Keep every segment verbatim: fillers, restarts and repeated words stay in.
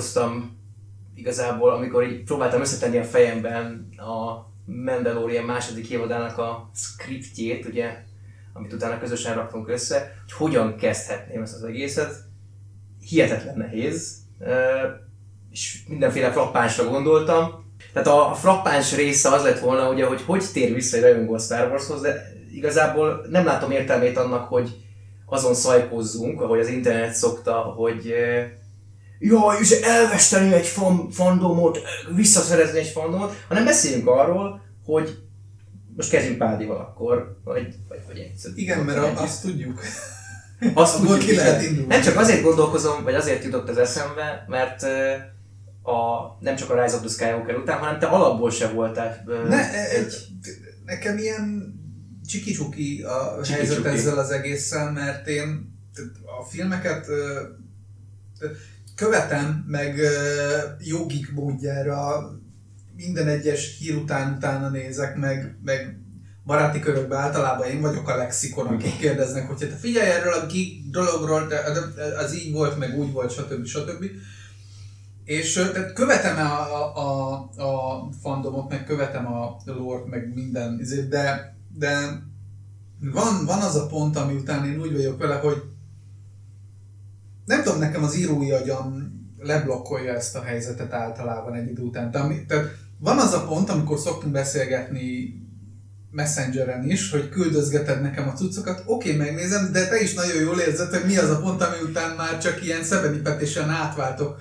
gondolkoztam igazából, amikor így próbáltam összetenni a fejemben a Mandalorian második évadának a scriptjét, ugye, amit utána közösen raktunk össze, hogy hogyan kezdhetném ezt az egészet. Hihetetlen nehéz, és mindenféle frappánsra gondoltam. Tehát a, a frappáns része az lett volna, ugye, hogy hogy tér vissza egy rajongó a Star Warshoz, de igazából nem látom értelmét annak, hogy azon szajkozzunk, ahogy az internet szokta, hogy jaj, és elveszteni egy fan, fandomot, visszaszerezni egy fandomot, hanem beszéljünk arról, hogy most kezdjünk Pádival akkor, vagy, vagy, vagy egyszer. Igen, mert a, azt tudjuk. Azt tudjuk, ki lehet indulni. Nem csak azért gondolkozom, vagy azért jutott az eszembe, mert a, nem csak a Rise of the Skywalker után, hanem te alapból se voltál ne, egy... Nekem ilyen csiki-csuki a Csiki helyzet csuki. ezzel az egésszel, mert én a filmeket követem, meg jogik módjára minden egyes hír után utána nézek, meg, meg baráti körökben általában én vagyok a lexikon, akik kérdeznek, hogy te figyelj erről a geek dologról, az így volt, meg úgy volt, stb. stb. És tehát követem a, a, a fandomot, meg követem a lore-t, meg minden, de, de van, van az a pont, ami után én úgy vagyok vele, hogy nem tudom, nekem az írói agyam leblokkolja ezt a helyzetet általában egy idő után. Tehát van az a pont, amikor szoktunk beszélgetni Messengeren is, hogy küldözgeted nekem a cuccokat, oké, okay, megnézem, de te is nagyon jól érzed, hogy mi az a pont, ami után már csak ilyen szebenipetésen átváltok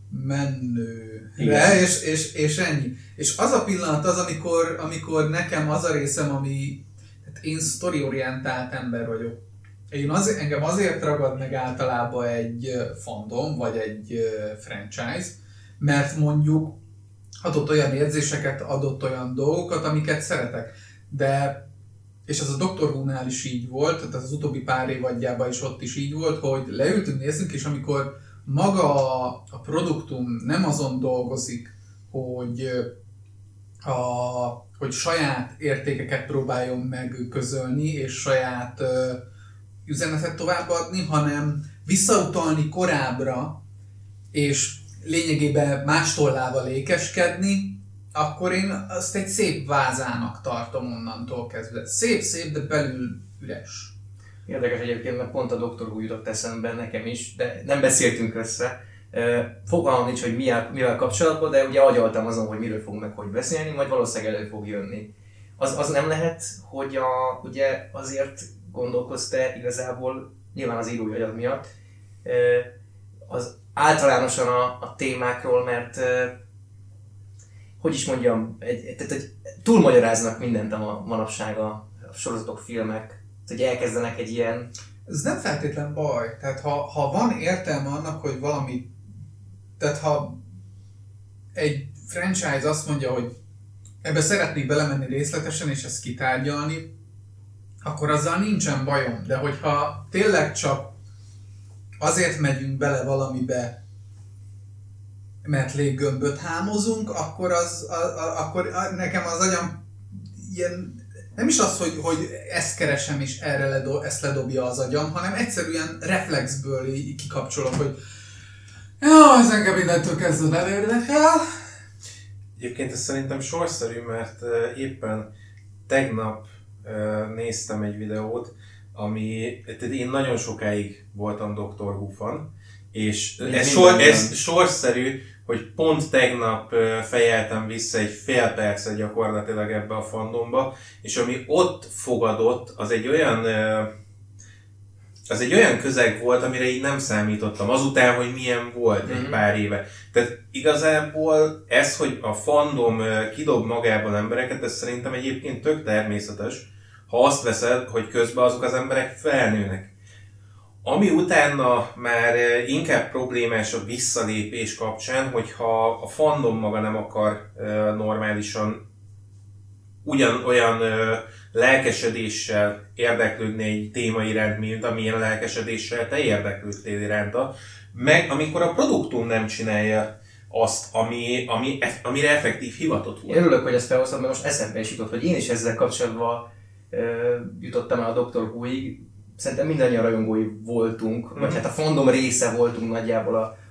menőre, és, és, és ennyi. És az a pillanat az, amikor, amikor nekem az a részem, ami, hát én sztoriorientált ember vagyok. Én az, engem azért ragad meg általában egy fandom, vagy egy franchise, mert mondjuk adott olyan érzéseket, adott olyan dolgokat, amiket szeretek. De, és ez a doktor Who-nál is így volt, tehát az utóbbi pár évadjában is ott is így volt, hogy leültünk, nézzünk, és amikor maga a, a produktum nem azon dolgozik, hogy, a, hogy saját értékeket próbáljon meg közölni, és saját uh, üzenetet továbbadni, hanem visszautalni korábbra, és lényegében más tollával ékeskedni, akkor én azt egy szép vázának tartom onnantól kezdve. Szép-szép, de belül üres. Érdekes egyébként, mert pont a doktor Who jutott eszembe nekem is, de nem beszéltünk össze. Fogalmam nincs, hogy mivel, mivel kapcsolatban, de ugye agyaltam azon, hogy miről fogunk meg hogy beszélni, majd valószínűleg elő fog jönni. Az, az nem lehet, hogy a, ugye azért gondolkozz te igazából, nyilván az írói agyad miatt, az általánosan a, a témákról, mert hogy is mondjam, egy, tehát, egy, túlmagyaráznak mindent a manapság a, a sorozatok, filmek, hogy elkezdenek egy ilyen... Ez nem feltétlen baj, tehát ha, ha van értelme annak, hogy valami, tehát ha egy franchise azt mondja, hogy ebbe szeretnék belemenni részletesen és ezt kitárgyalni, akkor azzal nincsen bajom, de hogyha tényleg csak azért megyünk bele valamibe, mert léggömböt hámozunk, akkor, az, a, a, akkor nekem az agyam ilyen, nem is az, hogy, hogy ezt keresem és erre ledo, ezt ledobja az agyam, hanem egyszerűen reflexből így kikapcsolom, hogy jó, ez engem mindentől kezdve nem érdekel. Egyébként ez szerintem sorszerű, mert éppen tegnap néztem egy videót, ami, tehát én nagyon sokáig voltam doktor Who fan, és ez, sor, ez sorszerű, hogy pont tegnap fejeltem vissza egy fél percet gyakorlatilag ebbe a fandomba, és ami ott fogadott, az egy olyan az egy olyan közeg volt, amire így nem számítottam, azután, hogy milyen volt mm-hmm. egy pár éve. Tehát igazából ez, hogy a fandom kidob magában embereket, ez szerintem egyébként tök természetes, ha azt veszed, hogy közben azok az emberek felnőnek. Ami utána már inkább problémás a visszalépés kapcsán, hogyha a fandom maga nem akar normálisan ugyanolyan lelkesedéssel érdeklődni egy téma iránt, mint amilyen lelkesedéssel te érdeklődtél iránta, meg amikor a produktum nem csinálja azt, ami, ami, amire effektív hivatott volt. Én örülök, hogy ezt felhoztad, mert most eszembe is jutott, hogy én is ezzel kapcsolatban uh, jutottam el a doktor Who-ig. Szerintem mindannyian rajongói voltunk, mm-hmm. vagy hát a fandom része voltunk nagyjából a,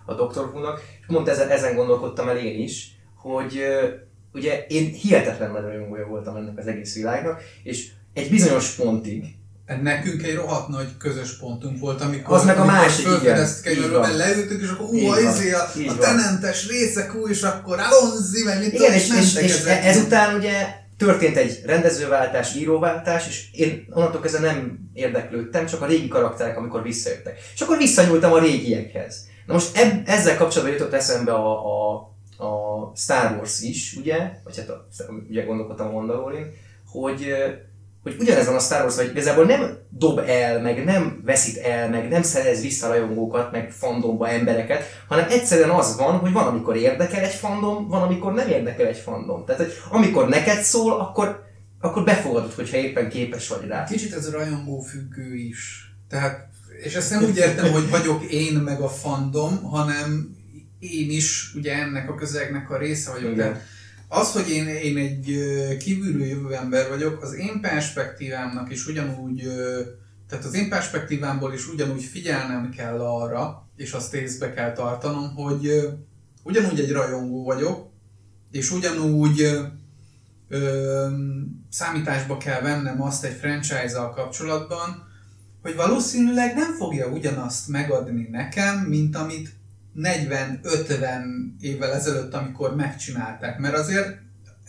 a Doctor Who-nak, és pont ezen, ezen gondolkodtam el én is, hogy ugye én hihetetlen nagy rajongója voltam ennek az egész világnak, és egy bizonyos pontig, nekünk egy rohadt nagy közös pontunk volt, amikor az meg a másik, igen. Mert leültünk, és akkor ú, izé a, a tenentes részek, ú, és akkor Alonzi, meg mit tudom, és, és, és ezután ugye történt egy rendezőváltás, íróváltás, és én onnantól kezdve nem érdeklődtem, csak a régi karakterek, amikor visszajöttek. És akkor visszanyúltam a régiekhez. Na most eb, ezzel kapcsolatban jutott eszembe a, a, a Star Wars is, ugye, vagy hát a, ugye gondolkodtam a Mandalorian, hogy hogy ugyanez van a Star Wars, hogy igazából nem dob el, meg nem veszít el, meg nem szerez vissza rajongókat, meg fandomba embereket, hanem egyszerűen az van, hogy van, amikor érdekel egy fandom, van, amikor nem érdekel egy fandom. Tehát, hogy amikor neked szól, akkor, akkor befogadod, hogyha éppen képes vagy rá. Kicsit ez rajongó függő is. Tehát, és ezt nem úgy értem, hogy vagyok én meg a fandom, hanem én is ugye ennek a közegnek a része vagyok. Igen. Az, hogy én, én egy kívülről jövő ember vagyok, az én perspektívámnak is ugyanúgy, tehát az én perspektívámból is ugyanúgy figyelnem kell arra, és azt észbe kell tartanom, hogy ugyanúgy egy rajongó vagyok, és ugyanúgy ö, számításba kell vennem azt egy franchise-zal kapcsolatban, hogy valószínűleg nem fogja ugyanazt megadni nekem, mint amit negyven-ötven évvel ezelőtt, amikor megcsinálták, mert azért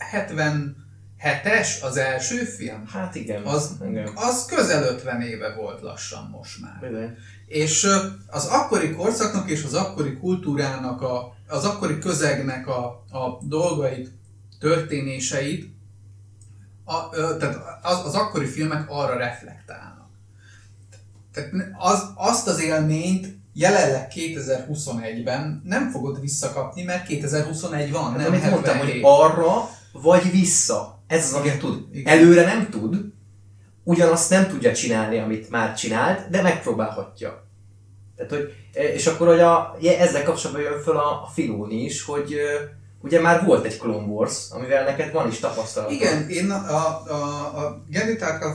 hetvenhetes az első film. Hát igen. Az, igen. az közel ötven éve volt lassan most már. Igen. És az akkori korszaknak és az akkori kultúrának, a, az akkori közegnek a, a dolgait, történéseit, a, tehát az, az akkori filmek arra reflektálnak. Tehát az, azt az élményt jelenleg kétezer-huszonegyben nem fogod visszakapni, mert kétezer-huszonegy van, hát, nem amit mondtam, hogy arra vagy vissza. Ez az, amit tud. Igen. Előre nem tud, ugyanazt nem tudja csinálni, amit már csinált, de megpróbálhatja. Tehát, hogy, és akkor hogy a, ezzel kapcsolatban jön föl a, a Filoni is, hogy ugye már volt egy Clone Wars, amivel neked van is tapasztalat. Igen, én a, a, a Genndy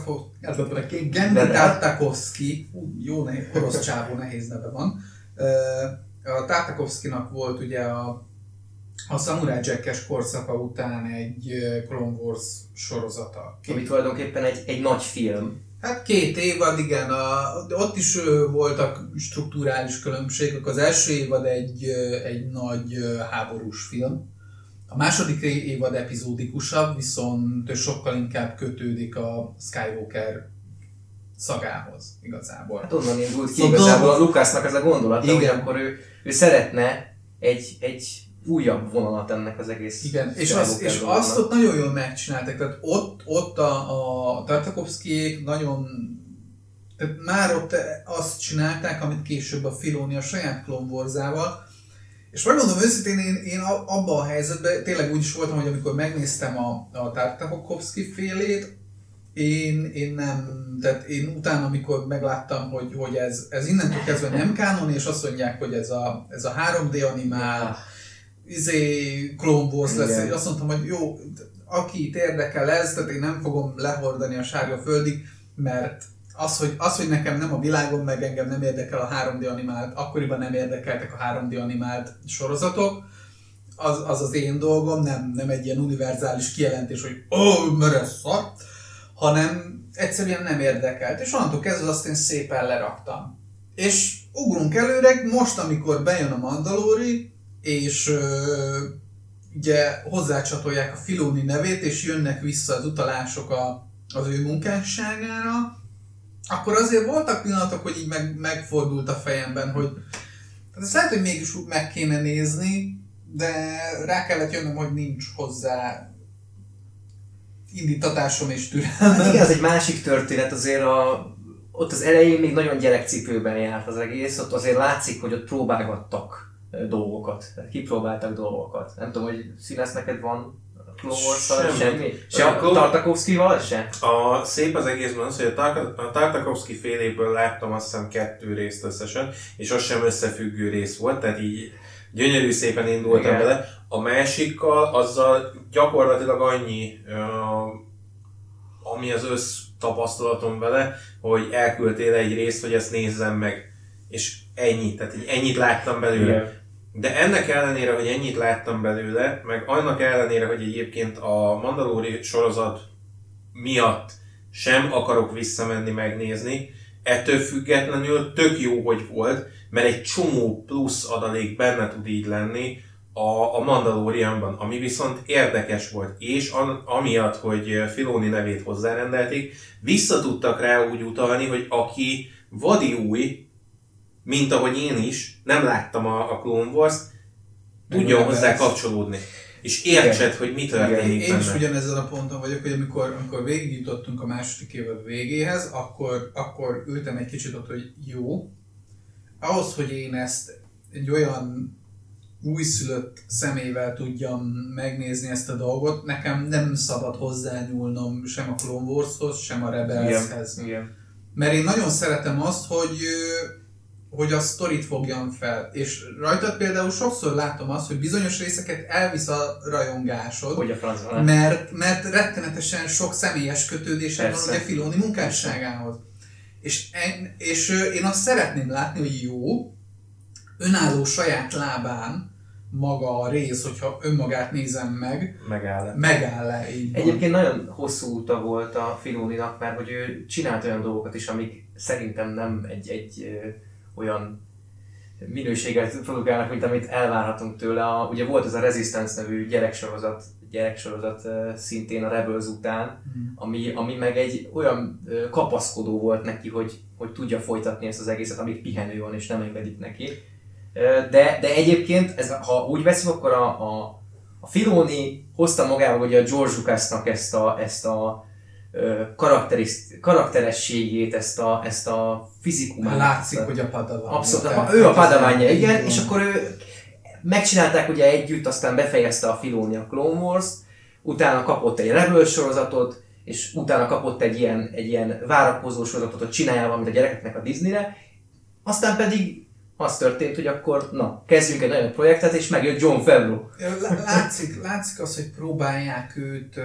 Tartakovsky, jó nehéz, orosz csávó, nehéz neve van. A Tartakovskynak volt ugye a, a Samurai Jack-es korszaka után egy Clone Wars sorozata. Ami tulajdonképpen egy, egy nagy film. Hát két évad, igen, a, ott is voltak strukturális különbségek. Az első évad egy, egy nagy háborús film. A második évad epizódikusabb, viszont sokkal inkább kötődik a Skywalker szagához igazából. Hát onnan indult ki szóval igazából a Lucasnak ez a gondolata, igen. Hogy akkor ő, ő szeretne egy, egy újabb vonalat ennek az egész. Igen, és, az, és azt ott nagyon jól megcsináltak, tehát ott, ott a, a Tartakovskyék nagyon, tehát már ott azt csinálták, amit később a Filoni a saját Clone Wars-ával. És megmondom őszintén, én, én abban a helyzetben tényleg úgy is voltam, hogy amikor megnéztem a, a Tartakovsky félét, én, én nem, tehát én utána, amikor megláttam, hogy, hogy ez, ez innentől kezdve nem kánon, és azt mondják, hogy ez a, ez a három dé animál, izé, Clone Wars lesz, és azt mondtam, hogy jó, akit érdekel ez, tehát én nem fogom lehordani a sárga földig, mert az hogy, az, hogy nekem nem a világon, meg engem nem érdekel a három dé animált, akkoriban nem érdekeltek a három dé animált sorozatok, az az, az én dolgom, nem, nem egy ilyen univerzális kijelentés, hogy ó, oh, mert ez szar, hanem egyszerűen nem érdekelt, és onnantól kezdve azt én szépen leraktam. És ugrunk előre, most amikor bejön a Mandalori, és ö, ugye hozzácsatolják a Filoni nevét, és jönnek vissza az utalások a, az ő munkásságára, akkor azért voltak pillanatok, hogy így meg, megfordult a fejemben, hogy hát ezt lehet, hogy mégis úgy meg kéne nézni, de rá kellett jönnöm, hogy nincs hozzá indítatásom és türelmem. Hát igen, az egy másik történet, azért a, ott az elején még nagyon gyerekcipőben járt az egész, ott azért látszik, hogy ott próbálgattak dolgokat, kipróbáltak dolgokat. Nem tudom, hogy Színász, neked van Clone Wars-szal semmi? Se a Tartakovskyval se? A szép az egészben az, hogy a, Tar- a Tartakovsky féléből láttam azt hiszem kettő részt összesen, és az sem összefüggő rész volt, tehát így gyönyörű szépen indultam igen. Vele. A másikkal, azzal gyakorlatilag annyi, uh, ami az össz tapasztalatom vele, hogy elküldtél egy részt, hogy ezt nézzem meg. És ennyi, tehát így ennyit láttam belőle. Igen. De ennek ellenére, hogy ennyit láttam belőle, meg annak ellenére, hogy egyébként a Mandalorian sorozat miatt sem akarok visszamenni megnézni, ettől függetlenül tök jó, hogy volt, mert egy csomó plusz adalék benne tud így lenni a, a Mandalorianban, ami viszont érdekes volt, és an, amiatt, hogy Filoni nevét hozzárendelték, vissza tudtak rá úgy utalni, hogy aki vadi új, mint ahogy én is, nem láttam a, a Clone Wars-t, tudjon hozzá kapcsolódni. És értsed, hogy mi történik Én benne. is ugyanezen a ponton vagyok, hogy amikor, amikor végigjutottunk a második évad végéhez, akkor, akkor ültem egy kicsit ott, hogy jó. Ahhoz, hogy én ezt egy olyan újszülött szemével tudjam megnézni ezt a dolgot, nekem nem szabad hozzányúlnom sem a Clone Warshoz, sem a Rebelshez. Igen. Igen. Mert én nagyon szeretem azt, hogy hogy a sztorit fogjam fel. És rajtad például sokszor látom azt, hogy bizonyos részeket elvisz a rajongásod, hogy a francban, mert, mert rettenetesen sok személyes kötődésed van ugye Filoni munkásságához. És, en, és én azt szeretném látni, hogy jó, önálló saját lábán maga a rész, hogyha önmagát nézem meg, megáll-e. Megáll-e így van. Egyébként nagyon hosszú úta volt a Filoninak, mert hogy ő csinált olyan dolgokat is, amik szerintem nem egy, egy olyan minőséget produkálnak, mint amit elvárhatunk tőle. A, ugye volt ez a Resistance nevű gyereksorozat, gyereksorozat uh, szintén a Rebels után, mm. ami, ami meg egy olyan uh, kapaszkodó volt neki, hogy, hogy tudja folytatni ezt az egészet, amíg pihenő van és nem engedik neki. Uh, de, de egyébként, ez, ha úgy veszünk, akkor a, a, a Filoni hozta magával ugye a George Lucasnak ezt a, ezt a karakterességét, ezt a, ezt a fizikumát. Látszik, hogy a padavánja. Abszolút, tehát, ő a padavánja, igen, van. És akkor ő megcsinálták ugye együtt, aztán befejezte a Filoni a Clone Wars-t, utána kapott egy Rebels sorozatot, és utána kapott egy ilyen, egy ilyen várakozó sorozatot, hogy csináljál valamit a gyerekeknek a Disneyre, aztán pedig az történt, hogy akkor na, kezdjünk egy nagyon projektet, és megjött Jon Favreau. Látszik, látszik az, hogy próbálják őt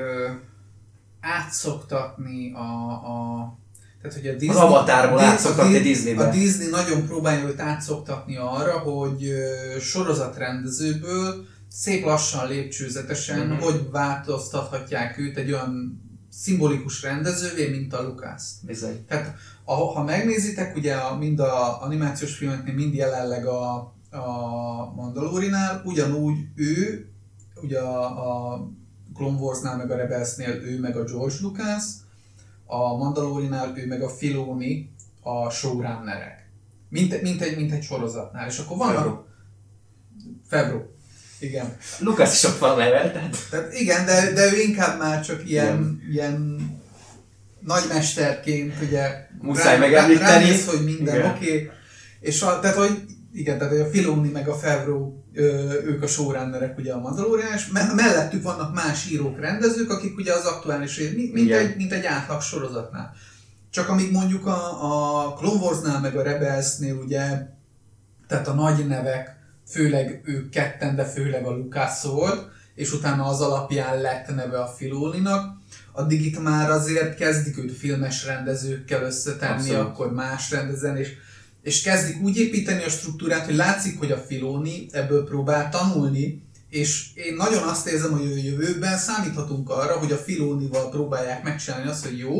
átszoktatni a, a tehát, hogy a Disney, az Avatarból átszoktatni Disneybe. A Disney nagyon próbálja őt átszoktatni arra, hogy sorozatrendezőből szép lassan, lépcsőzetesen, mm-hmm. hogy változtathatják őt egy olyan szimbolikus rendezővé, mint a Lucas. Bizony. Tehát a, ha megnézitek, ugye a, mind a animációs filmeknél, mind jelenleg a, a Mandalorinál, ugyanúgy ő, ugye a, a Clone Warsnál, meg a Rebelsnél ő, meg a George Lucas, a Mandalorinál ő, meg a Filoni a showrunnerek. Mint, mint, egy, mint egy sorozatnál. És akkor van a... Favreau. Igen. Lucas is ott van neve, tehát... tehát igen, de, de ő inkább már csak ilyen, ilyen nagymesterként, ugye... Muszáj megemlíteni. Ránéz, hogy minden oké. Okay. És a, tehát, hogy igen, tehát a Filoni meg a Favreau, ők a showrunnerek ugye a Mandalorian, és me- mellettük vannak más írók, rendezők, akik ugye az aktuális, mint, mint, egy, mint egy átlag sorozatnál. Csak amíg mondjuk a, a Clone Warsnál meg a Rebelsnél ugye, tehát a nagy nevek, főleg ők ketten, de főleg a Lucas volt, és utána az alapján lett neve a Filoninak, addig itt már azért kezdik őt filmes rendezőkkel összetenni, abszolút. Akkor más rendezen, és és kezdik úgy építeni a struktúrát, hogy látszik, hogy a Filoni ebből próbál tanulni, és én nagyon azt érzem, hogy a jövőben számíthatunk arra, hogy a Filonival próbálják megcsinálni azt, hogy jó,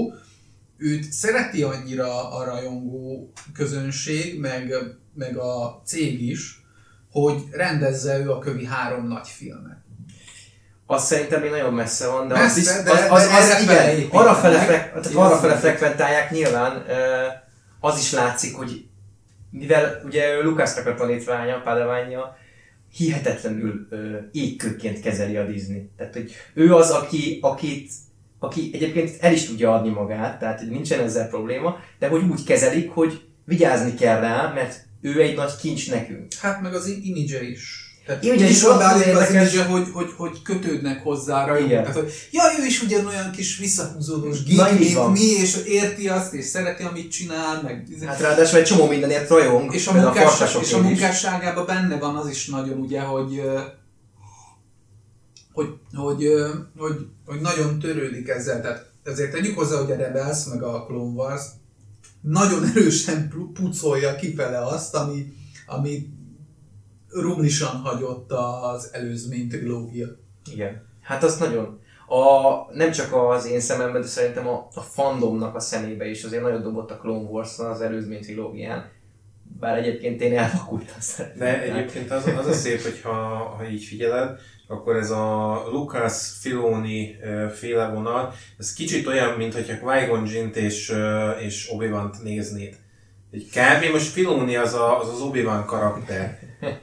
őt szereti annyira a rajongó közönség, meg, meg a cég is, hogy rendezze ő a kövi három nagy filmet. Azt szerintem még nagyon messze van, de messze, az, de, az, de, az, de az igen, arra fele, frek, arra fele az frekventálják nyilván, az is látszik, hogy mivel ugye Lucasnak a tanítványa, padavánja, hihetetlenül ö, égkőként kezeli a Disney. Tehát, hogy ő az, aki, akit, aki egyébként el is tudja adni magát, tehát nincsen ezzel probléma, de hogy úgy kezelik, hogy vigyázni kell rá, mert ő egy nagy kincs nekünk. Hát meg az image is. Tehát image is van beállítva az image, hogy, hogy, hogy kötődnek hozzá rá. Tehát, hogy ja, ő is ugyanolyan kis visszahúzódós geek, mint van. Mi, és érti azt, és szereti, amit csinál, meg... Hát ráadásul egy csomó mindenért rajong. És a, munkás, a, és a munkásságában benne van az is nagyon, ugye, hogy hogy, hogy, hogy, hogy nagyon törődik ezzel. Tehát ezért tegyük hozzá, hogy a Rebels, meg a Clone Wars nagyon erősen pucolja kifele azt, ami, ami rumlisan hagyott az előzmény trilógia. Igen. Hát az nagyon. A, nem csak az én szememben, de szerintem a, a fandomnak a szemébe is azért nagyon dobott a Clone Wars az előzmény trilógián. Bár egyébként én elvakultam szeretném. De egyébként az, az a szép, hogy ha, ha így figyeled, akkor ez a Lucas Filoni féle vonal, ez kicsit olyan, mint hogyha Qui-Gon Jinn-t és, és Obi-Wan-t néznéd. Egy kb. Most Filoni az a, az, az Obi-Wan karakter.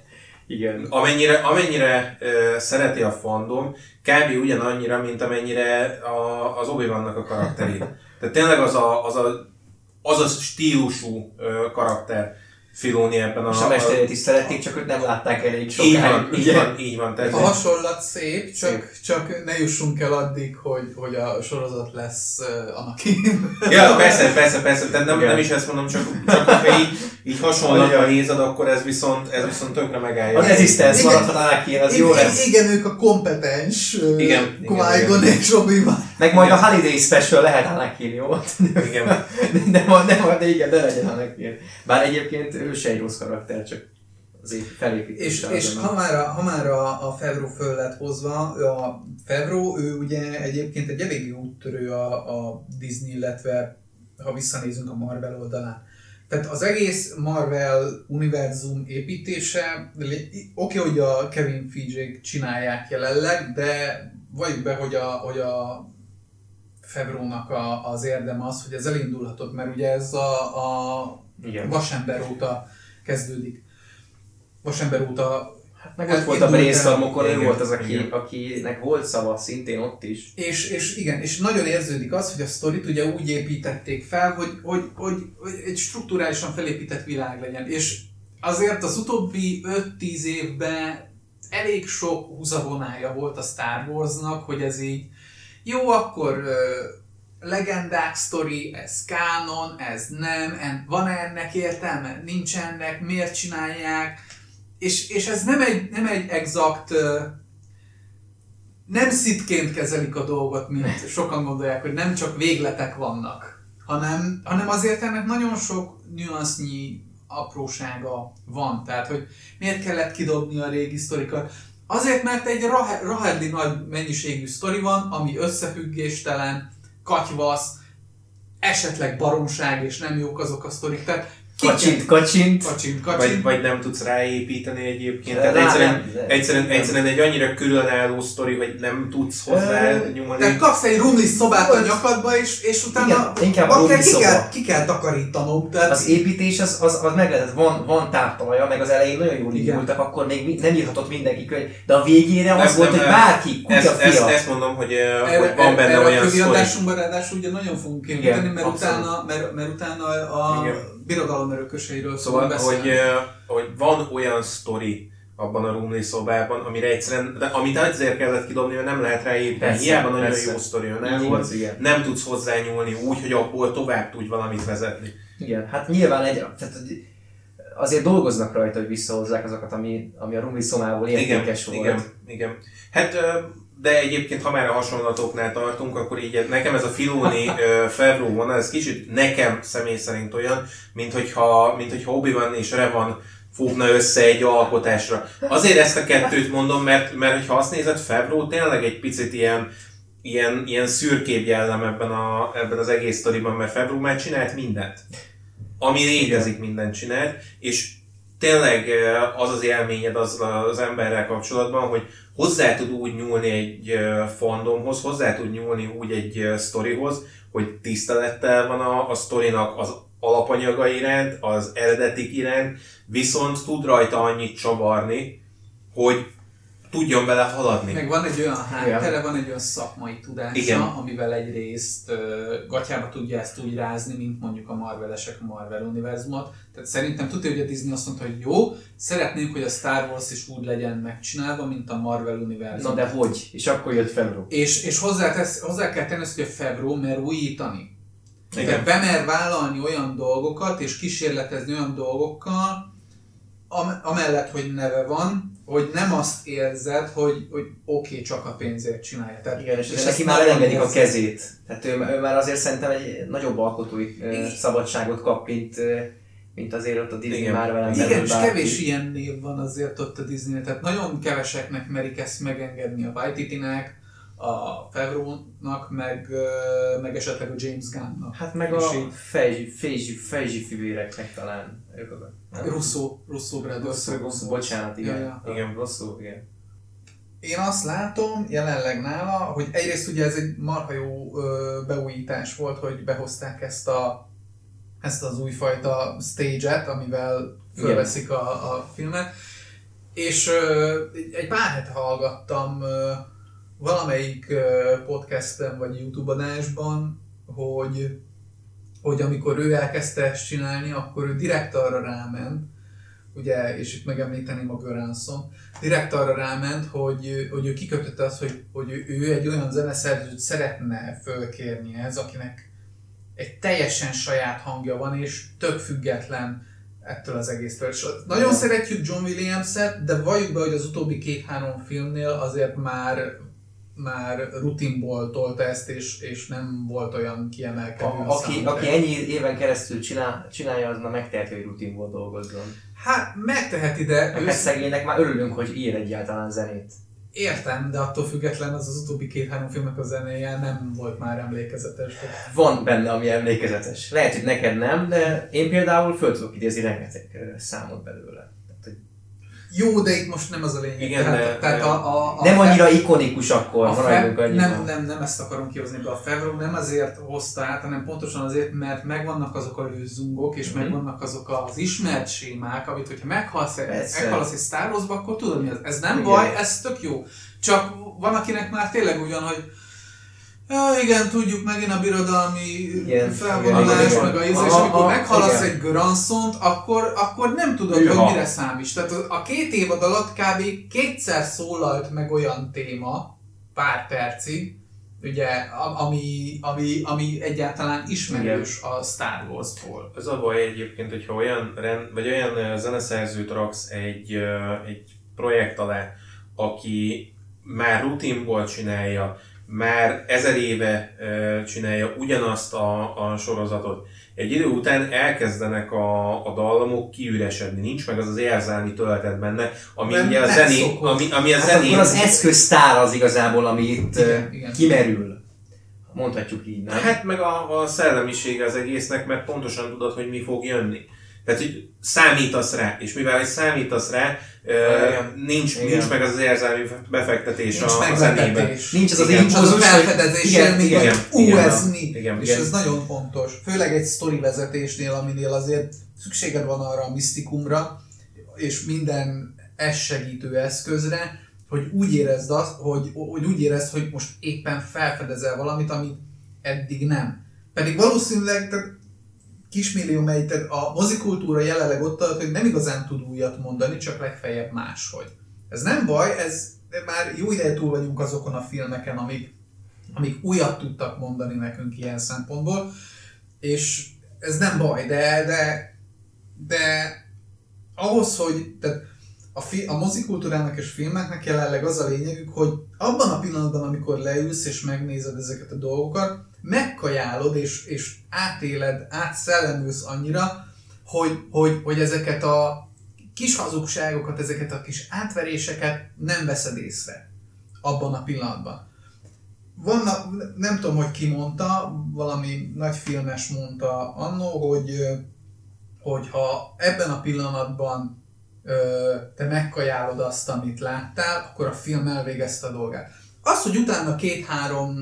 Igen. Amennyire, amennyire uh, szereti a fandom, kb. Ugyanannyira, mint amennyire a, az Obi-Wannak a karakterét. Tehát tényleg az a, az a, az a stílusú uh, karakter Filoni ebben a... És a mesterét is szerették, csak őt nem látták elég sokáig. Így van, így van, így van. Tehát a hasonlat szép, csak, szép, csak ne jussunk el addig, hogy, hogy a sorozat lesz uh, Anakin. Ja, persze, persze, persze, tehát nem, nem is ezt mondom, csak, csak hogyha így, így hasonlatban nézed, akkor ez viszont, ez viszont tökre megállja. Az Resistance maradhat Anakin, az igen, jó lesz. Igen, ők a kompetens igen, Qui-Gon és Obi-Wan. Meg majd igen. A Holiday Special lehet Anakin, jó? Igen. De, de, de, de igen, de legyen Anakin. Bár egyébként ő se egy rossz karakter, csak azért felépítés. És, és ha már, a, ha már a, a Favreau föl lett hozva, a Favreau, ő ugye egyébként egy eléggé úttörő a, a Disney, illetve ha visszanézünk a Marvel oldalán. Tehát az egész Marvel univerzum építése, oké, okay, hogy a Kevin Feige csinálják jelenleg, de valljuk be, hogy a, hogy a Favreau-nak a, az érdeme az, hogy ez elindulhatott, mert ugye ez a, a Vasember óta kezdődik. Vasember óta... Hát meg ott volt a brainstormokon, ő volt az, aki, akinek volt szava szintén ott is. És, és igen, és nagyon érződik az, hogy a sztorit ugye úgy építették fel, hogy, hogy, hogy, hogy egy strukturálisan felépített világ legyen. És azért az utóbbi öt-tíz évben elég sok húzavonája volt a Star Warsnak, hogy ez így jó, akkor uh, legendák sztori, ez kánon, ez nem, en, van ennek értelme, nincs ennek, miért csinálják, és, és ez nem egy, nem egy exakt, uh, nem szitként kezelik a dolgot, mint sokan gondolják, hogy nem csak végletek vannak, hanem, hanem azért ennek nagyon sok nüansznyi aprósága van, tehát hogy miért kellett kidobni a régi sztorikat. Azért, mert egy rahedli nagy mennyiségű sztori van, ami összefüggéstelen, katyvasz, esetleg baromság, és nem jók azok a sztorik. Tehát kacsint, kacsint, kacsint, kacsint. Vagy, vagy nem tudsz ráépíteni egyébként. Tehát egyszerűen, egyszerűen, egyszerűen egy annyira különálló sztori, hogy nem tudsz hozzá nyúlni. Tehát kapsz egy rumlis szobát a nyakadba, és, és utána igen, akár ki kell, ki kell takarítanom. Tehát... Az építés az, az, az meg lehet, van, van táptalaja, meg az elején nagyon jól indultak, akkor még nem írhatott mindenki könyv, de a végére az nem, volt, nem, hogy bárki, kutya, ezt, fia. Ezt, ezt mondom, hogy, er, hogy van benne er, olyan sztori. A köviadásunkban ráadásul ugye nagyon fogunk építeni, mert utána, mert, mert utána a birodalom örököseiről szóval beszélni. Hogy, hogy van olyan sztori abban a rumli szobában, amire egyszerűen, de amit azért kellett kidobni, mert nem lehet ráépíteni. Hiába nagyon persze. Jó sztori önáll volt, nem tudsz hozzányúlni úgy, hogy abból tovább tudj valamit vezetni. Igen, hát nyilván egy, tehát azért dolgoznak rajta, hogy visszahozzák azokat, ami, ami a rumli szobából értékes igen, volt. Igen, igen. Hát, de egyébként, ha már a hasonlatoknál tartunk, akkor így nekem ez a Filoni Favreau vonal, ez kicsit nekem személy szerint olyan, mint hogyha, mint hogyha Obi-Wan és Revan fogna össze egy alkotásra. Azért ezt a kettőt mondom, mert, mert ha azt nézed, Favreau tényleg egy picit ilyen, ilyen, ilyen szürkébb jellem ebben, a, ebben az egész sztoriban, mert Favreau már csinált mindent. Ami létezik, mindent csinált, és tényleg az az élményed az, az emberrel kapcsolatban, hogy hozzá tud úgy nyúlni egy fandomhoz, hozzá tud nyúlni úgy egy sztorihoz, hogy tisztelettel van a, a sztorinak az alapanyaga iránt, az eredetik iránt, viszont tud rajta annyit csavarni, hogy tudjon vele haladni. Meg van egy olyan háttere, van egy olyan szakmai tudása, igen. Amivel egyrészt uh, gatyába tudja ezt úgy rázni, mint mondjuk a Marvelesek a Marvel univerzumot. Tehát szerintem tudja, hogy a Disney azt mondta, hogy jó, szeretnénk, hogy a Star Wars is úgy legyen megcsinálva, mint a Marvel univerzum. Na de hogy? És akkor jött Favreau. És, és hozzá, tesz, hozzá kell tenni azt, hogy a Favreau mer újítani. Tehát bemer vállalni olyan dolgokat, és kísérletezni olyan dolgokkal, am- amellett, hogy neve van, hogy nem azt érzed, hogy, hogy oké, okay, csak a pénzért csinálja. Tehát, igen, és, és neki már elengedik a kezét. Tehát ő, ő már azért szerintem egy nagyobb alkotói igen. szabadságot kap, mint, mint azért ott a Disney Igen. Marvel-en Igen, belül és bárki. kevés ilyen név van azért ott a Disney-nél, tehát nagyon keveseknek merik ezt megengedni, a Waititi-nek, a Favreau-nak, meg, ö, meg esetleg a James Gunn-nak. Hát meg És a így- Feizsi, Feizsi, Feizsi fivéreknek talán. Ők a... nem? Russo, Russo Brothers. Russo, Russo, bocsánat, igen. Ja, ja. Igen. Russo, igen. Én azt látom jelenleg nála, hogy egyrészt ugye ez egy marha jó ö, beújítás volt, hogy behozták ezt, a, ezt az újfajta stage-et, amivel fölveszik a, a filmet. És ö, egy pár hete hallgattam ö, valamelyik ö, podcasten vagy YouTube adásban, hogy, hogy amikor ő elkezdte ezt csinálni, akkor ő direkt arra ráment, ugye, és itt megemlíteném a Göransson, direkt arra ráment, hogy, hogy ő kikötötte azt, hogy, hogy ő egy olyan zeneszerzőt szeretne fölkérni ez, akinek egy teljesen saját hangja van, és tök független ettől az egésztől. És nagyon Ja. szeretjük John Williams-et, de valljuk be, hogy az utóbbi két-három filmnél azért már már rutinból tolta ezt, és, és nem volt olyan kiemelkedő. A, aki, aki ennyi éven keresztül csinál, csinálja, az már megteheti, hogy rutinból dolgozzon. Hát megteheti, de A szegénynek már örülünk, hogy ír egyáltalán zenét. értem, de attól független az az utóbbi két-három filmnek a zenéje nem volt már emlékezetes. Van benne, ami emlékezetes. Lehet, hogy neked nem, de én például föl tudok idézni rengeteg ö, számot belőle. Tehát, hogy Jó, de itt most nem az a lényeg. Igen, tehát, de- tehát de- a, a, a nem Fe- annyira ikonikus akkor, a maradjunk Fe- annyiban. nem, nem, nem ezt akarom kihozni be. A Favreau nem azért hozta át, hanem pontosan azért, mert megvannak azok a lőzungok, és Mhm. megvannak azok az ismert sémák, amit hogyha meghalsz, Persze. meghalsz egy Star Wars-ba, akkor tudod mi az. Ez nem Igen. baj, ez tök jó. Csak van, akinek már tényleg ugyan, hogy ja, igen, tudjuk, megint a birodalmi Igen, felvonulás, igen, meg a igen. íz, és Aha, amikor aha, meghallasz igen. egy Göranszont, akkor, akkor nem tudod, Hűha. hogy mire számíts. Tehát a két évad alatt kb. Kétszer szólalt meg olyan téma, pár percig, ugye, a- ami, ami, ami egyáltalán ismerős a Star Wars-ból. Az a baj egyébként, hogyha olyan, rend, vagy olyan ö, zeneszerzőt raksz egy, ö, egy projekt alá, aki már rutinból csinálja, már ezer éve ö, csinálja ugyanazt a, a sorozatot. Egy idő után elkezdenek a, a dallamok kiüresedni, nincs meg az az érzelmi töltet benne, ami Nem ugye a zené, megszokott. ami, ami a Hát zené... akkor az eszköztár az igazából, ami itt Igen, ö, igen. kimerül. Mondhatjuk így, nem? Hát meg a, a szellemisége az egésznek, mert pontosan tudod, hogy mi fog jönni. Tehát, hogy számítasz rá, és mivel hogy számítasz rá, ö, Igen. nincs, Igen. nincs meg az az érzelmi befektetés Nincs a, a zenében. meglepetés. Nincs az az Igen. Nincs az a impulzus, hogy- felfedezés igen, élmény, igen, hogy ú, igen, ez igen. mi? Igen, És igen. ez nagyon fontos. Főleg egy sztori vezetésnél, aminél azért szükséged van arra a misztikumra, és minden ez segítő eszközre, hogy úgy érezd azt, hogy, hogy úgy érezd, hogy most éppen felfedezel valamit, amit eddig nem. Pedig valószínűleg tehát kismillió egy, tehát a mozikultúra jelenleg ott tart, hogy nem igazán tud újat mondani, csak legfeljebb máshogy. Ez nem baj, ez de már jó ideje túl vagyunk azokon a filmeken, amik, amik újat tudtak mondani nekünk ilyen szempontból, és ez nem baj, de, de, de ahhoz, hogy tehát a, fi, a mozikultúrának és filmeknek jelenleg az a lényegük, hogy abban a pillanatban, amikor leülsz és megnézed ezeket a dolgokat, megkajálod és, és átéled, átszellemülsz annyira, hogy, hogy, hogy ezeket a kis hazugságokat, ezeket a kis átveréseket nem veszed észre abban a pillanatban. Vannak, nem tudom, hogy ki mondta, valami nagy filmes mondta annó, hogy, hogy ha ebben a pillanatban te megkajálod azt, amit láttál, akkor a film elvégezte a dolgát. Az, hogy utána két-három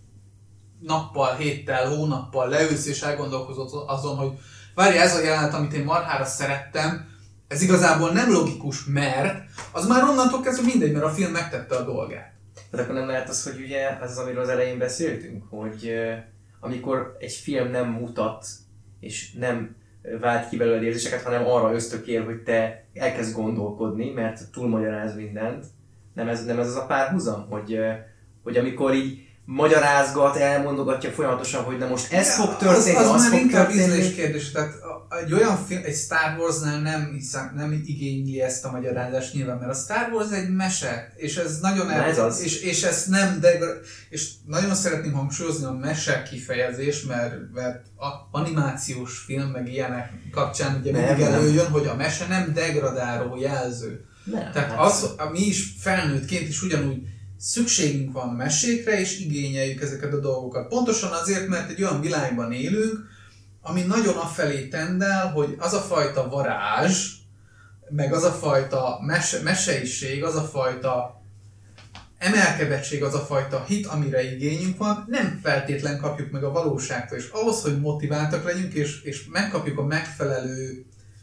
nappal, héttel, hónappal leülsz és elgondolkozol azon, hogy várj, ez a jelenet, amit én marhára szerettem, ez igazából nem logikus, mert az már onnantól kezdve mindegy, mert a film megtette a dolgát. Tehát akkor nem lehet az, hogy ugye az, az amiről az elején beszéltünk, hogy uh, amikor egy film nem mutat, és nem vált ki belőled érzéseket, hanem arra ösztökél, hogy te elkezd gondolkodni, mert túlmagyaráz mindent. Nem ez, nem ez az a párhuzam, hogy, uh, hogy amikor így magyarázgat, elmondogatja folyamatosan, hogy na most ez fog történni, az, az, az már fog inkább történni. ízlés kérdés, tehát egy olyan film, egy Star Warsnál nem, hiszem, nem igényli ezt a magyarázást nyilván, mert a Star Wars egy mese, és ez nagyon el, ez az. És, és ezt nem, de, és nagyon szeretném hangsúlyozni a mese kifejezés, mert, mert a animációs film meg ilyenek kapcsán ugye nem, mindig nem. előjön, hogy a mese nem degradáló jelző. Nem, Tehát hát az, mi is felnőttként is ugyanúgy szükségünk van mesékre, és igényeljük ezeket a dolgokat. Pontosan azért, mert egy olyan világban élünk, ami nagyon afelé tendel, hogy az a fajta varázs, meg az a fajta mese, meseiség, az a fajta emelkedettség, az a fajta hit, amire igényünk van, nem feltétlen kapjuk meg a valóságtól. És ahhoz, hogy motiváltak legyünk, és, és megkapjuk a megfelelő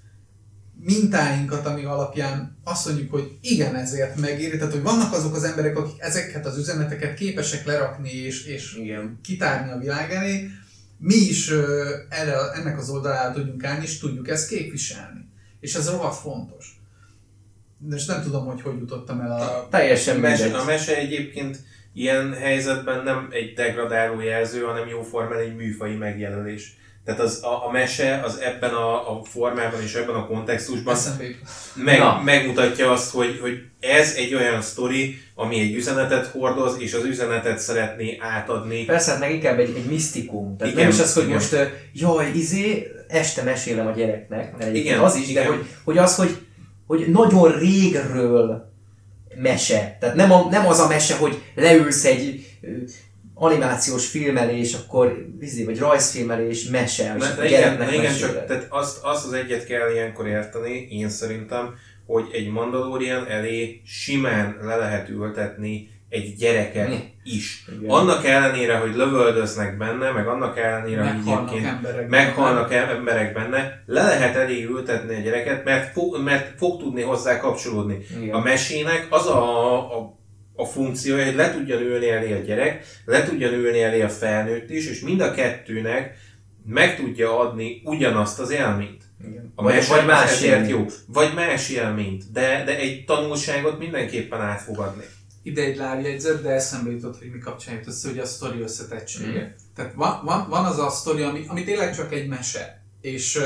mintáinkat, ami alapján azt mondjuk, hogy igen, ezért megéri. Tehát, hogy vannak azok az emberek, akik ezeket az üzeneteket képesek lerakni és, és kitárni a világ elé. Mi is uh, erre, ennek az oldalára tudjunk állni, és tudjuk ezt képviselni. És ez rohadt fontos. De és nem tudom, hogy hogy jutottam el a... a teljesen mese, a mese egyébként ilyen helyzetben nem egy degradáló jelző, hanem jóformán egy műfaji megjelölés. Tehát az, a, a mese az ebben a, a formában és ebben a kontextusban meg, megmutatja azt, hogy, hogy ez egy olyan sztori, ami egy üzenetet hordoz, és az üzenetet szeretné átadni. Persze, hát meg inkább egy, egy misztikum. Tehát igen, nem is az, hogy igen. most jaj, izé, este mesélem a gyereknek, mert igen, az is, igen. de hogy, hogy az, hogy, hogy nagyon régről mese. Tehát nem, a, nem az a mese, hogy leülsz egy animációs filmelés, akkor vízi, vagy rajzfilmelés, mese, és Na, a gyereknek igen, meséled. csak tehát azt, azt az egyet kell ilyenkor érteni, én szerintem, hogy egy Mandalorian elé simán le lehet ültetni egy gyereket Mi? is. Igen. Annak ellenére, hogy lövöldöznek benne, meg annak ellenére, hogy egyébként emberek meghalnak benne. emberek benne, le lehet elé ültetni a gyereket, mert fog, mert fog tudni hozzá kapcsolódni. Igen. A mesének az a, a a funkciója, hogy le tudjon ülni elé a gyerek, le tudjon ülni elé a felnőtt is, és mind a kettőnek meg tudja adni ugyanazt az élményt. Igen. A Vagy, mese vagy más ezért élményt. jó. Vagy más élményt, de, de egy tanulságot mindenképpen át fog adni. Ide egy lábjegyzet, de eszembe jutott, hogy mi kapcsán jut össze, hogy a sztori összetettsége. Mm. Tehát van, van, van az a sztori, ami, ami tényleg csak egy mese, és,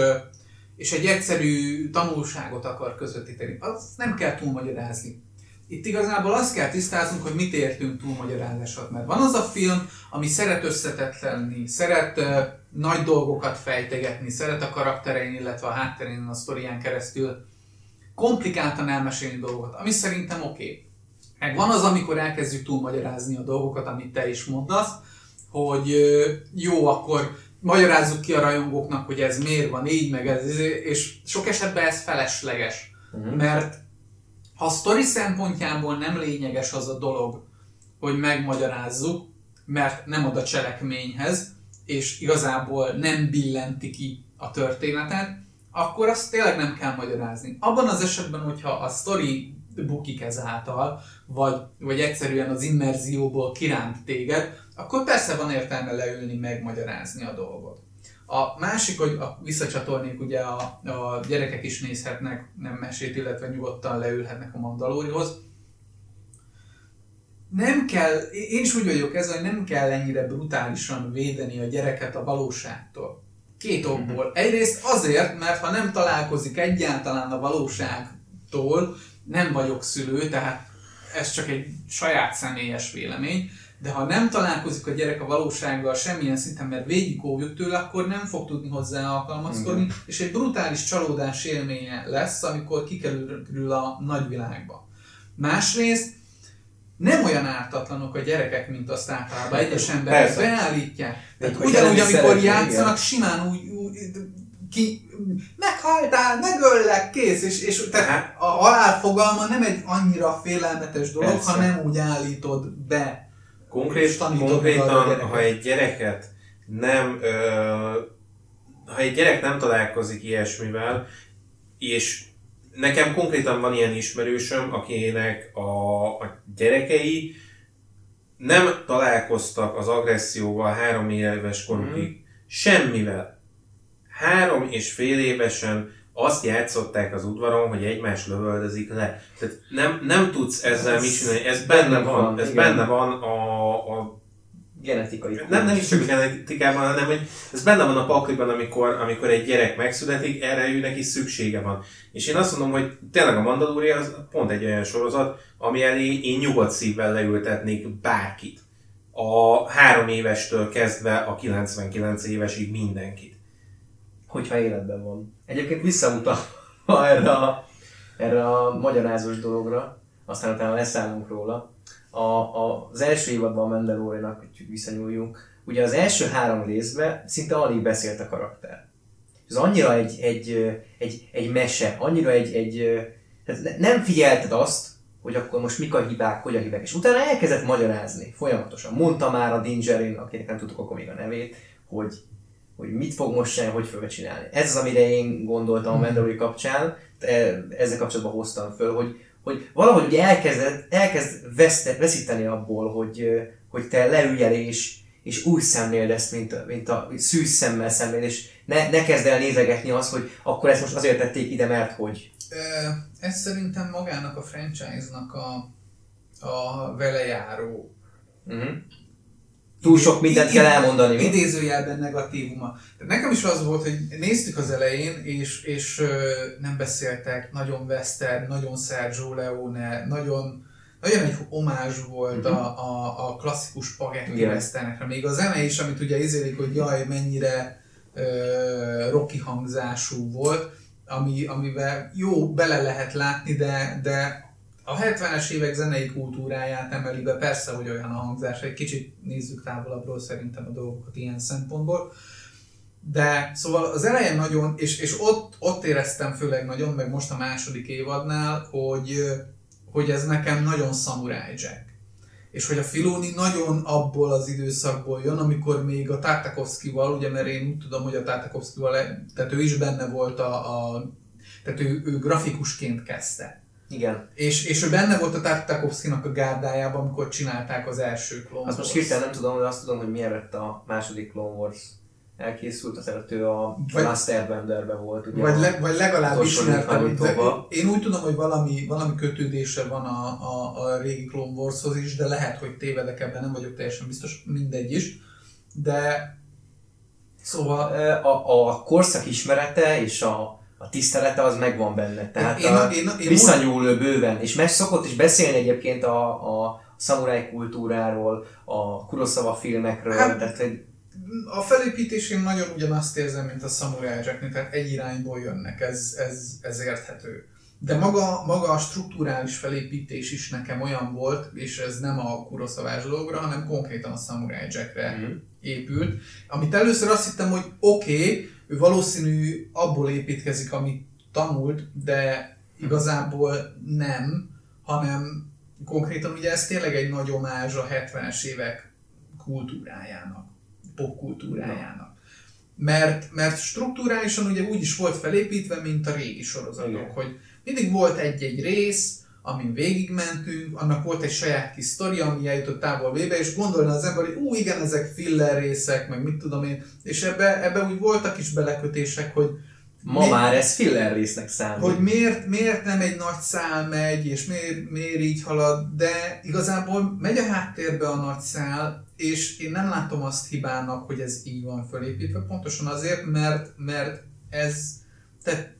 és egy egyszerű tanulságot akar közvetíteni. Azt nem kell túlmagyarázni. Itt igazából azt kell tisztáznunk, hogy mit értünk túlmagyarázásat, mert van az a film, ami szeret összetetlenni, szeret uh, nagy dolgokat fejtegetni, szeret a karakterein, illetve a hátterén, a sztorián keresztül komplikáltan elmesélni dolgokat, ami szerintem oké. Okay. Meg van az, amikor elkezdjük túlmagyarázni a dolgokat, amit te is mondasz, hogy uh, jó, akkor magyarázzuk ki a rajongóknak, hogy ez miért van így, meg ez, és sok esetben ez felesleges, uh-huh. mert ha a sztori szempontjából nem lényeges az a dolog, hogy megmagyarázzuk, mert nem ad a cselekményhez, és igazából nem billenti ki a történetet, akkor azt tényleg nem kell magyarázni. Abban az esetben, hogyha a sztori bukik ezáltal, vagy, vagy egyszerűen az immerzióból kiránt téged, akkor persze van értelme leülni, megmagyarázni a dolgot. A másik, hogy a, visszacsatolnék, ugye a, a gyerekek is nézhetnek nem mesét, illetve nyugodtan leülhetnek a Mandalorihoz. Nem kell, én is úgy vagyok ezzel, hogy nem kell ennyire brutálisan védeni a gyereket a valóságtól. Két okból. Egyrészt azért, mert ha nem találkozik egyáltalán a valóságtól, nem vagyok szülő, tehát ez csak egy saját személyes vélemény, de ha nem találkozik a gyerek a valósággal semmilyen szinten, mert végigóvjuk tőle, akkor nem fog tudni hozzá alkalmazkodni, mm. és egy brutális csalódás élménye lesz, amikor kikerül a nagyvilágba. Másrészt nem olyan ártatlanok a gyerekek, mint azt általában egyes emberek Persze. beállítják. Tehát Hogy ugyanúgy, amikor szeretnék, játszanak, igen. simán úgy, úgy ki, meghaltál, megöllek, kész, és, és tehát a halál fogalma nem egy annyira félelmetes dolog, Persze. ha nem úgy állítod be. Konkrét, konkrétan, ha egy gyereket nem, ö, ha egy gyerek nem találkozik ilyesmivel, és nekem konkrétan van ilyen ismerősöm, akinek a, a gyerekei nem találkoztak az agresszióval három éves korukig, mm. semmivel. Három és fél évesen azt játszották az udvaron, hogy egymás lövöldözik le. Tehát nem, nem tudsz ezzel ez mit csinálni, ez benne van, ez igen. benne van a, a genetikai. Nem, nem is csak a genetikában, hanem hogy ez benne van a pakliban, amikor, amikor egy gyerek megszületik, erre ő neki szüksége van. És én azt mondom, hogy tényleg a Mandalorian az pont egy olyan sorozat, ami elé én nyugodt szívvel leültetnék bárkit. A három évestől kezdve a kilencvenkilenc évesig mindenkit. Hogyha életben van. Egyébként visszautalva erre a, erre a magyarázós dologra, aztán utána leszállunk róla. A, a, az első évadban a Mandaloriannak, hogy viszonyuljunk, ugye az első három részben szinte alig beszélt a karakter. Ez annyira egy, egy, egy, egy mese, annyira egy, egy tehát nem figyelted azt, hogy akkor most mik a hibák, hogy a hibák, és utána elkezdett magyarázni folyamatosan. Mondta már a Din Djarin, akinek nem tudtuk akkor még a nevét, hogy, hogy mit fog most csinálni, hogy fogja csinálni. Ez az, amire én gondoltam a Mandalorian kapcsán, ezzel kapcsolatban hoztam föl, hogy hogy valahogy ugye elkezd, elkezd veszte, veszíteni abból, hogy, hogy te leülj el és, és úgy szemléld ezt, mint, mint a szűz szemmel szemléld, és ne, ne kezd el nézegetni azt, hogy akkor ezt most azért tették ide, mert hogy. Ez szerintem magának a franchise-nak a, a velejáró. Uh-huh. Túl sok mindent kell elmondani. Mi? Idézőjelben negatívuma. Tehát nekem is az volt, hogy néztük az elején, és, és nem beszéltek, nagyon western, nagyon Sergio Leone, nagyon, nagyon egy omázs volt uh-huh. a, a, a klasszikus spagetti westernekre. Még a zene is, amit ugye izélik, hogy jaj, mennyire uh, rocky hangzású volt, ami, amiben jó, bele lehet látni, de, de a hetvenes évek zenei kultúráját emeli be, persze, hogy olyan a hangzás, egy kicsit nézzük távolabbról szerintem a dolgokat ilyen szempontból. De szóval az elején nagyon, és, és ott, ott éreztem főleg nagyon, meg most a második évadnál, hogy, hogy ez nekem nagyon Samurai Jack. És hogy a Filoni nagyon abból az időszakból jön, amikor még a Tartakovskyval, ugye mert én úgy tudom, hogy a Tartakovskyval, tehát ő is benne volt a, a tehát ő, ő grafikusként kezdte. Igen. És, és ő benne volt a Tartakovskynak a gárdájában, amikor csinálták az első Clone Wars. Azt most hirtelen nem tudom, de azt tudom, hogy mielőtt a második Clone Wars elkészült, az előtt ő a vagy, Last Airbenderben volt. Ugye vagy, le, vagy legalább ismertem. Én úgy tudom, hogy valami, valami kötődése van a, a, a régi Clone Warshoz is, de lehet, hogy tévedek ebben, nem vagyok teljesen biztos, mindegy is. De szóval... A, a korszak ismerete és a a tisztelete az megvan benne, tehát én, a, én, én, visszanyúl én bőven, és meg szokott is beszélni egyébként a, a szamuráj kultúráról, a Kurosawa filmekről, hát, tehát egy... A felépítésén nagyon ugyanazt érzem, mint a Samurai Jacknél, tehát egy irányból jönnek, ez, ez, ez érthető. De maga, maga a strukturális felépítés is nekem olyan volt, és ez nem a Kurosawás dologra, hanem konkrétan a Samurai Jackre mm. épült, amit először azt hittem, hogy oké, okay, ő valószínű abból építkezik, amit tanult, de igazából nem, hanem konkrétan ugye ez tényleg egy nagy omázs a hetvenes évek kultúrájának, popkultúrájának. Mert, mert strukturálisan ugye úgy is volt felépítve, mint a régi sorozatok, igen. Hogy mindig volt egy-egy rész, amin végigmentünk, annak volt egy saját kis sztori, ami eljutott távol vébe, és gondolna az ember, hogy ú, igen, ezek filler részek, meg mit tudom én, és ebbe, ebbe úgy voltak is belekötések, hogy ma mi, már ez filler résznek számít. Hogy miért, miért nem egy nagy szál megy, és miért, miért így halad, de igazából megy a háttérbe a nagy szál, és én nem látom azt hibának, hogy ez így van fölépítve, pontosan azért, mert, mert ez, tehát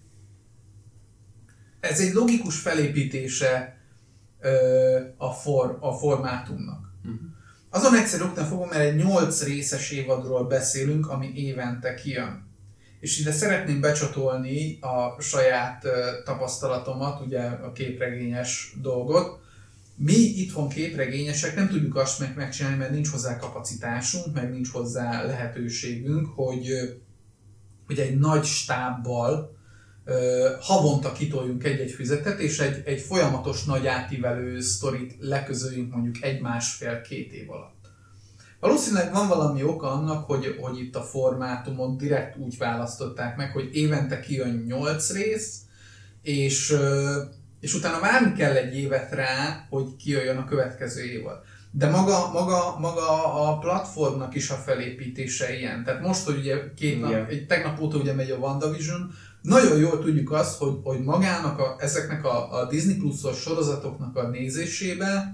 ez egy logikus felépítése ö, a, for, a formátumnak. Uh-huh. Azon egyszerű oknál fogom, mert egy nyolc részes évadról beszélünk, ami évente kijön. És ide szeretném becsatolni a saját ö, tapasztalatomat, ugye a képregényes dolgot. Mi itthon képregényesek nem tudjuk azt meg megcsinálni, mert nincs hozzá kapacitásunk, meg nincs hozzá lehetőségünk, hogy, hogy egy nagy stábbal Uh, havonta kitoljunk egy-egy füzetet, és egy, egy folyamatos nagy átívelő sztorit leközöljünk mondjuk egy-másfél-két év alatt. Valószínűleg van valami oka annak, hogy, hogy itt a formátumot direkt úgy választották meg, hogy évente kijön nyolc rész, és, uh, és utána várni kell egy évet rá, hogy kijöjjön a következő évad. De maga, maga, maga a platformnak is a felépítése ilyen. Tehát most, hogy ugye két nap, egy, tegnap óta ugye megy a WandaVision, nagyon jól tudjuk azt, hogy, hogy magának, a, ezeknek a, a Disney Plus-os sorozatoknak a nézésébe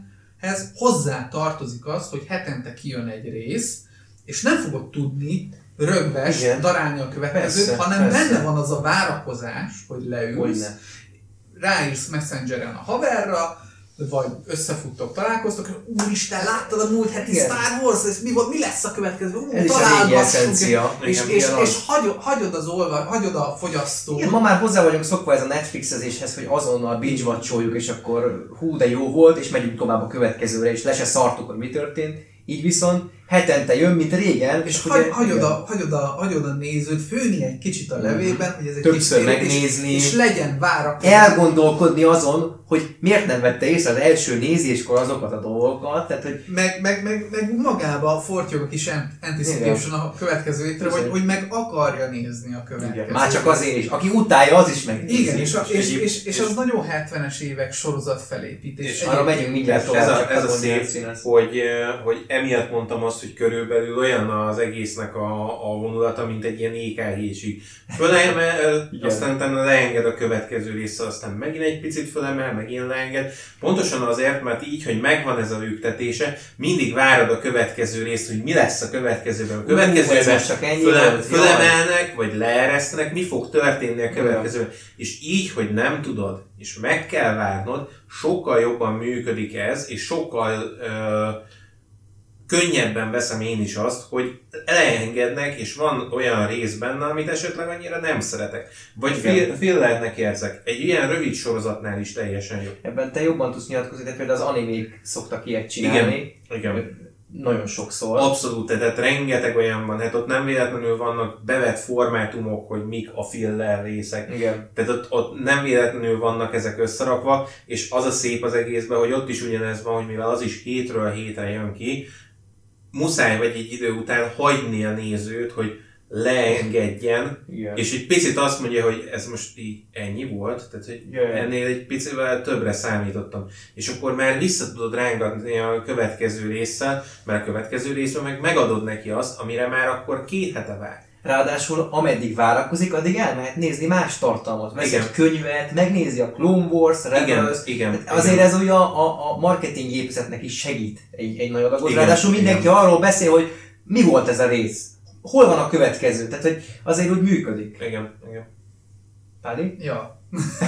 filmhez hozzá tartozik az, hogy hetente kijön egy rész, és nem fogod tudni rögves Igen. darálni a következőt, Persze, hanem persze. benne van az a várakozás, hogy leülsz, Hogyne. ráírsz Messengeren a haverra, vagy összefuttok, találkoztok, és úristen, láttad a múlt heti Igen. Star Wars, ez mi, volt, mi lesz a következő? Ú, Ez is a régi találgassunk, eszencia. és, Igen, és, igen, és az. hagyod, hagyod az olva, hagyod a fogyasztót. Igen, ma már hozzá vagyunk szokva ez a Netflixezéshez, hogy azonnal binge-watcholjuk, és akkor hú, de jó volt, és megyünk tovább a következőre, és le se szartuk, hogy mi történt. Így viszont hetente jön, mint régen. És ugye- hagy, hagyod, igen. a, hagyod, a, hagyod a nézőt főni egy kicsit a levélben, hogy ez egy Többször kis tér, megnézni. És, és legyen várakozás. Elgondolkodni azon, hogy miért nem vette észre az első nézéskor azokat a dolgokat, tehát hogy Meg, meg, meg, meg magába fortyog a kis anticipation a következő hétre, hogy, Igen. hogy meg akarja nézni a következőt. igen, már csak azért is, aki utálja, az is megnézi. Igen, és, a, és, egyéb- és, és az nagyon hetvenes évek sorozat felépítés. És arra megyünk mindjárt tovább. Ez a, csak ez a azon szép, színesz. hogy, eh, hogy emiatt mondtam azt, hogy körülbelül olyan az egésznek a, a vonulata, mint egy ilyen é ká gé-sig. Fölemel, Igen. aztán utána leenged a következő része, aztán megint egy picit fölemel, megint leenged. Pontosan azért, mert így, hogy megvan ez a lüktetése, mindig várod a következő részt, hogy mi lesz a következőben. A ez következőben most csak ennyi föle, volt, fölemelnek, vagy leeresztenek, mi fog történni a következőben. És így, hogy nem tudod, és meg kell várnod, sokkal jobban működik ez, és sokkal ö, könnyebben veszem én is azt, hogy elengednek, és van olyan rész benne, amit esetleg annyira nem szeretek. Vagy Igen. fillernek érzek. Egy ilyen rövid sorozatnál is teljesen jó. Ebben te jobban tudsz nyilatkozni, de például az animék szoktak ilyet csinálni. Igen. Nagyon sokszor. Abszolút, tehát rengeteg olyan van, hát ott nem véletlenül vannak bevett formátumok, hogy mik a filler részek. Igen. Tehát ott, ott nem véletlenül vannak ezek összerakva, és az a szép az egészben, hogy ott is ugyanez van, hogy mivel az is hétről hétre jön ki, muszáj vagy egy idő után hagyni a nézőt, hogy leengedjen, Igen. és egy picit azt mondja, hogy ez most így ennyi volt, tehát hogy Jaj. ennél egy picivel többre számítottam. És akkor már vissza tudod rángatni a következő résszel, mert a következő részben meg megadod neki azt, amire már akkor két hete vár. Ráadásul ameddig várakozik, addig elmehet nézni más tartalmat. Vesz Igen. egy könyvet, megnézi a Clone Wars, Igen, Rebels. igen. Tehát azért igen. ez ugye a, a, a marketing gépzetnek is segít egy, egy nagy adagot. Igen, Ráadásul mindenki igen. arról beszél, hogy mi volt ez a rész. Hol van a következő? Tehát, hogy azért úgy működik. Igen, igen. Pádi? Ja.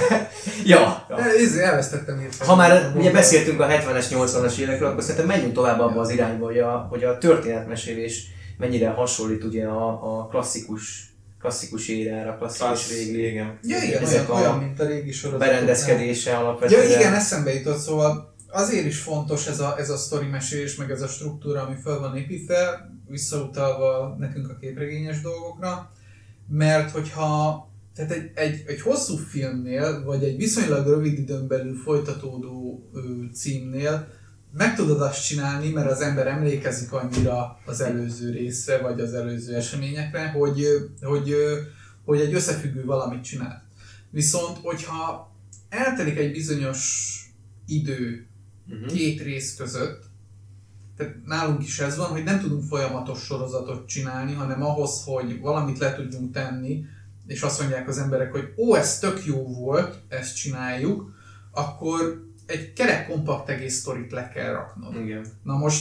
Ja. ja. Ezért elvesztettem itt. Ha már ugye beszéltünk a hetvenes, nyolcvanas évekről, akkor szerintem menjünk tovább abba az irányba, hogy a, hogy a történetmesélés mennyire hasonlít ugye a, a klasszikus, klasszikus érára, klasszikus Az, régi igen. Ja, igen, ezek olyan, a olyan, mint a régi sorozat. berendezkedése Ja, alapvetően. igen, eszembe jutott, szóval azért is fontos ez a, ez a sztori mesélés, meg ez a struktúra, ami fel van építve, visszautalva nekünk a képregényes dolgokra, mert hogyha tehát egy, egy, egy hosszú filmnél, vagy egy viszonylag rövid időn belül folytatódó ö, címnél meg tudod azt csinálni, mert az ember emlékezik annyira az előző részre, vagy az előző eseményekre, hogy, hogy, hogy egy összefüggő valamit csinál. Viszont, hogyha eltelik egy bizonyos idő Uh-huh. két rész között, tehát nálunk is ez van, hogy nem tudunk folyamatos sorozatot csinálni, hanem ahhoz, hogy valamit le tudjunk tenni, és azt mondják az emberek, hogy ó, ez tök jó volt, ezt csináljuk, akkor egy kerek kompakt egész sztorit le kell raknod. Igen. Na most,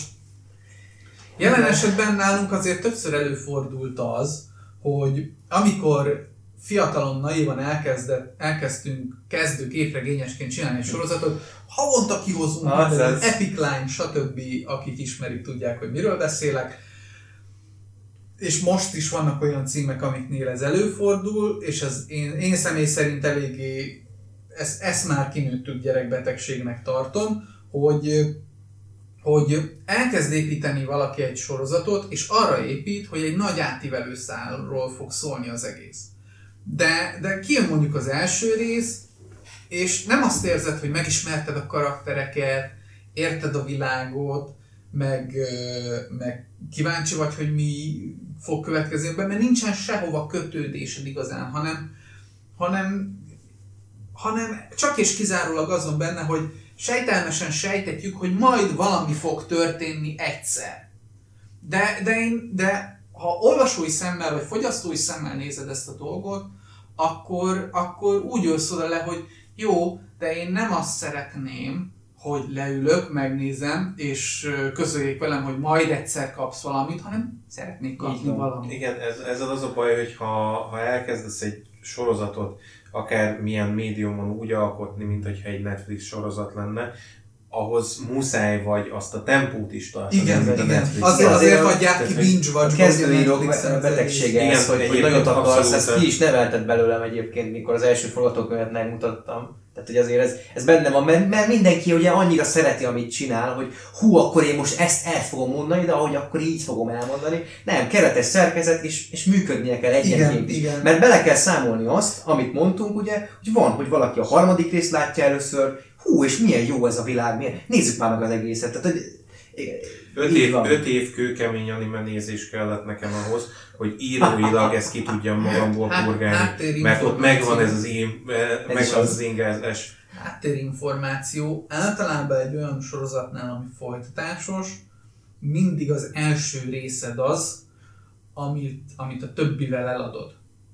jelen esetben nálunk azért többször előfordult az, hogy amikor fiatalon, naívan elkezdett, elkezdtünk kezdő képregényesként csinálni egy sorozatot, havonta kihozunk Az minden, az. Epic Line, stb. Akik ismerik, tudják, hogy miről beszélek. És most is vannak olyan címek, amiknél ez előfordul, és ez én, én személy szerint eléggé ezt, ezt már kinőttük gyerekbetegségnek tartom, hogy, hogy elkezd építeni valaki egy sorozatot, és arra épít, hogy egy nagy átívelő szálról fog szólni az egész. De, de kijön mondjuk az első rész, és nem azt érzed, hogy megismerted a karaktereket, érted a világot, meg, meg kíváncsi vagy, hogy mi fog következni be, mert nincsen sehova kötődésed igazán, hanem, hanem, hanem csak és kizárólag az van benne, hogy sejtelmesen sejtetjük, hogy majd valami fog történni egyszer. De, de, én, de ha olvasói szemmel vagy fogyasztói szemmel nézed ezt a dolgot, akkor, akkor úgy jössz oda le, hogy jó, de én nem azt szeretném, hogy leülök, megnézem, és közöljék velem, hogy majd egyszer kapsz valamit, hanem szeretnék kapni valamit. Igen, ez, ez az a baj, hogy ha, ha elkezdesz egy sorozatot, akár milyen médiumon úgy alkotni, mint hogyha egy Netflix sorozat lenne, ahhoz muszáj vagy azt a tempót is tartani. Igen, igen. Azért, azért adják ki binge vagy. A kezdőírók betegsége ez, hogy, hogy nagyot akarsz, ezt ki is nevelted belőlem egyébként, mikor az első forgatókönyvet megmutattam. Tehát, hogy azért ez, ez benne van, mert, mert mindenki ugye annyira szereti, amit csinál, hogy hú, akkor én most ezt el fogom mondani, de ahogy akkor így fogom elmondani. Nem, keretes szerkezet, és, és működnie kell egyenként is. Igen. Mert bele kell számolni azt, amit mondtunk, ugye, hogy van, hogy valaki a harmadik részt látja először, hú, és milyen jó ez a világ, milyen... nézzük már meg az egészet. Tehát, hogy... Öt év, öt év kőkemény anime nézés kellett nekem ahhoz, hogy íróilag ezt ki tudjam magamból purgálni, mert ott megvan ez az, én, megvan az, az ingázás. Háttérinformáció általában egy olyan sorozatnál, ami folytatásos, mindig az első részed az, amit, amit a többivel eladod.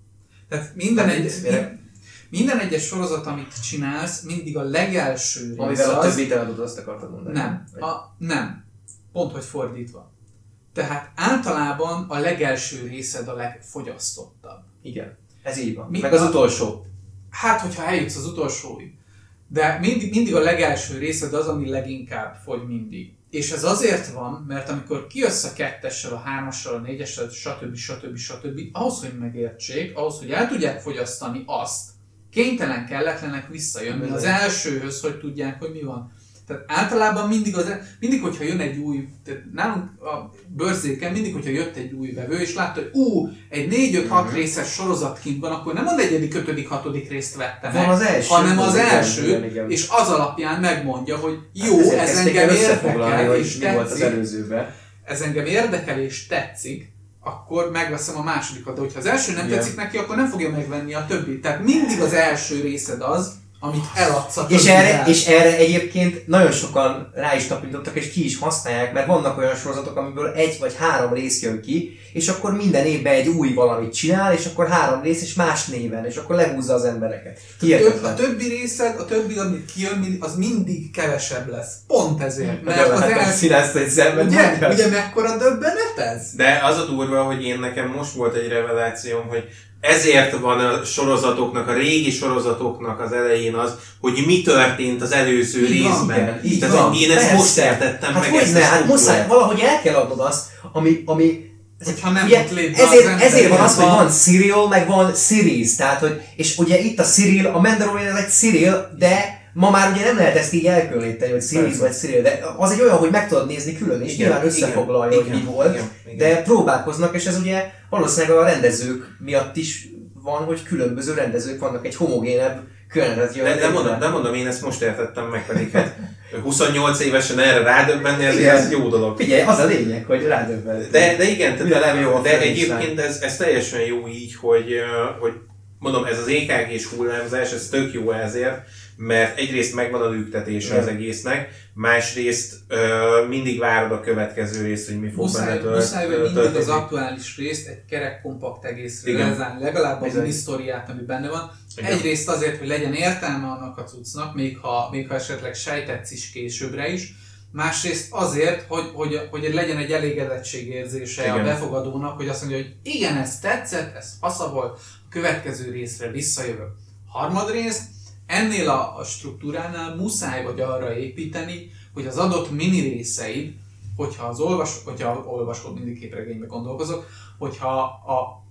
Tehát minden egy... Minden egyes sorozat, amit csinálsz, mindig a legelső rész az... Amivel a többit eladod, azt akartad mondani. Nem, a, nem. Pont, hogy fordítva. Tehát általában a legelső részed a legfogyasztottabb. Igen, ez így van. Mi, Meg az utolsó. Hát, hogyha eljutsz az utolsóig. De mindig, mindig a legelső részed az, ami leginkább fogy mindig. És ez azért van, mert amikor kijössz a kettessel, a hármassal, a négyessel, stb. stb. stb. Ahhoz, hogy megértsék, ahhoz, hogy el tudják fogyasztani azt, kénytelen kelletlenek visszajönni az elsőhöz, hogy tudják, hogy mi van. Tehát általában mindig, az, mindig hogyha jön egy új, tehát nálunk a bőrzéken mindig, hogyha jött egy új vevő, és látta, hogy ú, egy négy öt hat részes sorozat kint van, akkor nem a negyedik, ötödik, hatodik részt vette meg, az első, hanem az igen, első, igen, igen. És az alapján megmondja, hogy jó, hát ez engem érdekel, és mi volt az tetszik, előzőben. ez engem érdekel és tetszik, akkor megveszem a másodikat, de hogyha az első nem Igen. tetszik neki, akkor nem fogja megvenni a többit. Tehát mindig az első részed az, amit eladsz a és erre, és erre egyébként nagyon sokan rá is tapintottak, és ki is használják, mert vannak olyan sorozatok, amiből egy vagy három rész jön ki, és akkor minden évben egy új valamit csinál, és akkor három rész, és más néven, és akkor lehúzza az embereket. Több, a többi részed, a többi, amit kijön, az mindig kevesebb lesz. Pont ezért. Mert az elszínázta egy szemben. Ugye, ugye mekkora döbbenet ez? De az a durva, hogy én nekem most volt egy revelációm, hogy ezért van a sorozatoknak, a régi sorozatoknak az elején az, hogy mi történt az előző így részben. Van, így Tehát van. én ezt Persze. most értettem hát meg ezt ne, a hát muszáj, valahogy el kell adnod azt, ami, ami hogyha nem ugye, létre ezért, az ezért van az, van. hogy van serial, meg van series, tehát hogy, és ugye itt a serial, a Mandalorian egy serial, de ma már ugye nem lehet ezt így elkülöníteni, hogy series Persze. vagy serial, de az egy olyan, hogy meg tudod nézni külön, és igen, nyilván összefoglalja, hogy mi volt, igen, igen. de próbálkoznak, és ez ugye valószínűleg a rendezők miatt is van, hogy különböző rendezők vannak, egy homogénebb környezetet jön. De, de, mondom, de mondom, én ezt most értettem meg, pedig hát huszonnyolc évesen erre rádöbbenni, ezért ez jó dolog. Figyelj, az a lényeg, hogy rádöbbenni. De, de igen, tehát, jó de egyébként ez, ez teljesen jó így, hogy, hogy mondom, ez az é ká gés hullámzás, ez tök jó ezért, mert egyrészt megvan a lüktetése az egésznek, másrészt uh, mindig várod a következő részt, hogy mi fog muszáj, benne tört, muszáj, hogy mindig az aktuális részt egy kerek kompakt egészre lezárni, legalább a minisztoriát, ami benne van. Igen. Egyrészt azért, hogy legyen értelme annak a cuccnak, még ha, még ha esetleg sejtetsz is későbbre is. Másrészt azért, hogy, hogy, hogy legyen egy elégedettségérzése igen. a befogadónak, hogy azt mondja, hogy igen, ez tetszett, ez fasza volt, a következő részre visszajövök. Harmadrészt, ennél a, a struktúránál muszáj vagy arra építeni, hogy az adott mini részeid, hogyha az olvas, hogyha olvasod, mindig képregénybe gondolkozok, hogyha a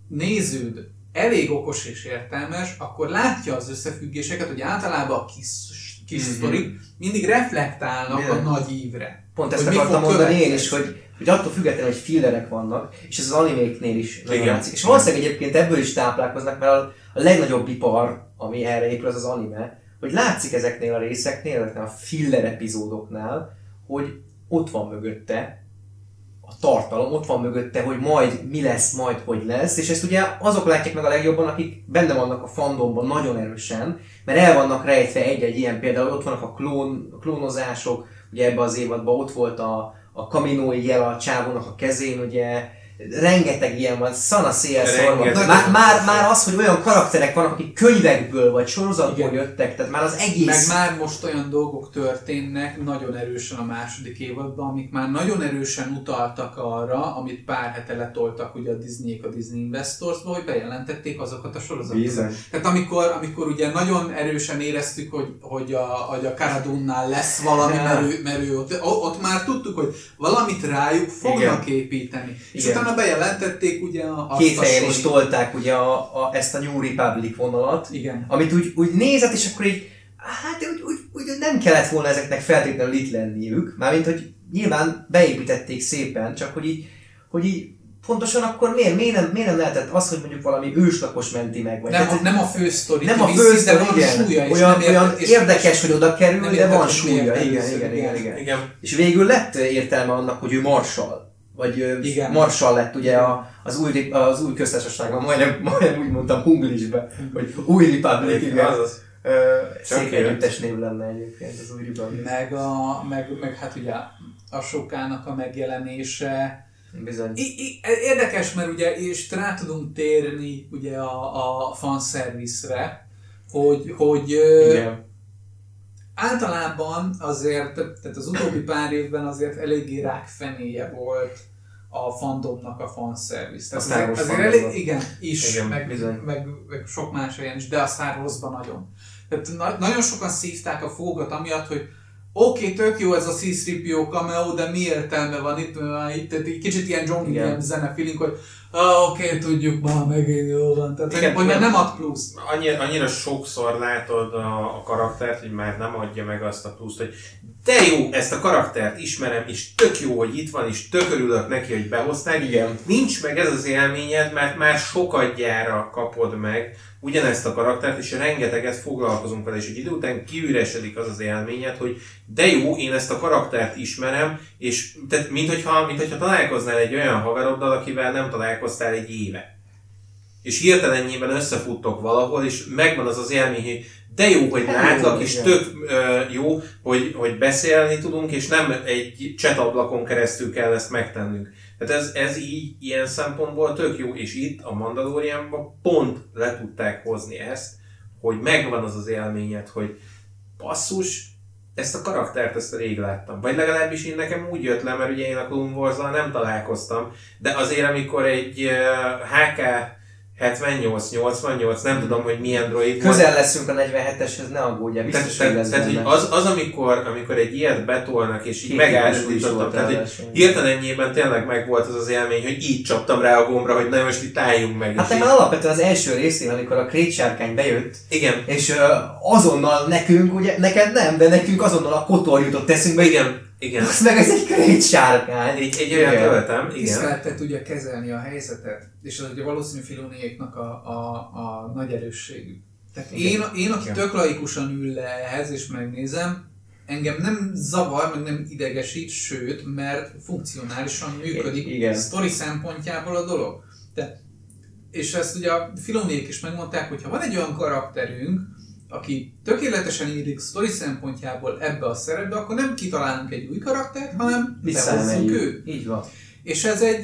néződ elég okos és értelmes, akkor látja az összefüggéseket, hogy általában a kis, kis mm-hmm. sztorik mindig reflektálnak yeah. a nagy ívre. Pont ezt akartam mondani én is, hogy, hogy attól függetlenül, hogy fillerek vannak, és ez az animéknél is nagyon látszik. És valószínűleg egyébként ebből is táplálkoznak, mert a, a legnagyobb ipar, ami erre épül, az az anime, hogy látszik ezeknél a részeknél, ezeknél a filler epizódoknál, hogy ott van mögötte a tartalom, ott van mögötte, hogy majd mi lesz, majd hogy lesz, és ezt ugye azok látják meg a legjobban, akik benne vannak a fandomban nagyon erősen, mert el vannak rejtve egy-egy ilyen, például ott vannak a klón, a klónozások, ugye ebben az évadban ott volt a, a kaminói jel a csávónak a kezén, ugye rengeteg ilyen van, szana szél szorva. Rengeteg. Már, már, már az, hogy olyan karakterek vannak, akik könyvekből vagy sorozatból Igen. jöttek, tehát már az egész... Meg már most olyan dolgok történnek nagyon erősen a második évadban, amik már nagyon erősen utaltak arra, amit pár hete letoltak ugye a Disneyék a Disney Investorsba, hogy bejelentették azokat a sorozatokat. Bizony. Tehát amikor, amikor ugye nagyon erősen éreztük, hogy, hogy a, hogy a Cara Dune-nál lesz valami, mert ő, mert ő ott, ott már tudtuk, hogy valamit rájuk fognak Igen. építeni. És Igen. utána bejelentették ugye azt Két a helyen is sori- tolták ugye a, a, ezt a New Republic vonalat, Igen. amit úgy, úgy nézett, és akkor így, hát úgy, úgy, úgy nem kellett volna ezeknek feltétlenül itt lenniük, mármint, hogy nyilván beépítették szépen, csak hogy így, hogy így pontosan akkor miért, miért, nem, miért nem lehetett az, hogy mondjuk valami őslakos menti meg? Vagy Nem, tehát, a, nem a fősztori, nem a viszi, fősztori, de van igen. súlya, és Olyan, nem érted- olyan és- érdekes, hogy oda kerül, nem de érted, van hogy súlya. miért Igen, először, igen, igen, igen. igen. Igen. És végül lett értelme annak, hogy ő marsal. Vagy ö, Igen. marsal lett ugye a, az, új, az új köztársaságban, majdnem, majdnem úgy mondtam Hunglisbe, hogy új Republic, igen. Azaz. Ö, Szép jött. együttes név lenne egyébként az új Republic. meg, a, meg, meg hát ugye a Sokának a megjelenése. Bizony. I, I, érdekes, mert ugye és rá tudunk térni ugye a, a fanszerviszre, hogy, hogy ö, Igen. általában azért, tehát az utóbbi pár évben azért eléggé rákfenéje volt a fandomnak a fanszervisz. Tehát A Star azért, Wars azért fandomnak. elég, igen, is, Igen, meg, bizony. meg, meg, sok más helyen is, de a Star Warsban nagyon. Tehát na, nagyon sokan szívták a fogat amiatt, hogy oké, okay, tök jó ez a C három P O cameo, de mi értelme van itt? Uh, itt tehát egy kicsit ilyen John Williams zene feeling, hogy ah, oké, okay, tudjuk, már megint jó van. Tehát, Igen, hogy már igen. nem ad plusz. Annyira, annyira sokszor látod a, a karaktert, hogy már nem adja meg azt a pluszt, hogy de jó, ezt a karaktert ismerem, és tök jó, hogy itt van, és tök örülök neki, hogy behozták. Igen. Nincs meg ez az élményed, mert már sokadjára kapod meg ugyanezt a karaktert, és rengeteget foglalkozunk vele, és egy idő után kiüresedik az az élményed, hogy de jó, én ezt a karaktert ismerem, és tehát minthogyha, minthogyha találkoznál egy olyan haveroddal, akivel nem találkoztál egy éve. És hirtelennyében összefuttok valahol, és megvan az az élmény, hogy de jó, hogy látlak, és igen. tök ö, jó, hogy, hogy beszélni tudunk, és nem egy csetablakon keresztül kell ezt megtennünk. Tehát ez, ez így ilyen szempontból tök jó, és itt a Mandalorianban pont le tudták hozni ezt, hogy megvan az az élményed, hogy basszus, ezt a karaktert ezt rég láttam. Vagy legalábbis én nekem úgy jött le, mert ugye én a Clone Wars-zal nem találkoztam, de azért amikor egy uh, H K hetvennyolc nyolcvannyolc, nem tudom, hogy milyen droid volt. Közel leszünk a negyvenheteshez, ne aggódjál, biztos, Tehát, hogy lesz tehát, hogy benne. az, az amikor, amikor egy ilyet betolnak, és így Két megállítottam, volt tehát hogy ráadásul. hirtelenjében tényleg megvolt az az élmény, hogy így csaptam rá a gombra, hogy na most itt álljunk meg. Hát és meg így- már alapvetően az első részén, amikor a krétsárkány bejött, Igen, és uh, azonnal nekünk, ugye, neked nem, de nekünk azonnal a kotor jutott eszünkbe, így, igen, igen. azt meg ez egy krétsárkány. Egy, egy olyan Igen. töltem, igen. Tisztelettel tudja kezelni a helyzetet, és az ugye valószínű Filoniéknak a, a, a nagy erősségük. Tehát én, én, aki Igen. tök laikusan ül le ehhez, és megnézem, engem nem zavar, meg nem idegesít, sőt, mert funkcionálisan működik Igen. sztori szempontjából a dolog. De, és ezt ugye a Filoniék is megmondták, hogy ha van egy olyan karakterünk, aki tökéletesen írik sztori szempontjából ebbe a szerepbe, akkor nem kitalálunk egy új karaktert, hanem behozzunk Visszaemeljük. őt. Így van. És ez egy,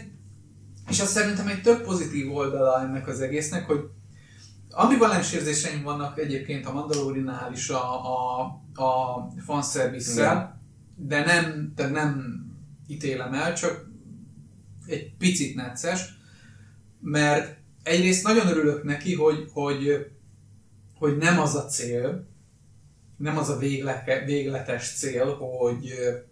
és az szerintem egy tök pozitív oldala ennek az egésznek, hogy ambivalens érzéseim vannak egyébként a Mandalorinál is a, a, a fanszervisszel, de nem, tehát nem ítélem el, csak egy picit necces, mert egyrészt nagyon örülök neki, hogy, hogy, hogy nem az a cél, nem az a végleke, végletes cél, hogy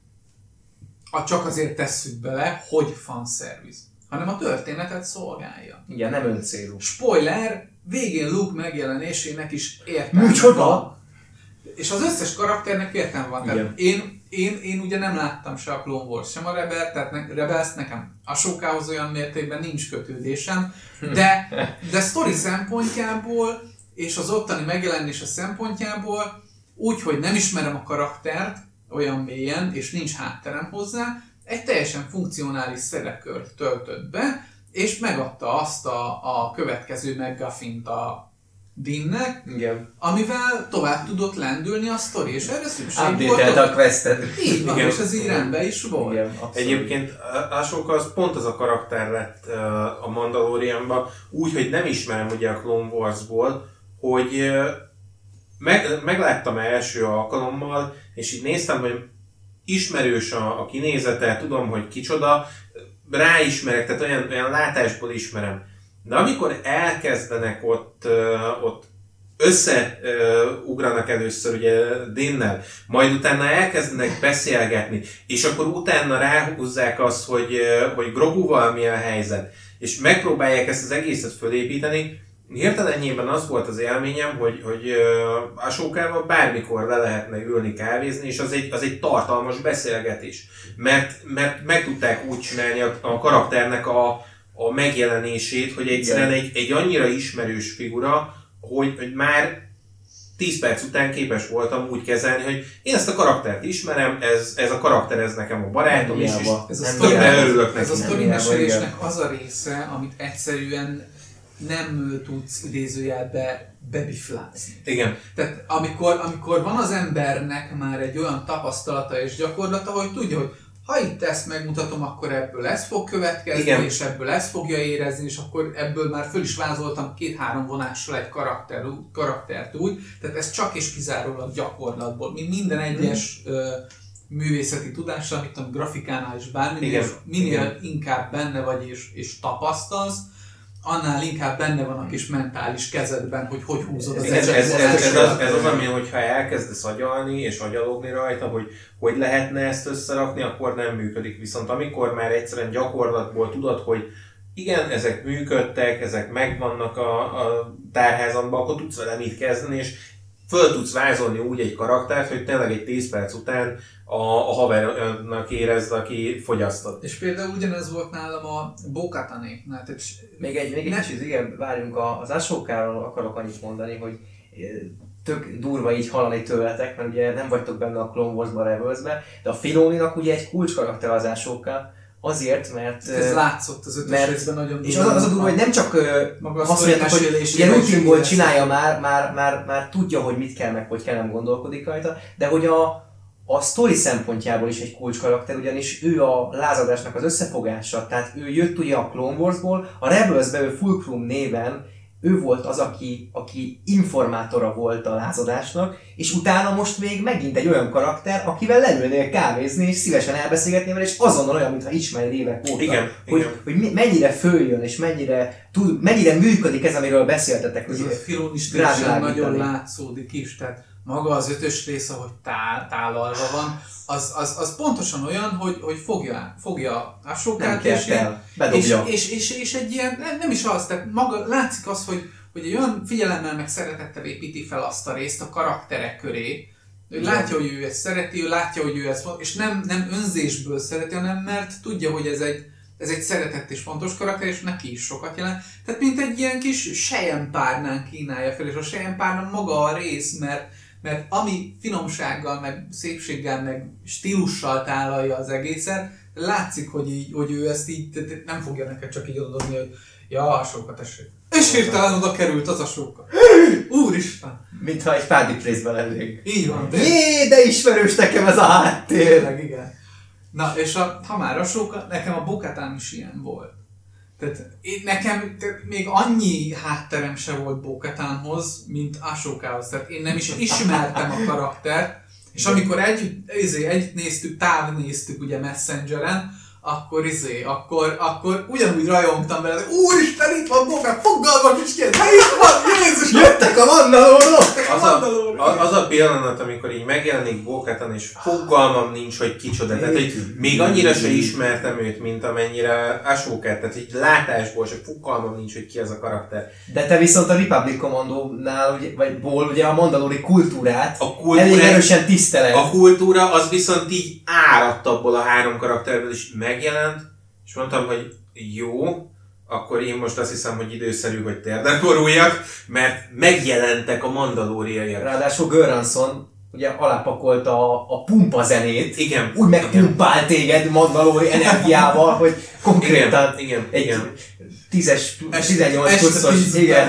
a csak azért tesszük bele, hogy fanszervisz, hanem a történetet szolgálja. Igen, nem öncélú. Spoiler, végén Luke megjelenésének is értelme Micsoda? van. És az összes karakternek értelme van. Igen. Tehát én, én, én ugye nem láttam se a Clone Wars, sem a Rebel, tehát ne, Rebels nekem a Ahsokához olyan mértékben nincs kötődésem, de, de sztori szempontjából és az ottani megjelenése szempontjából úgy, hogy nem ismerem a karaktert olyan mélyen, és nincs hátterem hozzá, egy teljesen funkcionális szerepkört töltött be, és megadta azt a, a következő McGuffin-t a Dinnek, Igen. amivel tovább tudott lendülni a sztori, és erre szükség Update-elt a questet. Így van, Igen. és ez így rendben is volt. Igen, abszolút. Egyébként Ahsoka az pont az a karakter lett uh, a Mandalorianban, úgy, hogy nem ismerem ugye a Clone Warsból, hogy uh, meg, megláttam első alkalommal, és így néztem, hogy ismerős a, a kinézete, tudom, hogy kicsoda, ráismerek, tehát olyan, olyan látásból ismerem. De amikor elkezdenek ott, uh, ott összeugranak uh, először ugye Dinnel, majd utána elkezdenek beszélgetni, és akkor utána ráhúzzák azt, hogy, uh, hogy Groguval mi a helyzet, és megpróbálják ezt az egészet fölépíteni. Hirtelenjében az volt az élményem, hogy, hogy uh, Ahsokával bármikor le lehetne ülni kávézni, és az egy, az egy tartalmas beszélgetés. Mert, mert meg tudták úgy csinálni a, a karakternek a, a megjelenését, hogy egyszerűen egy, egy annyira ismerős figura, hogy, hogy már tíz perc után képes voltam úgy kezelni, hogy én ezt a karaktert ismerem, ez, ez a karakter, ez nekem a barátom is, és ez a többen örülök neki. Ez a sztori mesélésnek az a része, amit egyszerűen nem tudsz idézőjelbe bebiflázni. Igen. Tehát amikor, amikor van az embernek már egy olyan tapasztalata és gyakorlata, hogy tudja, hogy ha itt ezt megmutatom, akkor ebből ez fog következni, igen. És ebből ez fogja érezni, és akkor ebből már föl is vázoltam két-három vonással egy karakter, karaktert úgy, tehát ez csak és kizárólag gyakorlatból, mint minden egyes mm. ö, művészeti tudással, amit a grafikánál is bárminél, minél igen. inkább benne vagy és, és tapasztalsz, annál inkább benne van a kis mentális kezedben, hogy hogy húzod az ez, ez, ez, ez, az, ez az, ami, hogyha elkezdesz agyalni és agyalogni rajta, hogy hogy lehetne ezt összerakni, akkor nem működik. Viszont amikor már egyszerűen gyakorlatból tudod, hogy igen, ezek működtek, ezek megvannak a, a tárházamban, akkor tudsz vele mit kezdeni, és föl tudsz vázolni úgy egy karaktert, hogy tényleg egy tíz perc után a, a havernak érezd, aki fogyasztott. És például ugyanez volt nálam a Bo-Katanéknál. Még egy, még egy kicsit, igen, várjunk, az Ahsokáról akarok annyit mondani, hogy tök durva így hallani tőletek, mert ugye nem vagytok benne a Clone Wars-ban, Rebels-ben, de a Filoninak ugye egy kulcskarakter az Ahsoka, azért, mert... Ez látszott az ötös részben nagyon durva. És az, az a durva, hogy nem csak azt mondjátok, hogy ugye rutinból csinálja már, már, már, már tudja, hogy mit kell meg, hogy kell, nem gondolkodik rajta, de hogy a, a sztori szempontjából is egy kulcskarakter, ugyanis ő a lázadásnak az összefogása, tehát ő jött ugye a Clone Wars-ból, a Rebels-ben ő Fulcrum néven ő volt az, aki, aki informátora volt a lázadásnak, és utána most még megint egy olyan karakter, akivel leülnél kávézni, és szívesen elbeszélgetnél vele, és azonnal olyan, mintha ismered évek óta. Igen, hogy, igen. hogy mennyire följön, és mennyire, tud, mennyire működik ez, amiről beszéltetek. Ez a Filoni stílusen nagyon látszódik is, tehát maga az ötös rész, ahogy tá, tálalva van, az, az, az pontosan olyan, hogy, hogy fogja, fogja Ahsokát, és, és, és, és, és egy ilyen, nem, nem is az, tehát maga, látszik az, hogy, hogy egy olyan figyelemmel meg szeretettel építi fel azt a részt a karakterek köré, hogy látja, hogy ő ezt szereti, ő látja, hogy ő ezt van, és nem, nem önzésből szereti, hanem mert tudja, hogy ez egy, ez egy szeretett és fontos karakter, és neki is sokat jelent. Tehát mint egy ilyen kis selyempárnán kínálja fel, és a selyempárna maga a rész, mert mert ami finomsággal, meg szépséggel, meg stílussal tálalja az egészet, látszik, hogy, így, hogy ő ezt így nem fogja neked csak így odadni, hogy ja, Ahsoka, tessék. És hirtelen oda került az Ahsoka. Úristen! Mintha egy Pádi részben lennék. Így van. De... Jé, de ismerős nekem ez a háttér! Tényleg, igen. Na, és a, ha már Ahsoka, nekem a Bo-Katan is ilyen volt. Tehát én, nekem tehát még annyi hátterem se volt Bo-Katanhoz, mint Ahsokához. Tehát én nem is ismertem a karaktert, és amikor együtt, izé, együtt néztük, távnéztük ugye Messengeren, akkor izé, akkor, akkor ugyanúgy rajongtam vele, hogy úristen, itt van Bo-Katan, fogalmas is kérdez, itt van, Jézus! Jöttek a Mandalorok! Az a, az a pillanat, amikor így megjelenik Bo-Katan, és fogalmam nincs, hogy kicsoda. Tehát, hogy még annyira se ismertem őt, mint amennyire Ahsokát, tehát így látásból se fogalmam nincs, hogy ki az a karakter. De te viszont a Republic Commando-nál, ugye, vagy ból, ugye a mandalori kultúrát a kultúra, elég erősen tiszteled. A kultúra az viszont így áradt abból a három karakterből, és megjelent, és mondtam, hogy jó, akkor én most azt hiszem, hogy időszerű, hogy térden boruljak, mert megjelentek a mandalóriaiak. Ráadásul Göransson ugye alápakolta a, a pumpa zenét, igen, úgy megpumpál téged mandalóri energiával, hogy konkrétan igen, igen, egy igen. tízes, tizennyolc pluszos, igen,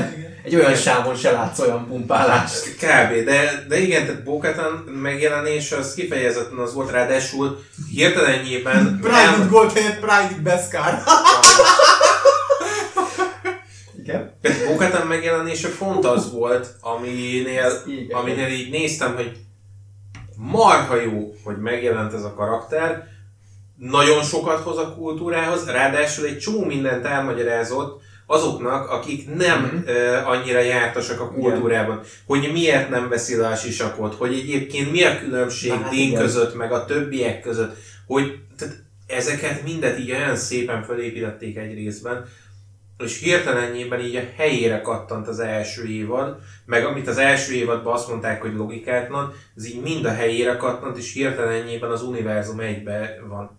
egy olyan sávon se látsz olyan pumpálást. Kb. De, de igen, tehát Bo-Katan megjelenés az kifejezetten az volt, ráadásul hirtelenjében... Private Gold helyett Private Beskar. Igen. Bo-Katan megjelenése pont az volt, aminél, aminél így néztem, hogy marha jó, hogy megjelent ez a karakter, nagyon sokat hoz a kultúrához, ráadásul egy csomó mindent elmagyarázott azoknak, akik nem mm-hmm. uh, annyira jártasak a kultúrában. Igen. Hogy miért nem veszi le a sisakot, hogy egyébként mi a különbség hát Dean igen. között, meg a többiek között, hogy tehát ezeket mindet így olyan szépen felépítették egy részben, és hirtelenjében így a helyére kattant az első évad, meg amit az első évadban azt mondták, hogy logikátlan, ez így mind a helyére kattant, és hirtelenjében az univerzum egybe van.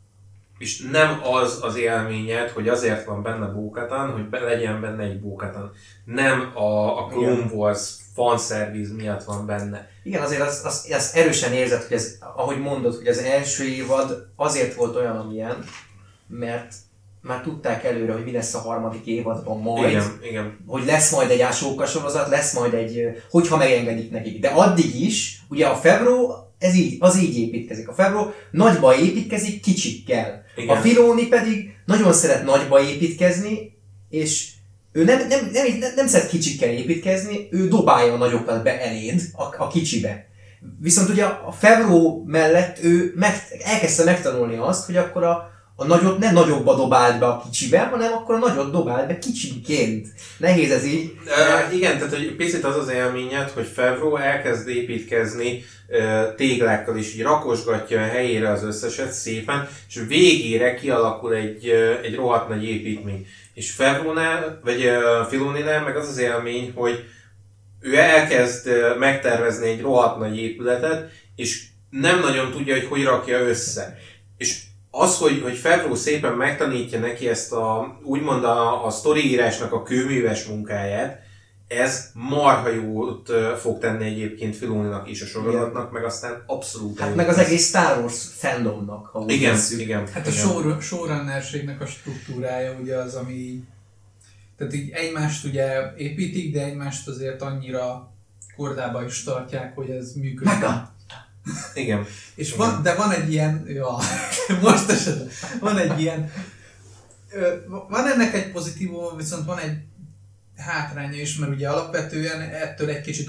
És nem az az élményed, hogy azért van benne Bo-Katan, hogy be legyen benne egy Bo-Katan. Nem a, a Clone Wars fanszerviz miatt van benne. Igen, azért azt az, az erősen érzed, hogy ez, ahogy mondod, hogy az első évad azért volt olyan, amilyen, mert már tudták előre, hogy mi lesz a harmadik évadban majd, igen, igen. hogy lesz majd egy Ahsoka sorozat, lesz majd egy, hogyha megengedik nekik. De addig is, ugye a Favreau, ez így, az így építkezik. A Favreau nagyba építkezik kicsikkel. Igen. A Filoni pedig nagyon szeret nagyba építkezni, és ő nem, nem, nem, nem, nem szeret kicsikkel építkezni, ő dobálja a nagyokat be eléd, a, a kicsibe. Viszont ugye a Favreau mellett ő meg, elkezdte megtanulni azt, hogy akkor a A nagyot nem nagyobba dobált be a kicsibe, hanem akkor a nagyot dobált be kicsiként. Nehéz ez így. Uh, igen, tehát hogy picit az az élményed, hogy Favreau elkezd építkezni uh, téglákkal, és így rakosgatja a helyére az összeset szépen, és végére kialakul egy, uh, egy rohadt nagy építmény. És Favreaunál, vagy uh, Filoninál meg az az élmény, hogy ő elkezd uh, megtervezni egy rohadt nagy épületet, és nem nagyon tudja, hogy hogy rakja össze. És az, hogy, hogy Favreau szépen megtanítja neki ezt a, úgymond a, a sztoriírásnak a kőműves munkáját, ez marha jót fog tenni egyébként Filoninak is a sorozatnak, meg aztán abszolút... Hát meg az egész Star Wars fandomnak, ha úgy igen, veszünk. igen. Hát igen. a show, showrunnerségnek a struktúrája ugye az, ami... Tehát így egymást ugye építik, de egymást azért annyira kordába is tartják, hogy ez működik. Mega! Igen. És Igen. van, de van egy ilyen, ja, most esetleg, van egy ilyen, van ennek egy pozitívum, viszont van egy hátránya is, mert ugye alapvetően ettől egy kicsit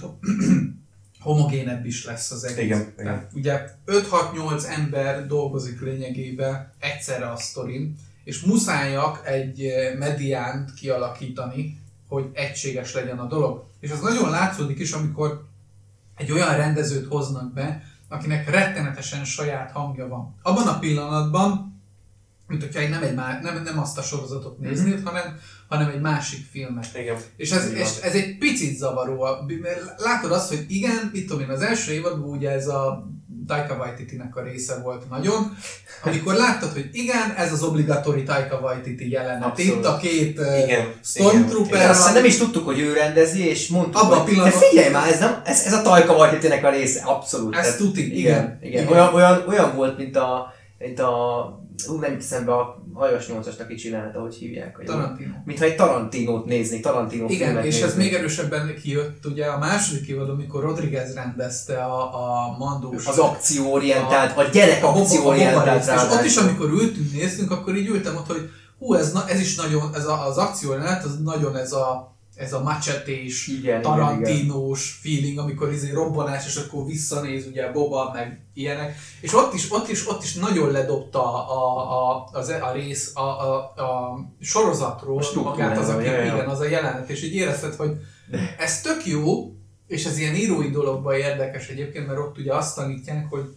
homogénebb is lesz az egész. Igen, Tehát, igen. ugye öt-hat-nyolc ember dolgozik lényegében egyszerre a sztorin, és muszájak egy mediánt kialakítani, hogy egységes legyen a dolog. És az nagyon látszódik is, amikor egy olyan rendezőt hoznak be, akinek rettenetesen saját hangja van. Abban a pillanatban, mint hogyha nem, egy má, nem, nem azt a sorozatot néznéd, mm-hmm. hanem, hanem egy másik filmet. Igen. És ez, és ez egy picit zavaró. Látod azt, hogy igen, mit tudom én, az első évadban ugye ez a Taika Waititi-nek a része volt nagyon, amikor láttad, hogy igen, ez az obligatóri Taika Waititi jelenet. Abszolút. Itt a két uh, Stormtrooper. Aztán nem is tudtuk, hogy ő rendezi, és mondtuk, abba hogy de figyelj már, ez, nem, ez, ez a Taika Waititi-nek a része. Abszolút. Ez tuti, igen. igen. igen. igen. Olyan, olyan, olyan volt, mint a, mint a ú, nem hiszem be a hajós nyolcasnak aki csinálta, hogy hívják. Tarantino. Mintha egy Tarantinót nézni, Tarantino igen, filmet és nézni. ez még erősebben kijött, ugye a második évad, amikor Rodriguez rendezte a, a Mandós. Az akcióorientált, a, a gyerek akcióorientált. És ott is, amikor ültünk, néztünk, akkor így ültem ott, hogy hú, ez, na, ez is nagyon, ez a, az akcióorientált, az nagyon ez a ez a machetés, tarantinós feeling, amikor izé robbanás, és akkor visszanéz ugye Boba, meg ilyenek. És ott is, ott is, ott is nagyon ledobta a, a, a, a rész a, a, a sorozatról a magát az a, jaj, igen, az a jelenet, és így érezted, hogy ez tök jó, és ez ilyen írói dologban érdekes egyébként, mert ott ugye azt tanítják, hogy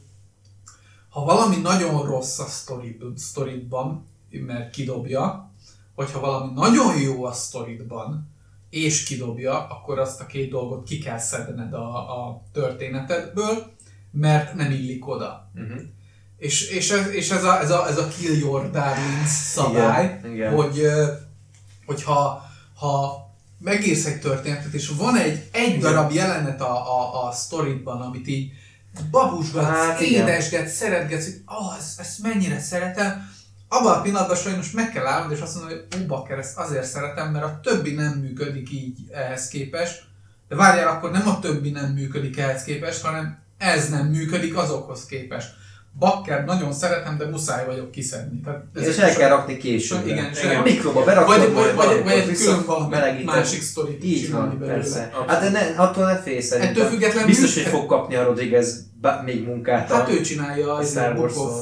ha valami nagyon rossz a sztoridban, mert kidobja, hogyha valami nagyon jó a sztoridban, és kidobja, akkor azt a két dolgot ki kell szedned a, a történetedből, mert nem illik oda. Uh-huh. És, és, ez, és ez, a, ez, a, ez a kill your darlings szabály, igen, igen. hogy, hogy ha, ha megírsz egy történetet, és van egy, egy darab jelenet a, a, a sztoridban, amit így babusgatsz, hát, édesgetsz, szeretgetsz, hogy oh, ezt, ezt mennyire szeretem, abban a pillanatban sajnos meg kell állnod, és azt mondod, hogy ó, bakker, ezt azért szeretem, mert a többi nem működik így ehhez képest. De várjál, akkor nem a többi nem működik ehhez képest, hanem ez nem működik azokhoz képest. Bakker, nagyon szeretem, de muszáj vagyok kiszedni. Tehát ez és el kell rakni később. Igen, igen. A mikroba berakod, vagy, vagy, vagy, vagy egy külön valami másik sztorit így csinálni van, persze. Hát de ne, attól ne félj szerintem. Ettől függetlenül biztos, hogy fog kapni a Rodriguez még munkát. Hát ő csinálja az Star Wars-on.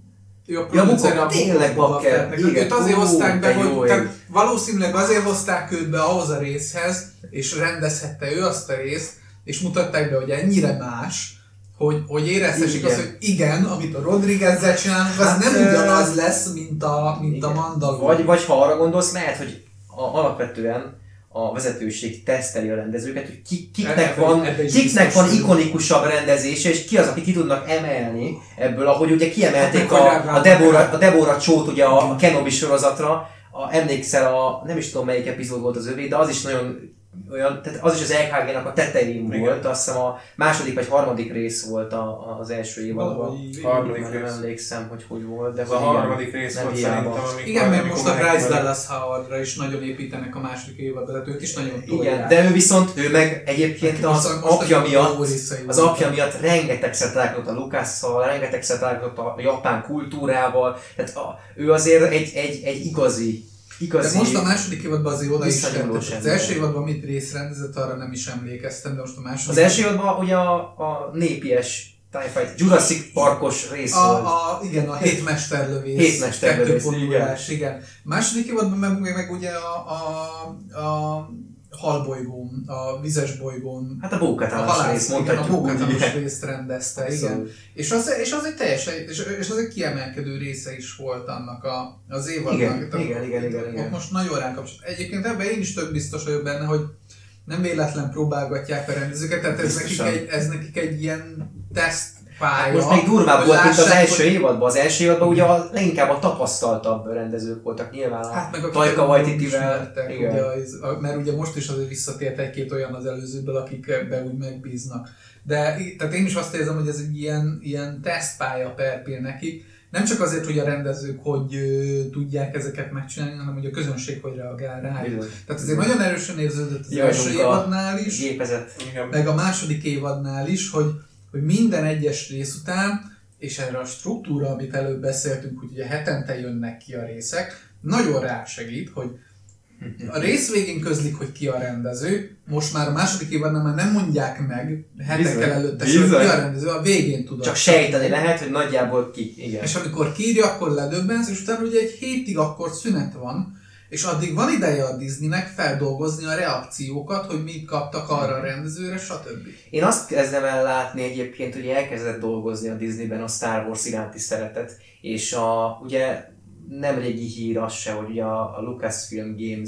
Ő a producer a tényleg Bakker. Őt azért hozták be, hogy tehát valószínűleg azért hozták őt be ahhoz a részhez, és rendezhette ő azt a részt, és mutatták be, hogy ennyire más, hogy, hogy érezhessék azt, hogy igen, amit a Rodriguezzel csinálunk, az hát, nem ugyanaz lesz, mint a, mint a Mandalorian. Vagy, vagy ha arra gondolsz, lehet, hogy a, alapvetően a vezetőség teszteli a rendezőket, hogy ki, kiknek, van, kiknek van ikonikusabb rendezése, és ki az, aki ki tudnak emelni ebből, ahogy ugye kiemelték a, a, Deborah, a Deborah Chow-t ugye a Kenobi sorozatra, a, emlékszel, a, nem is tudom melyik epizód volt az övé, de az is nagyon olyan, tehát az is az E K G-nak a tetején igen. volt, azt hiszem a második vagy harmadik rész volt a, az első évadban. Harmadik nem emlékszem, hogy hogy volt, de az a harmadik rész volt szerintem, amikor... Igen, mert most a Bryce Dallas Howardra is nagyon építenek a második évadra, tehát őt is nagyon tolják. Igen, de ő viszont, ő meg egyébként az apja miatt, az apja miatt rengetegszer találkozott a Lucasszal, rengetegszer találkozott a japán kultúrával, tehát a, ő azért egy, egy, egy igazi Igazi, de most a második évadban azért oda is tett. Az első évadban mit rész rendezett, arra nem is emlékeztem, de most a második... Az első évadban ugye a, a népies TIE Fight, Jurassic Parkos rész a, volt. A, igen, a hétmesterlövész. Hétmesterlövész, igen. igen. Második évadban meg, meg, meg ugye a, a, a halbolygón, a vizes bolygón. Hát a Bo-Katanos részt mondhatjuk. A Bo-Katanos részt rendezte, igen. És az, és az egy teljesen, és, és az egy kiemelkedő része is volt annak a, az évadnak. Igen, Tehát, igen, igen, igen, igen. Most nagyon rákapcsolat. Egyébként ebben én is tök biztos vagyok benne, hogy nem véletlen próbálgatják a rendezőket, tehát ez nekik, egy, ez nekik egy ilyen teszt pálya. Hát most még durvább volt, mint az első hogy... évadban. Az első évadban ugye a, leginkább a tapasztaltabb rendezők voltak nyilván. Hát meg a Taika Waititivel. Ugye, mert ugye most is azért visszatért egy-két olyan az előzőből, akik ebbe úgy megbíznak. De tehát én is azt érzem, hogy ez egy ilyen, ilyen tesztpálya per pill nekik. Nem csak azért, hogy a rendezők hogy uh, tudják ezeket megcsinálni, hanem hogy a közönség hogy reagál rá. Tehát azért nagyon erősen érződött az Jaj, első évadnál is, gépezet. meg a második évadnál is, hogy hogy minden egyes rész után, és erre a struktúra, amit előbb beszéltünk, hogy ugye hetente jönnek ki a részek, nagyon rásegít, hogy a rész végén közlik, hogy ki a rendező, most már a második évadnál már nem mondják meg, hetekkel előtte, hogy ki a rendező, a végén tudod. Csak sejteni lehet, hogy nagyjából ki, igen. És amikor kiírja, akkor ledöbbensz, és utána ugye egy hétig akkor szünet van, és addig van ideje a Disneynek feldolgozni a reakciókat, hogy mit kaptak arra a rendezőre, stb. Én azt kezdem el látni egyébként, hogy elkezdett dolgozni a Disneyben a Star Wars iránti szeretet, és a, ugye nem régi hír az se, hogy ugye a, a Lucasfilm Games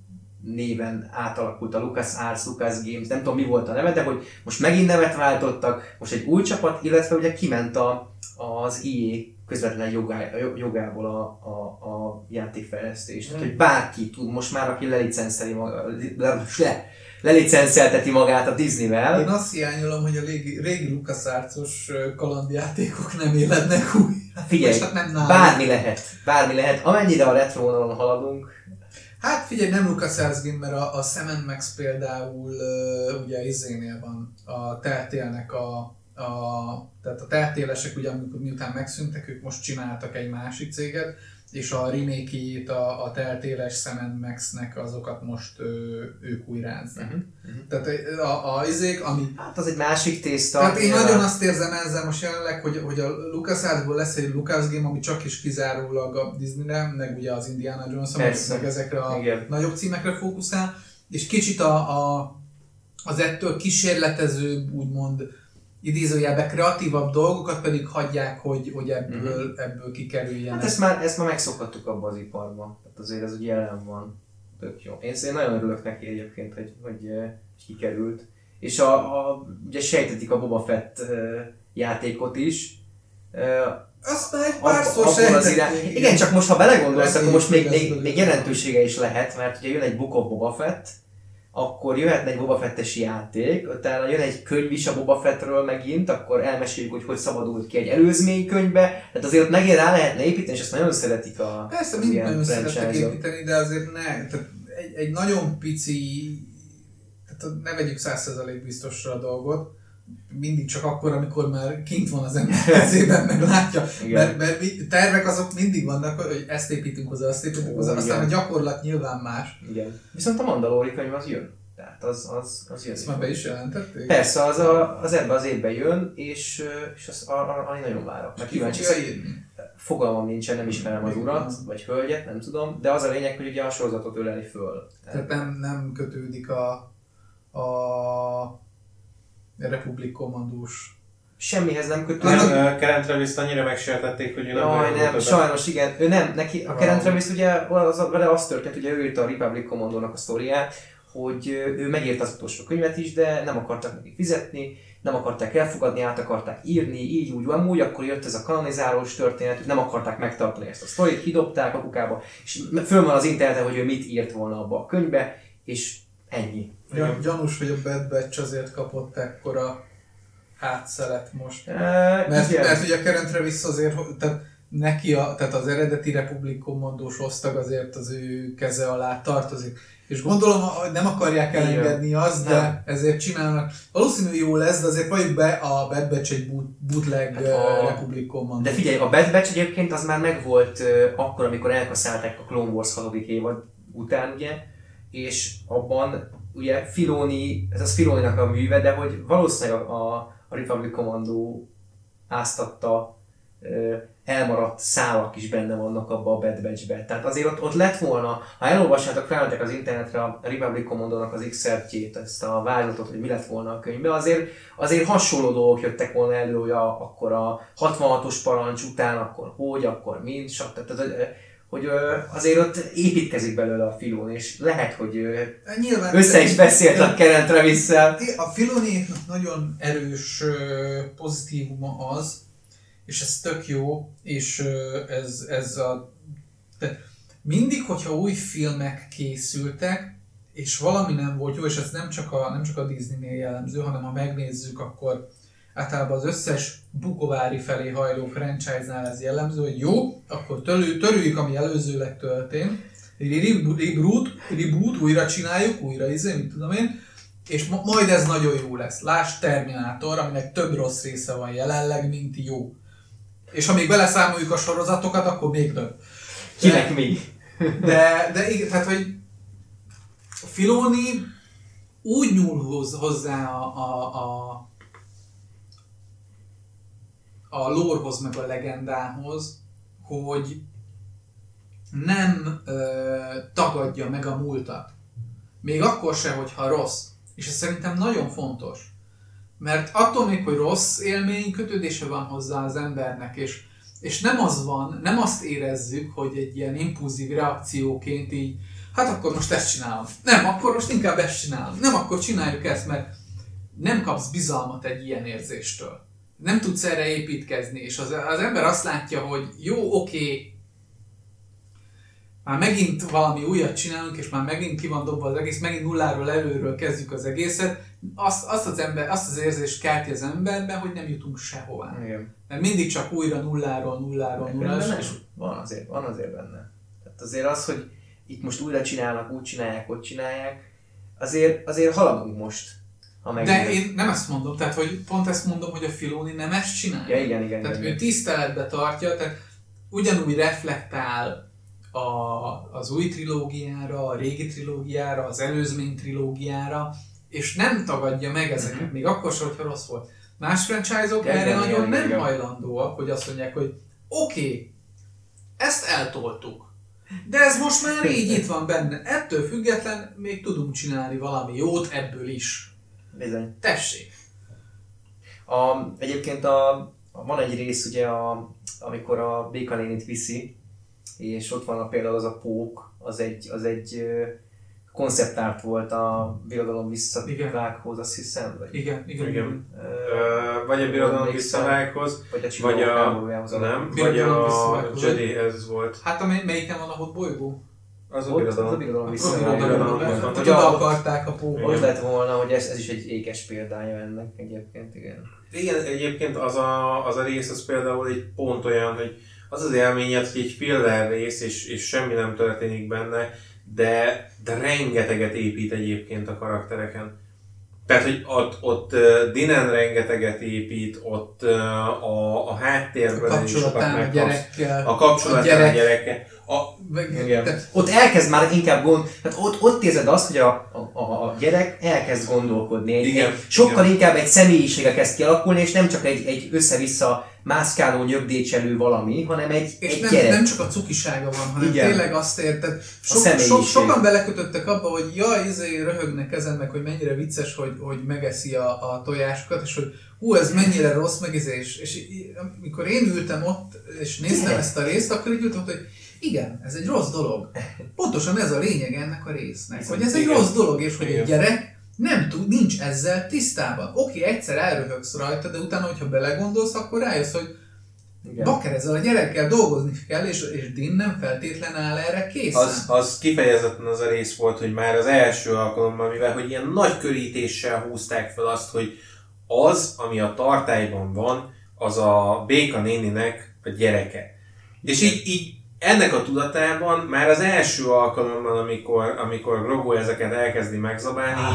néven átalakult a LucasArts, Lucas Games, nem tudom mi volt a neve, de hogy most megint nevet váltottak, most egy új csapat, illetve ugye kiment a, az I A közvetlen jogá, jogából a, a, a játékfejlesztés. Tehát, hogy bárki tud most már, aki lelicenszeli maga, le, le, lelicencelteti magát a Disneyvel. Én azt hiányolom, hogy a régi, régi LucasArts-os kalandjátékok nem élednek új. Figyelj, hát nem bármi lehet, bármi lehet, amennyire a retro vonalon haladunk. Hát figyelj, nem LucasArts game, mert a, a Sam and Max például uh, ugye izénél van, a Telltale-nek a A, tehát a Telltale-esek ugye, amikor miután megszűntek, ők most csináltak egy másik céget, és a remake-jét a, a Telltale-es Sam and Max-nek azokat most ö, ők újrázzák. Uh-huh. Uh-huh. Tehát a, a izék, ami... Hát az egy másik tészta. Tehát én nagyon azt érzem ezzel most jelenleg, hogy, hogy a LucasArts-ból lesz egy Lucas Game, ami csak is kizárólag a Disneyre, meg ugye az Indiana Jones, meg ezekre a igen. nagyobb címekre fókuszál, és kicsit a, a, az ettől kísérletezőbb, úgymond idézőjelben kreatívabb dolgokat pedig hagyják, hogy, hogy ebből, uh-huh. ebből kikerüljenek. Hát ezt már, ezt már megszokhattuk abban az iparban. Tehát azért ez ugye jelen van. Tök jó. Én, én nagyon örülök neki egyébként, hogy, hogy, hogy kikerült. És a, a, ugye sejtetik a Boba Fett uh, játékot is. Uh, Azt már egy párszor sejtették. Igen, csak most ha belegondolsz, akkor most még, még, még jelentősége is lehet, mert ugye jön egy Book of Boba Fett, akkor jöhetne egy Boba Fett-es játék, utána jön egy könyv is a Boba Fettről megint, akkor elmeséljük, hogy hogy szabadult ki egy előzménykönyvbe, tehát azért ott megint rá lehetne építeni, és ezt nagyon szeretik a Persze, mind nagyon szeretek építeni, de azért ne, tehát egy, egy nagyon pici, tehát ne vegyük száz százalék biztosra a dolgot, mindig csak akkor, amikor már kint van az ember kezében, meg látja, mert, mert tervek azok mindig vannak, hogy ezt építünk hozzá, azt építünk hozzá, aztán a gyakorlat nyilván más. Igen. Viszont a Mandalori könyv az jön. Tehát az, az, az jön. Ezt már be is jelentették? Persze, az, a, az ebben az évben jön, és, és az arra nagyon várok. Mert kíváncsi, fogalmam nincsen, nem ismerem az urat, vagy hölgyet, nem tudom, de az a lényeg, hogy ugye a sorozatot öleli föl. Tehát nem, nem kötődik a, a Republik kommandós. Semmihez nem kötődik. Karen Travis-t annyira megsértették, hogy ő nem... Jaj, nem, sajnos igen. Ő nem, neki, a Karen Travis ugye az, vele az történt, ugye ő írta a Republic Commandónak a sztoriát, hogy ő megírta az utolsó könyvet is, de nem akartak neki fizetni, nem akarták elfogadni, át akarták írni, így úgy amúgy, akkor jött ez a kanonizálós történet, nem akarták megtartani ezt a sztorit, kidobták a kukába, és föl van az interneten, hogy ő mit írt volna abba a könyvbe, és ennyi. Ja, gyanús, hogy a Bad Batch azért kapott ekkora hátszelet most. E, mert, mert ugye a Karen Travis azért, tehát neki a, tehát az eredeti Republic kommandós osztag azért az ő keze alá tartozik. És gondolom, hogy nem akarják elengedni azt, de nem. Ezért csinálnak. Valószínűleg jó lesz, de azért valljuk be, a Bad Batch egy bootleg hát a... Republic Commando. De figyelj, a Bad Batch egyébként az már megvolt uh, akkor, amikor elkaszálták a Clone Wars hatodik évad után, ugye, és abban ugye Filoni, ez az Filoninak a műve, de hogy valószínűleg a, a Republic Commando áztatta uh, elmaradt szálak is benne vannak abban a Bad Batch-ben. Tehát azért ott, ott lett volna, ha elolvassátok, felmentek az internetre a Republic Commandónak az X-szertjét, ezt a vázlatot, hogy mi lett volna a könyvben, azért, azért hasonló dolgok jöttek volna elő, hogy a, akkor a hatvanhatos parancs után, akkor hogy, akkor mind, stb. Tehát, hogy azért ott építkezik belőle a Filoni, és lehet, hogy nyilván össze is beszélt a Karen Travis-szel. A Filoninak nagyon erős pozitívuma az, és ez tök jó, és ez, ez a... De mindig, hogyha új filmek készültek, és valami nem volt jó, és ez nem csak a, nem csak a Disney-nél jellemző, hanem ha megnézzük, akkor általában az összes bukovári felé hajló franchise-nál ez jellemző, hogy jó, akkor törő, törüljük, ami előzőleg történt, reboot, reboot, újra csináljuk, újra izé, mit tudom én, és ma, majd ez nagyon jó lesz. Lásd Terminátor, aminek több rossz része van jelenleg, mint jó. És ha még beleszámoljuk a sorozatokat, akkor még több. Kinek mi? De, de igen, tehát, hogy Filoni úgy nyúl hozzá a, a, a, a lore-hoz, meg a legendához, hogy nem ö, tagadja meg a múltat. Még akkor se, hogyha rossz. És ez szerintem nagyon fontos. Mert attól még, hogy rossz élmény, kötődése van hozzá az embernek, és, és nem az van, nem azt érezzük, hogy egy ilyen impulzív reakcióként így, hát akkor most ezt csinálom. Nem, akkor most inkább ezt csinálom. Nem, akkor csináljuk ezt, mert nem kapsz bizalmat egy ilyen érzéstől. Nem tudsz erre építkezni, és az, az ember azt látja, hogy jó, oké, már megint valami újat csinálunk, és már megint ki van dobva az egész, megint nulláról, előről kezdjük az egészet, azt, azt, az, ember, azt az érzést kelti az emberben, hogy nem jutunk sehová. Igen. Mert mindig csak újra nulláról, nulláról, nulláról. És van azért, van azért benne. Tehát azért az, hogy itt most újra csinálnak, úgy csinálják, hogy csinálják, azért, azért haladunk most. Ha de én nem ezt mondom, tehát hogy pont ezt mondom, hogy a Filoni nem ezt csinálja. Ja, igen, igen, tehát igen. ő tiszteletbe tartja, tehát ugyanúgy reflektál A, az új trilógiára, a régi trilógiára, az előzmény trilógiára, és nem tagadja meg ezeket, uh-huh. még akkor sem, hogyha rossz volt. Más franchise-ok erre igen, nagyon igen, nem igen. hajlandóak, hogy azt mondják, hogy oké, okay, ezt eltoltuk, de ez most már így itt van benne. Ettől független még tudunk csinálni valami jót ebből is. Bizony. Tessék! A, egyébként a, a, van egy rész, ugye, a, amikor a Béka nénit viszi, és ott van a, például az a pók, az egy, az egy konceptárt volt a Birodalom visszavághoz, azt hiszem. Vagy, igen, igen. igen. Uh, vagy a Birodalom visszavághoz, vagy a vagy a, nem, vagy a Jedi ez volt. Hát amely, melyiken van a hot bolygó? Az a Ott birodalom. a birodalom A visszaáll. birodalom. Hogy Oda a- akarták a pókot. Ott lett volna, hogy ez, ez is egy ékes példája ennek egyébként, igen. Igen, egyébként az a, az a rész az például egy pont olyan, hogy az az élményed, hogy egy filler rész, és, és semmi nem történik benne, de, de rengeteget épít egyébként a karaktereken. Tehát, hogy ott, ott uh, Dinen rengeteget épít, ott uh, a, a háttérben A is sokat kapcsolatán a megkapsz. gyerekkel. A kapcsolatán a, gyerek. a gyerekkel. A, Meg- Igen. tehát- Ott elkezd már inkább gond, tehát ott, ott érzed azt, hogy a, a, a gyerek elkezd gondolkodni. Egy, Igen, egy, sokkal igen. inkább egy személyisége kezd kialakulni, és nem csak egy, egy össze-vissza mászkáló, nyögdécselő valami, hanem egy, És egy nem, gyerek. nem csak a cukisága van, hanem Igen. tényleg azt érted. Sok, személyiség. sok, sokan belekötöttek abba, hogy jaj, izé röhögnek ezen meg, hogy mennyire vicces, hogy, hogy megeszi a, a tojásokat, és hogy hú, ez mennyire rossz, meg izé, és, és í- amikor én ültem ott, és néztem Gyerek. ezt a részt, akkor így ültem ott, hogy igen, ez egy rossz dolog. Pontosan ez a lényeg ennek a résznek, hogy ez egy Igen. rossz dolog, és hogy Igen. egy gyerek nem tud, nincs ezzel tisztában. Oké, egyszer elröhögsz rajta, de utána, hogyha belegondolsz, akkor rájössz, hogy Igen. bakker, ezzel a gyerekkel dolgozni kell, és, és Dean nem feltétlen áll erre készen. az, az kifejezetten az a rész volt, hogy már az első alkalommal, mivel hogy ilyen nagy körítéssel húzták fel azt, hogy az, ami a tartályban van, az a Béka néninek a gyereke. És így, így ennek a tudatában már az első alkalommal, amikor, amikor Grogu ezeket elkezdi megzabálni, Ah.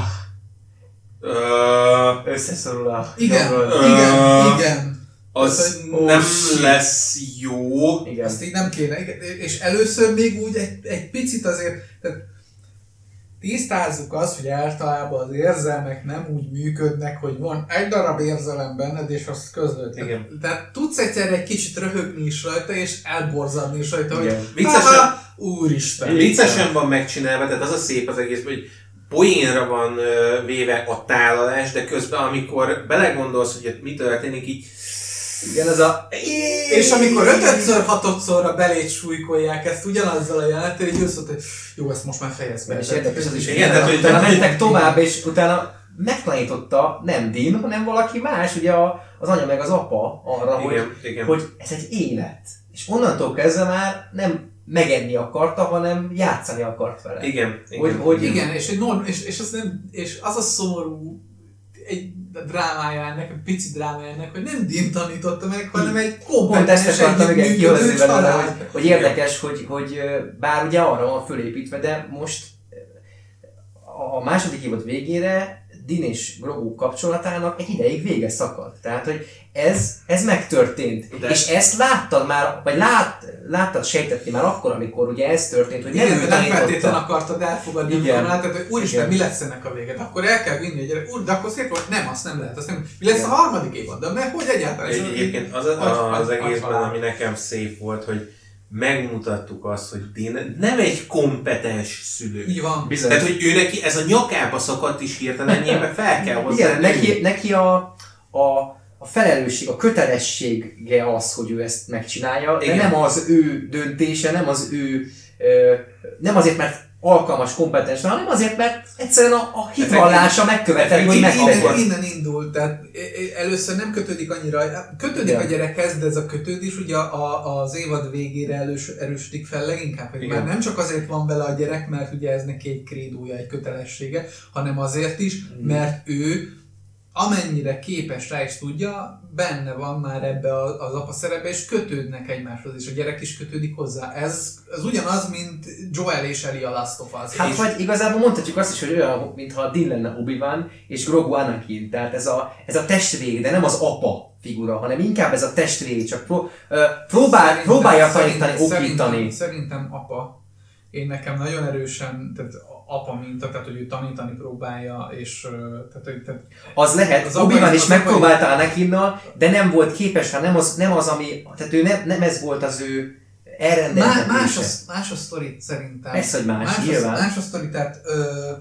ö, Összeszorul a Igen, jobbról. igen, igen. az Ez, hogy nem oh, shit. lesz jó. Igen. Azt így nem kéne. Igen, és először még úgy egy, egy picit azért, tehát tisztázzuk azt, hogy általában az érzelmek nem úgy működnek, hogy van egy darab érzelem benned, és azt közlöd. Igen. Tehát tudsz egyszer egy kicsit röhögni is rajta, és elborzadni is rajta, Igen. hogy Viccesen- "Haha, úristen. Viccesen van megcsinálva, tehát az a szép az egész, hogy poénra van ö, véve a tálalás, de közben amikor belegondolsz, hogy ott mi történik, így Igen, ez a... És amikor ötödször, hatodszorra beléd súlykolják ezt ugyanazzal a jelenettel, így jössz ott, hogy jó, ezt most már fejezd be. És érdekes az is, hogy Igen, tehát, hogy- utána mentek tovább, és utána megtanította nem Dean, hanem valaki más, ugye a, az anya meg az apa arra, hogy, igen, igen. hogy ez egy élet. És onnantól kezdve már nem megenni akarta, hanem játszani akart vele. Igen, igen. Hogy- hogy- Igen, és, egy norm, és, és, az nem, és az a szomorú egy drámája ennek, egy pici drámája ennek, hogy nem Dean tanította meg, hanem egy Pont kompetens ezt akartam igen kihozni együttműködő belőle, család. hogy, hogy érdekes, hogy, hogy ö, bár ugye arra van fölépítve, de most ö, a második évad végére Dean és Grogu kapcsolatának egy ideig vége szakadt. Tehát, hogy ez, ez megtörtént. De- És ezt láttad már, vagy lát, láttad sejtetni már akkor, amikor ugye ez történt, hogy nem Igen, ő de nem feltétlenül tanította. akartad elfogadni, Igen. amikor látod, hogy úristen, Igen. mi lesz ennek a vége? De akkor el kell vinni egy gyerek, úr, de akkor szép volt, nem, azt nem lehet, azt nem. Mi lesz Igen. a harmadik évad? De meg hogy egyáltalán? Egy, egyébként az, Agy- az, az agy- egészben, agyhalál. ami nekem szép volt, hogy megmutattuk azt, hogy Dean nem egy kompetens szülő. Így van. Bizony. Tehát, hogy ő neki ez a nyakába szakadt is hirtelen, nyilván fel kell hozzá. Igen, neki, neki a, a, a felelősség, a kötelessége az, hogy ő ezt megcsinálja, de Igen. nem az ő döntése, nem az ő, ö, nem azért, mert alkalmas, kompetens, hanem azért, mert egyszerűen a, a hitvallása megköveteli, hogy Innen, megtegye. innen indul, tehát e- e- először nem kötődik annyira, kötődik Igen. a gyerekhez, de ez a kötődés ugye a, az évad végére elős, erősödik fel leginkább, hogy Igen. már nem csak azért van vele a gyerek, mert ugye ez neki egy krédója, egy kötelessége, hanem azért is, mert ő amennyire képes rá is tudja, benne van már ebbe a- az apa szerepe, és kötődnek egymáshoz, és a gyerek is kötődik hozzá. Ez, ez ugyanaz, mint Joel és Ellie a Last of Us. Hát És- vagy igazából mondhatjuk azt is, hogy olyan, mintha Dean lenne Obi-Wan és Grogu Anakin. Tehát ez a, ez a testvér, de nem az apa figura, hanem inkább ez a testvér, csak pró, ö, próbál, Szerintem- próbálja szerint- tanítani, Szerintem, okítani. szerintem apa. Én nekem nagyon erősen, tehát apa minta, tehát hogy ő tanítani próbálja, és ö, tehát, hogy, tehát Az lehet, Az az Obi-Wan apai- is az apai- megpróbálta Anakinnal, de nem volt képes, hanem nem az, nem az ami, tehát ő nem, nem ez volt az ő Má, elrendeltetése. más, a, más a sztorit szerintem. Persze, hogy más, más, nyilván. a, más a sztori, tehát ö,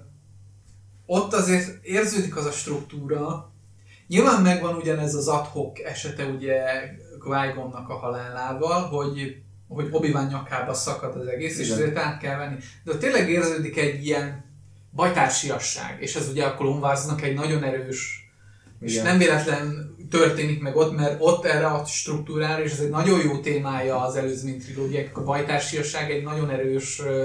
ott azért érződik az a struktúra. Nyilván megvan ugyanez az ad-hoc esete ugye Qui-Gonnak a halálával, hogy, hogy Obi-Wan nyakába szakad az egész, és Igen. ezért át kell venni. De ott tényleg érződik egy ilyen bajtársiasság, és ez ugye a Clone Wars-nak egy nagyon erős, és Igen. nem véletlen történik meg ott, mert ott erre a struktúrára, és ez egy nagyon jó témája az előzmény trilógiáknak, a bajtársiasság egy nagyon erős ö,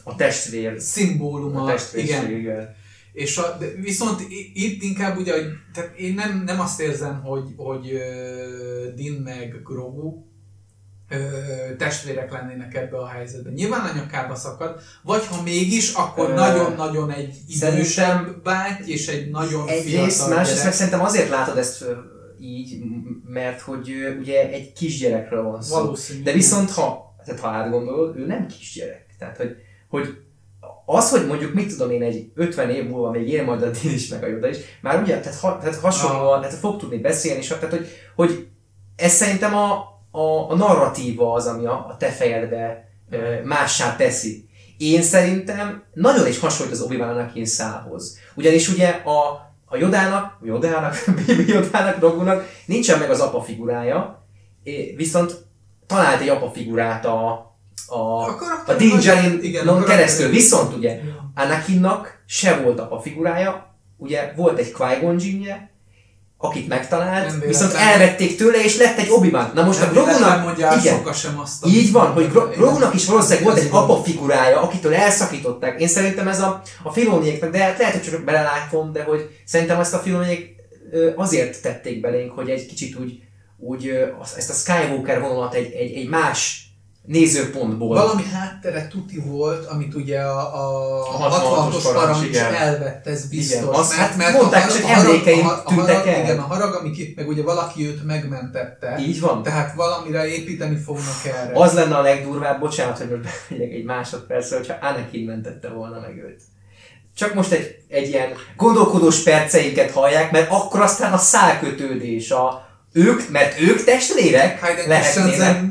a testvér szimbóluma. A testvérség, igen. igen. És a, de viszont itt inkább ugye, tehát én nem, nem azt érzem, hogy, hogy uh, Din meg Grogu uh, testvérek lennének ebbe a helyzetben. Nyilván a nyakába szakad, vagy ha mégis, akkor uh, nagyon-nagyon egy idősebb báty és egy nagyon egyrészt, fiatal másrészt gyerek. szerintem azért látod ezt így, mert hogy ugye egy kisgyerekről van szó. Valószínű. De viszont ha, tehát ha átgondolod, ő nem kisgyerek. Tehát, hogy, hogy az, hogy mondjuk mit tudom én egy ötven év múlva még él majd a Din is meg a Yoda is, már ugye, tehát, ha, tehát hasonlóan, tehát fog tudni beszélni, és tehát, hogy, hogy ez szerintem a, a, a narratíva az, ami a, a te fejedbe e, mássá teszi. Én szerintem nagyon is hasonlít az Obi-Wan Anakin szálhoz. Ugyanis ugye a, a Yodának, Yodának, Baby Yodának, Grogunak nincsen meg az apa figurája, viszont talált egy apa figurát a a, a Din Djarin-on keresztül. Viszont ugye Anakinnak se volt apa figurája, ugye volt egy Qui-Gon Jinnje, akit megtalált, nem viszont elvették tőle és lett egy Obi-Wan. Na most nem a Grogunak, igen, sem azt, így van, hogy Grogunak is valószínűleg volt egy apa figurája, akitől elszakították. Én szerintem ez a, a Filoniéknak, de lehet, hogy csak belelátom, de hogy szerintem ezt a Filoniék azért tették belénk, hogy egy kicsit úgy, úgy ezt a Skywalker vonalat egy, egy, egy más nézőpontból. Valami háttere tuti volt, amit ugye a, a, a hatvanhatos parancs, parancs elvett, ez biztos. Igen, azt mert, mert mondták, hogy emlékeim tűntek el. Igen, a harag, ami, meg ugye valaki őt megmentette. Így van. Tehát valamire építeni fognak erre. Az lenne a legdurvább, bocsánat, hogy most bemegyek egy másodpercre, hogyha Anakin mentette volna meg őt. Csak most egy, egy ilyen gondolkodós perceinket hallják, mert akkor aztán a szálkötődés, a ők, mert ők testvérek lehetnének.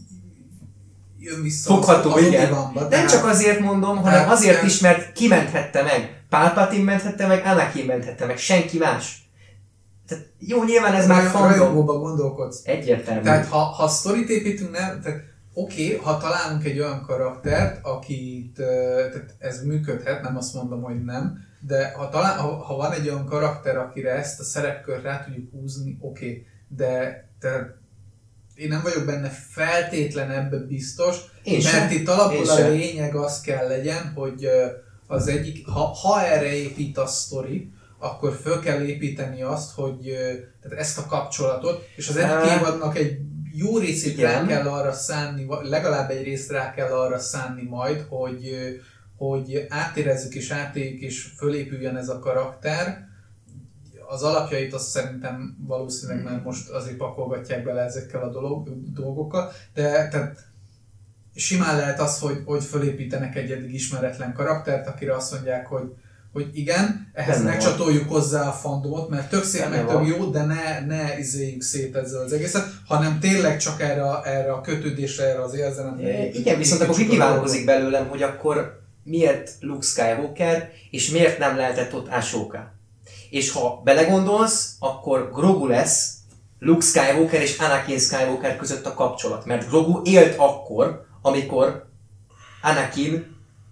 Fogható, az igen. Nem tehát, csak azért mondom, hanem tehát, azért is, mert ki menthette meg. Palpatine menthette meg, Anakin menthette meg, senki más. Tehát jó, nyilván ez már fandom. Rajongóban gondolkodsz. Egyértelmű. Tehát ha, ha sztorit építünk, nem, tehát oké, okay, ha találunk egy olyan karaktert, akit, tehát ez működhet, nem azt mondom, hogy nem, de ha, talál, ha, ha van egy olyan karakter, akire ezt a szerepkört rá tudjuk húzni, oké, okay, de tehát én nem vagyok benne feltétlen ebben biztos, én mert sem. Itt alapul a lényeg az kell legyen, hogy az egyik, ha, ha erre épít a sztori, akkor föl kell építeni azt, hogy tehát ezt a kapcsolatot, és az egyik évadnak egy jó részét igen. rá kell arra szánni, legalább egy részt rá kell arra szánni majd, hogy, hogy átérezzük és átéljük és fölépüljön ez a karakter. Az alapjait azt szerintem valószínűleg már most azért pakolgatják bele ezekkel a dolog, dolgokkal, de tehát simán lehet az, hogy, hogy fölépítenek egy eddig ismeretlen karaktert, akire azt mondják, hogy, hogy igen, ehhez ne csatoljuk hozzá a fandomot, mert tök szép meg tök jó, de ne, ne izéljük szét ezzel az egészet, hanem tényleg csak erre, erre a kötődésre, erre az érzelemre. Igen, viszont akkor kikívánkozik belőlem, hogy akkor miért Luke Skywalker, és miért nem lehetett ott Ahsoka? És ha belegondolsz, akkor Grogu lesz Luke Skywalker és Anakin Skywalker között a kapcsolat. Mert Grogu élt akkor, amikor Anakin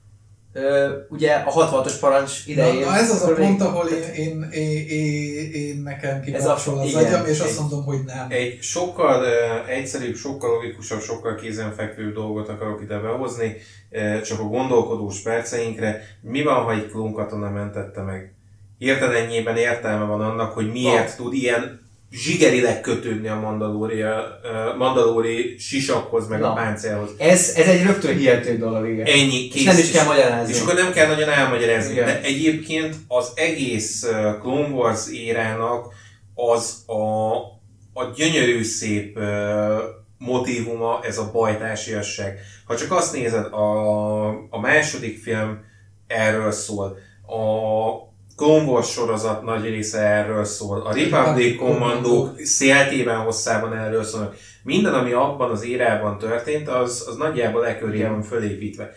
ö, ugye a hatvanhatos parancs idején... Na, na ez az a pont, ahol én, én, én, én, én nekem kikapcsol az agyam, és azt mondom, hogy nem. Egy sokkal uh, egyszerűbb, sokkal logikusabb, sokkal kézenfekvőbb dolgot akarok ide behozni, uh, csak a gondolkodós perceinkre. Mi van, ha egy klónkatona mentette meg? Hirtelennyében értelme van annak, hogy miért ha. tud ilyen zsigerileg kötődni a mandalóri, uh, mandalóri sisakhoz, meg Na. a páncélhoz. Ez, ez egy rögtön hihető dolog, igen. Ennyi, kész. És nem is kell magyarázni. És akkor nem kell nagyon elmagyarázni. Igen. De egyébként az egész uh, Clone Wars érának az a, a gyönyörű szép uh, motívuma, ez a bajtársiasság. Ha csak azt nézed, a, a második film erről szól. A Clone Wars sorozat nagy része erről szól. A Republic Commandók széltében, hosszában erről szólnak. Minden, ami abban az érában történt, az, az nagyjából e köré van fölépítve.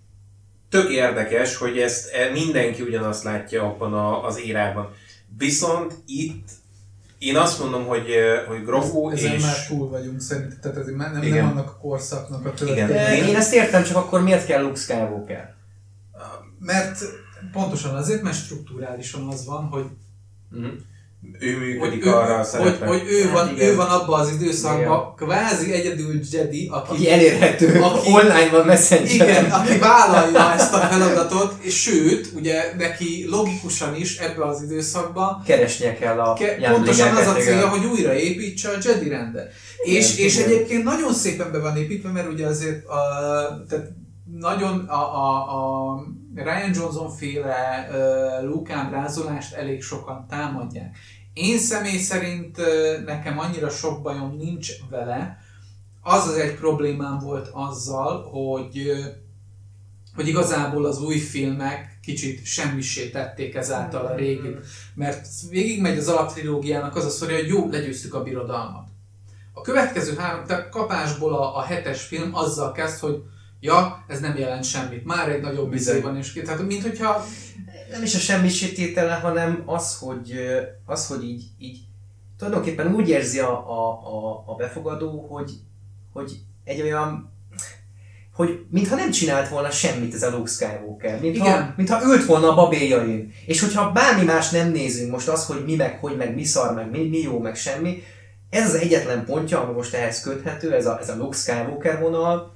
Tök érdekes, hogy ezt mindenki ugyanazt látja abban a, az érában. Viszont itt én azt mondom, hogy, hogy Grogu Ez, és... Ezen már túl vagyunk szerintem, tehát ez nem, nem annak a korszaknak a történet. Én ezt értem, csak akkor miért kell Luke Skywalker? Mert pontosan azért, mert strukturálisan az van, hogy mm. ő működik hogy arra ő, a szerepre. Hogy, hogy ő, Hát van, igen. ő van abban az időszakban, Igen. kvázi egyedül Jedi, aki, Aki elérhető, aki, online van Messenger. igen, aki vállalja ezt a feladatot, és sőt, ugye neki logikusan is ebben az időszakban Keresnie kell a ke- pontosan az a célja, igen. hogy újraépítse a Jedi rendet. És, és egyébként nagyon szépen be van építve, mert ugye azért a, tehát nagyon a, a, a Ryan Johnson féle uh, Luke ábrázolást elég sokan támadják. Én személy szerint uh, nekem annyira sok bajom nincs vele. Az az egy problémám volt azzal, hogy, uh, hogy igazából az új filmek kicsit semmisé tették ezáltal a régit. Mert végigmegy az alaptrilógiának az a szorja, hogy jó, legyőztük a birodalmat. A következő három, tehát kapásból a, a hetes film azzal kezd, hogy ja, ez nem jelent semmit, már egy nagyobb bizony van, és tehát mint hogyha... Nem is a semmisítétele, hanem az, hogy, az, hogy így, így tulajdonképpen úgy érzi a, a, a, a befogadó, hogy, hogy egy olyan, hogy mintha nem csinált volna semmit ez a Luke Skywalker, mintha, mintha ült volna a babéljain. És hogyha bármi más nem nézünk, most az, hogy mi meg, hogy meg, mi szar meg, mi, mi jó meg semmi, ez az egyetlen pontja, ami most ehhez köthető, ez a, ez a Luke Skywalker vonal.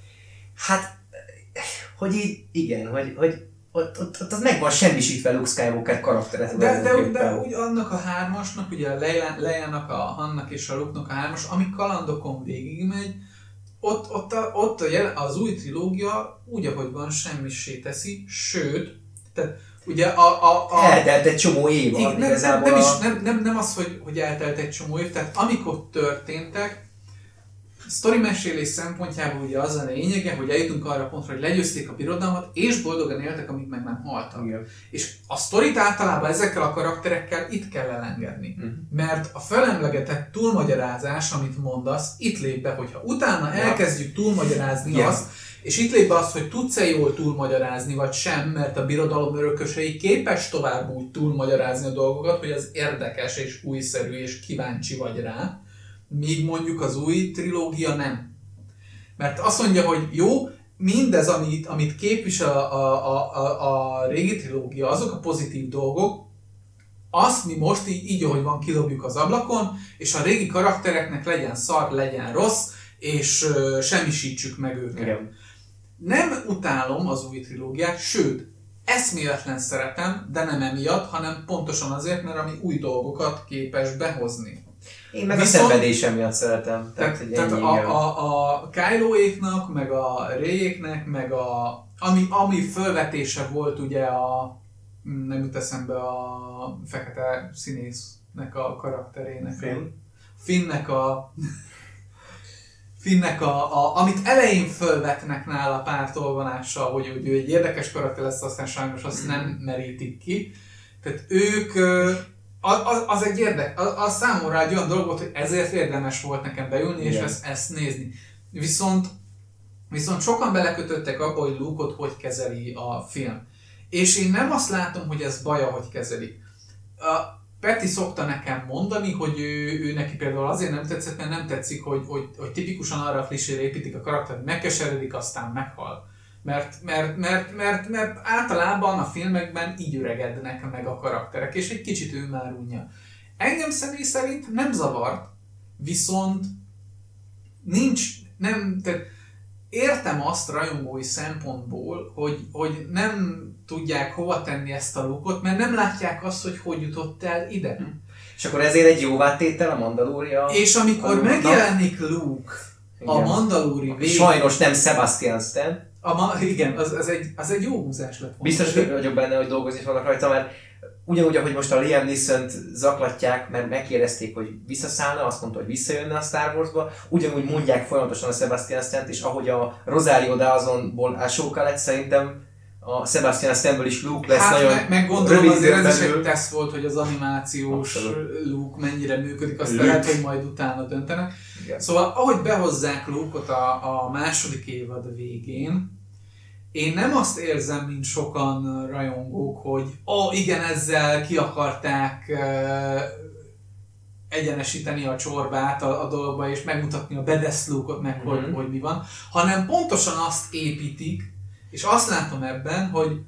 Hát, hogy így, igen, hogy, hogy ott, ott, ott az meg van semmisítve Luke Skywalker karaktere. De, de, de úgy annak a hármasnak, ugye a Leia-nak, a Hannak és a Luke-nak a hármas, ami kalandokon végigmegy, ott, ott, a, ott a jel, az új trilógia úgy, ahogy van, semmissé teszi, sőt, tehát ugye a... a, a eltelt egy csomó év. Nem, nem, nem, is, nem, nem, nem az, hogy, hogy eltelt egy csomó év, tehát amikor történtek, sztori mesélés szempontjából ugye az a lényege, hogy eljutunk arra a pontra, hogy legyőzték a birodalmat, és boldogan éltek, amíg meg nem haltak. Igen. És a sztorit általában ezekkel a karakterekkel itt kell elengedni. Uh-huh. Mert a felemlegetett túlmagyarázás, amit mondasz, itt lép be, hogyha utána ja. elkezdjük túlmagyarázni yeah. azt, és itt lép be az, hogy tudsz-e jól túlmagyarázni, vagy sem, mert a birodalom örökösei képes tovább úgy túlmagyarázni a dolgokat, hogy az érdekes és újszerű és kíváncsi vagy rá, míg mondjuk az új trilógia nem. Mert azt mondja, hogy jó, mindez, amit, amit képvisel a, a, a, a régi trilógia, azok a pozitív dolgok, azt mi most így, így ahogy van, kidobjuk az ablakon, és a régi karaktereknek legyen szar, legyen rossz, és uh, semmisítsük meg őket. Igen. Nem utálom az új trilógiát, sőt, eszméletlen szeretem, de nem emiatt, hanem pontosan azért, mert ami új dolgokat képes behozni. Én meg Viszont, a szenvedésem miatt szeretem. Tehát, tehát, tehát a, a, a Kylo-éknak, meg a Rey-éknek, meg a, ami, ami fölvetése volt ugye a, nem jut eszembe a fekete színésznek a karakterének. Finn. Finnnek a... Finnnek a, a, amit elején fölvetnek nála pártolvanással, hogy, hogy ő egy érdekes karakter lesz, aztán sajnos azt nem merítik ki. Tehát ők... Az, az egy érdek, az, az számomra egy olyan dolog volt, hogy ezért érdemes volt nekem beülni, és ezt, ezt nézni. Viszont, viszont sokan belekötöttek abba, hogy Luke-ot hogy kezeli a film. És én nem azt látom, hogy ez baja, hogy kezeli. A Peti szokta nekem mondani, hogy ő, ő neki például azért nem tetszett, mert nem tetszik, hogy, hogy, hogy tipikusan arra a klisére építik a karakter, hogy megkeseredik, aztán meghal. Mert, mert, mert, mert, mert általában a filmekben így öregednek meg a karakterek, és egy kicsit ő már unja. Engem személy szerint nem zavart, viszont nincs, nem, tehát értem azt rajongói szempontból, hogy, hogy nem tudják hova tenni ezt a Luke-ot, mert nem látják azt, hogy hogy jutott el ide. Hm. És akkor ezért egy jóvátétel a Mandalória. És amikor a megjelenik Luke a igen. Mandalóri végén... Sajnos nem Sebastian Stan. A ma, igen, az, az, egy, az egy jó húzás lett. Biztos vagyok benne, hogy dolgozni fognak rajta, mert ugyanúgy, ahogy most a Liam Neeson-t zaklatják, mert megkérdezték, hogy visszaszállna, azt mondta, hogy visszajönne a Star Warsba, ugyanúgy mondják folyamatosan a Sebastian Stant, és ahogy a Rosario Dawsonból Ahsoka lett, szerintem a Sebastian Stanből is Luke lesz, hát nagyon meg, meg gondolom azért ez is egy teszt volt, hogy az animációs Abszolút. Luke mennyire működik, azt lehet, hogy majd utána döntenek. Igen. Szóval ahogy behozzák Luke-ot a, a második évad végén, én nem azt érzem, mint sokan rajongók, hogy ó, oh, igen, ezzel ki akarták uh, egyenesíteni a csorbát a, a dologba, és megmutatni a badass Luke-ot, meg mm-hmm. hogy, hogy mi van, hanem pontosan azt építik, és azt látom ebben, hogy,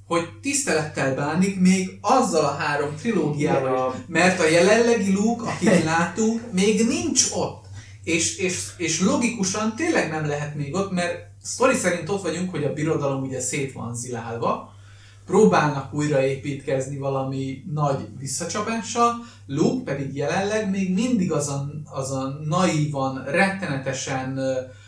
hogy tisztelettel bánik még azzal a három trilógiával Ja. is. Mert a jelenlegi Luke, akit látunk, még nincs ott. És, és, és logikusan tényleg nem lehet még ott, mert sztori szerint ott vagyunk, hogy a birodalom ugye szét van zilálva, próbálnak újraépítkezni valami nagy visszacsapással, Luke pedig jelenleg még mindig azon, azon naívan, rettenetesen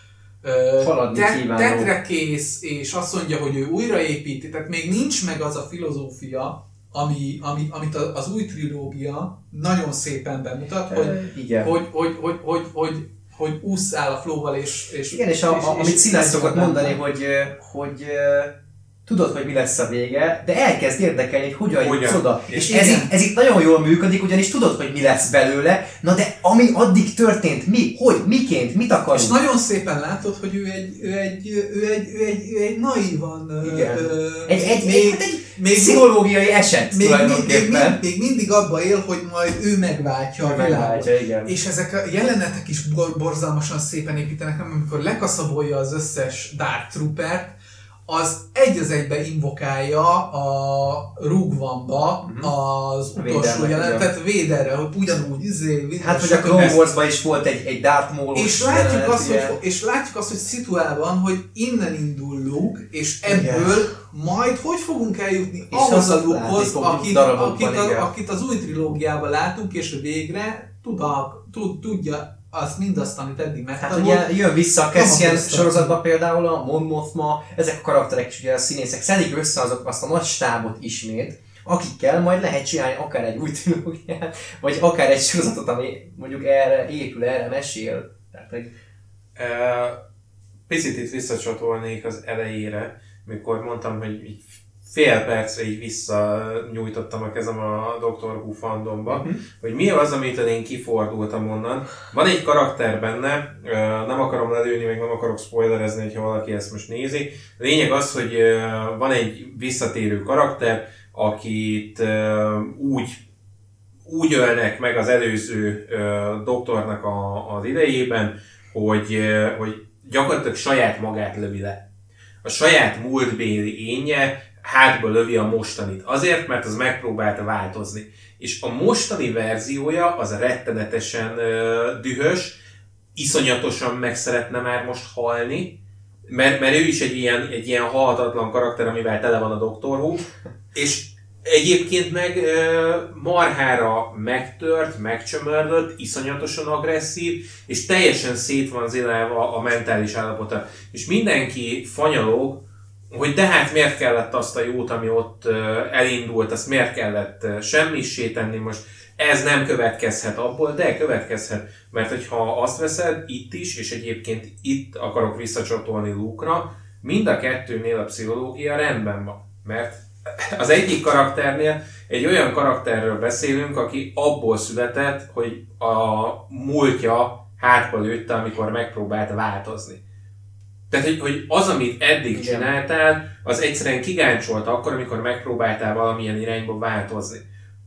Haladni te, kívánó. tetrekész, és azt mondja, hogy ő újraépíti, tehát még nincs meg az a filozófia, ami, ami, amit az új trilógia nagyon szépen bemutat, hogy, Igen. hogy, hogy, hogy, hogy, hogy, hogy ússzál a flowval, és, és Igen, és, a, a, amit Színász szokott benne. mondani, hogy, hogy tudod, hogy mi lesz a vége, de elkezd érdekelni, hogy hogyan jutsz Hogyan. oda. És És ez igen. itt, ez itt nagyon jól működik, ugyanis tudod, hogy mi lesz belőle, na de ami addig történt, mi, hogy, miként, mit akarunk. És nagyon szépen látod, hogy ő egy, ő egy, ő egy, ő egy, ő egy naívan, Igen. ö, Egy, egy, még, egy, hát egy még, pszichológiai eset még, még, még, tulajdonképpen. még, még mindig abba él, hogy majd ő megváltja a világot. Megváltja, igen. És ezek a jelenetek is bor- borzalmasan szépen építenek, nem? Amikor lekaszabolja az összes Dark Troopert, az egy az egybe invokálja a Rogue One-ba az utolsó Védernek, jelenetet Véderre, hogy ugyanúgy izé, Hát, hogy a Clone Warsban is volt egy, egy Darth Maul-os és látjuk, jelenet, azt, hogy, igen. és látjuk azt, hogy szituál van, hogy innen indul Luke, és ebből Igen. majd hogy fogunk eljutni És ahhoz azt a látni Luke-hoz, fogjuk akit, darabokban, akit, igen. a, akit az új trilógiában látunk, és végre tud, tud, tudja azt mindazt, amit eddig Hát megtanult. ugye jön vissza a Cassian Kamaszozta. sorozatban például a Mon Mothma, ezek a karakterek is ugye a színészek szedik össze azok, azt a nagy stábot ismét, akikkel majd lehet csinálni akár egy új trilógiát, vagy akár egy sorozatot, ami mondjuk erre épül, erre mesél. Tehát, hogy Ö, Picit itt visszacsatolnék az elejére, mikor mondtam, hogy így fél percre így visszanyújtottam a kezem a doktor Who fandomba, uh-huh. hogy mi az, amitől én kifordultam onnan. Van egy karakter benne, nem akarom lelőni, meg nem akarok spoilerezni, hogyha valaki ezt most nézi. A lényeg az, hogy van egy visszatérő karakter, akit úgy, úgy ölnek meg az előző doktornak a, az idejében, hogy, hogy gyakorlatilag saját magát lövi le. A saját múltbéli énje hátba lövi a mostanit. Azért, mert az megpróbálta változni. És a mostani verziója az rettenetesen uh, dühös, iszonyatosan meg szeretne már most halni, mert, mert ő is egy ilyen, egy ilyen halhatatlan karakter, amivel tele van a Doctor Who, és egyébként meg uh, marhára megtört, megcsömörlött, iszonyatosan agresszív, és teljesen szét van zilálva a mentális állapota. És mindenki fanyalog, hogy de hát miért kellett azt a jót, ami ott uh, elindult, azt miért kellett uh, semmissé tenni most. Ez nem következhet abból, de következhet, mert hogyha azt veszed itt is, és egyébként itt akarok visszacsatolni Luke-ra, mind a kettőnél a pszichológia rendben van. Mert az egyik karakternél egy olyan karakterről beszélünk, aki abból született, hogy a múltja hátba lőtte, amikor megpróbált változni. Tehát, hogy, hogy az, amit eddig Igen. csináltál, az egyszerűen kigáncsolt akkor, amikor megpróbáltál valamilyen irányba változni.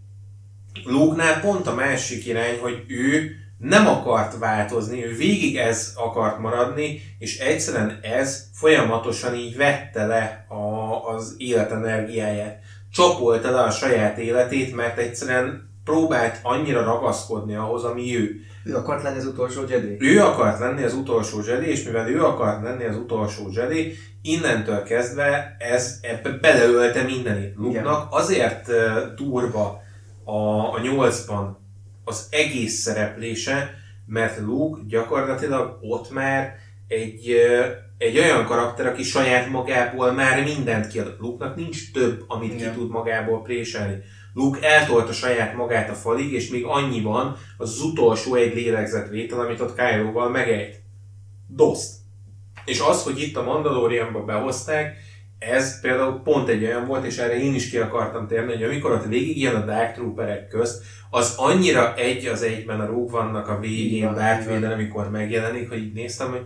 Luke-nál pont a másik irány, hogy ő nem akart változni, ő végig ez akart maradni, és egyszerűen ez folyamatosan így vette le a, az életenergiáját. Csapolta le a saját életét, mert egyszerűen próbált annyira ragaszkodni ahhoz, ami ő. ő akart lenni az utolsó Jedi. Ő akart lenni az utolsó Jedi, és mivel ő akart lenni az utolsó Jedi, innentől kezdve ez ebbe beleölte mindenit. Luke-nak azért uh, durva a, a nyolcban az egész szereplése, mert Luke gyakorlatilag ott már egy, uh, egy olyan karakter, aki saját magából már mindent kiad. Luke-nak nincs több, amit Igen. ki tud magából préselni. Luke eltolta saját magát a falig, és még annyi van az, az utolsó egy lélegzetvétel, amit ott Kylo-val megejt. Doszt. És az, hogy itt a Mandalorianba behozták, ez például pont egy olyan volt, és erre én is ki akartam térni, hogy amikor ott végigjön a Dark Trooperek közt, az annyira egy az egyben a Rogue One-nak a végén, Darth Vader, amikor megjelenik, hogy így néztem, hogy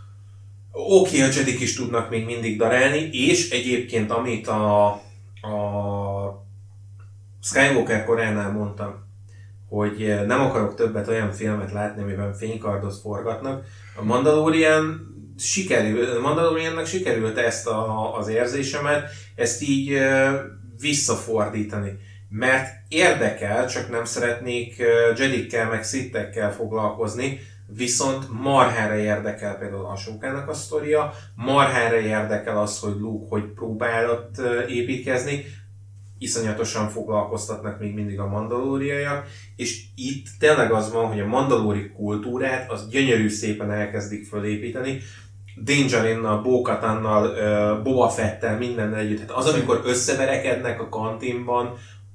oké, okay, a Jedik is tudnak még mindig darálni, és egyébként amit a, a Skywalker koránál mondtam, hogy nem akarok többet olyan filmet látni, amiben fénykardot forgatnak. A Mandalorian sikerül, Mandaloriannak sikerült ezt a, az érzésemet, ezt így uh, visszafordítani. Mert érdekel, csak nem szeretnék uh, Jedikkel meg Sithekkel foglalkozni, viszont marhára érdekel például Ahsokának a sztoria, marhára érdekel az, hogy Luke hogy próbál ott uh, építkezni, iszonyatosan foglalkoztatnak még mindig a mandalóriaiak, és itt tényleg az van, hogy a mandalóri kultúrát az gyönyörű szépen elkezdik fölépíteni, Din Djarinnal, Bo-Katannal, uh, Boba Fettel, mindennel együtt. Hát az, amikor összeverekednek a kantinban,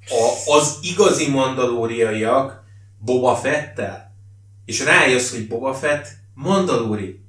a, az igazi mandalóriaiak Boba Fettel, és rájössz, hogy Boba Fett mandalóri,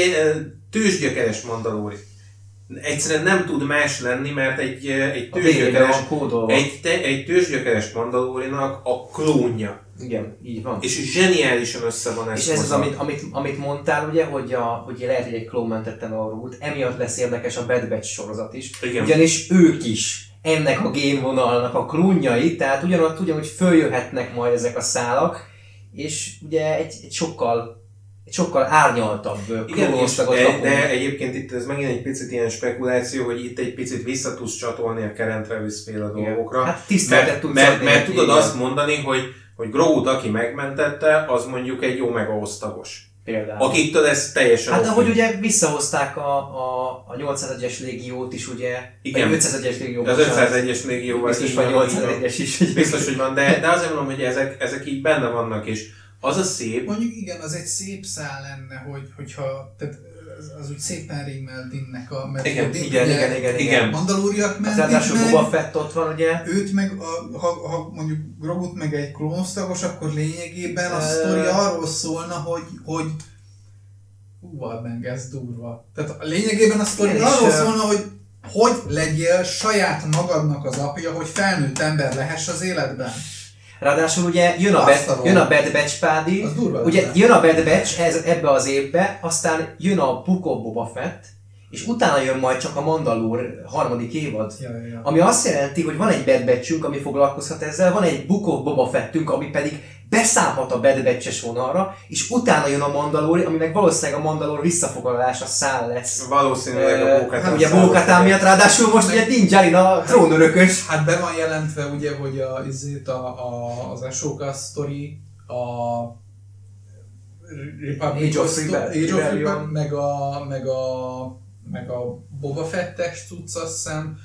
tőzsgyökeres mandalóri. Egyszerűen nem tud más lenni, mert egy, egy, tőzsgyökeres, egy, te, egy tőzsgyökeres mandalórinak a klónja. Igen, így van. És zseniálisan össze van ez. És ez az, amit, amit, amit mondtál, ugye, hogy, a, hogy lehet, hogy egy klón mentette a rút, emiatt lesz érdekes a Bad Batch sorozat is. Igen. Ugyanis ők is ennek a génvonalnak a klónjai, tehát ugyanott, ugyanúgy följöhetnek majd ezek a szálak, és ugye egy, egy sokkal egy sokkal árnyaltabb klónosztagot kapunk. De egyébként itt ez megint egy picit ilyen spekuláció, hogy itt egy picit vissza tudsz csatolni a Karen Travis féle dolgokra. Hát tiszteletet tudsz mert, mert, mert tudod igen. azt mondani, hogy, hogy Grogu-t, aki megmentette, az mondjuk egy Omega osztagos. Például. Akiktől ez teljesen hát ahogy ugye visszahozták a, a, a nyolcszázegyes légiót is, ugye, igen. vagy ötszázegyes légiót. Az ötszázegyes légióval biztos van nyolcszázegyes is. Biztos, hogy van, de, de azért mondom, hogy ezek, ezek így benne vannak, és az a szép... Mondjuk igen, az egy szép szál lenne, hogy, hogyha, tehát az, az úgy szépen rímel Dinnek a... Mert igen, Din, igen, ugye, igen, igen, igen. Mandalóriak mentik meg. Ráadásul Boba Fett ott van, ugye? Őt meg, a, ha, ha mondjuk Grogut meg egy klónosztagos, akkor lényegében a sztori arról szólna, hogy, hogy hú, meg ez durva. Tehát lényegében a sztori arról szólna, hogy hogy legyél saját magadnak az apja, hogy felnőtt ember lehess az életben. Ráadásul ugye jön a, Bad, jön a Bad Batch Pádi, ugye jön a Bad Batch ez, ebbe az évbe, aztán jön a Book of Boba Fett, és utána jön majd csak a Mandalore harmadik évad. Ja, ja, ja. Ami azt jelenti, hogy van egy Bad Batchünk, ami foglalkozhat ezzel, van egy Book of Boba Fettünk, ami pedig beszállhat a Bad Batch-es vonalra, és utána jön a Mandalore, ami meg valószínűleg a Mandalore visszafoglalása száll lesz. Valószínűleg a Bo-Katan. Hát ugye Bo-Katan miatt, ráadásul most ugye Din Djarin a trónörökös. Hát be van jelentve ugye, hogy a, izét a, a, az Ahsoka sztori, a Republic of Rebellion, meg a, meg a, meg a Boba Fett-es cucc, azt hiszem,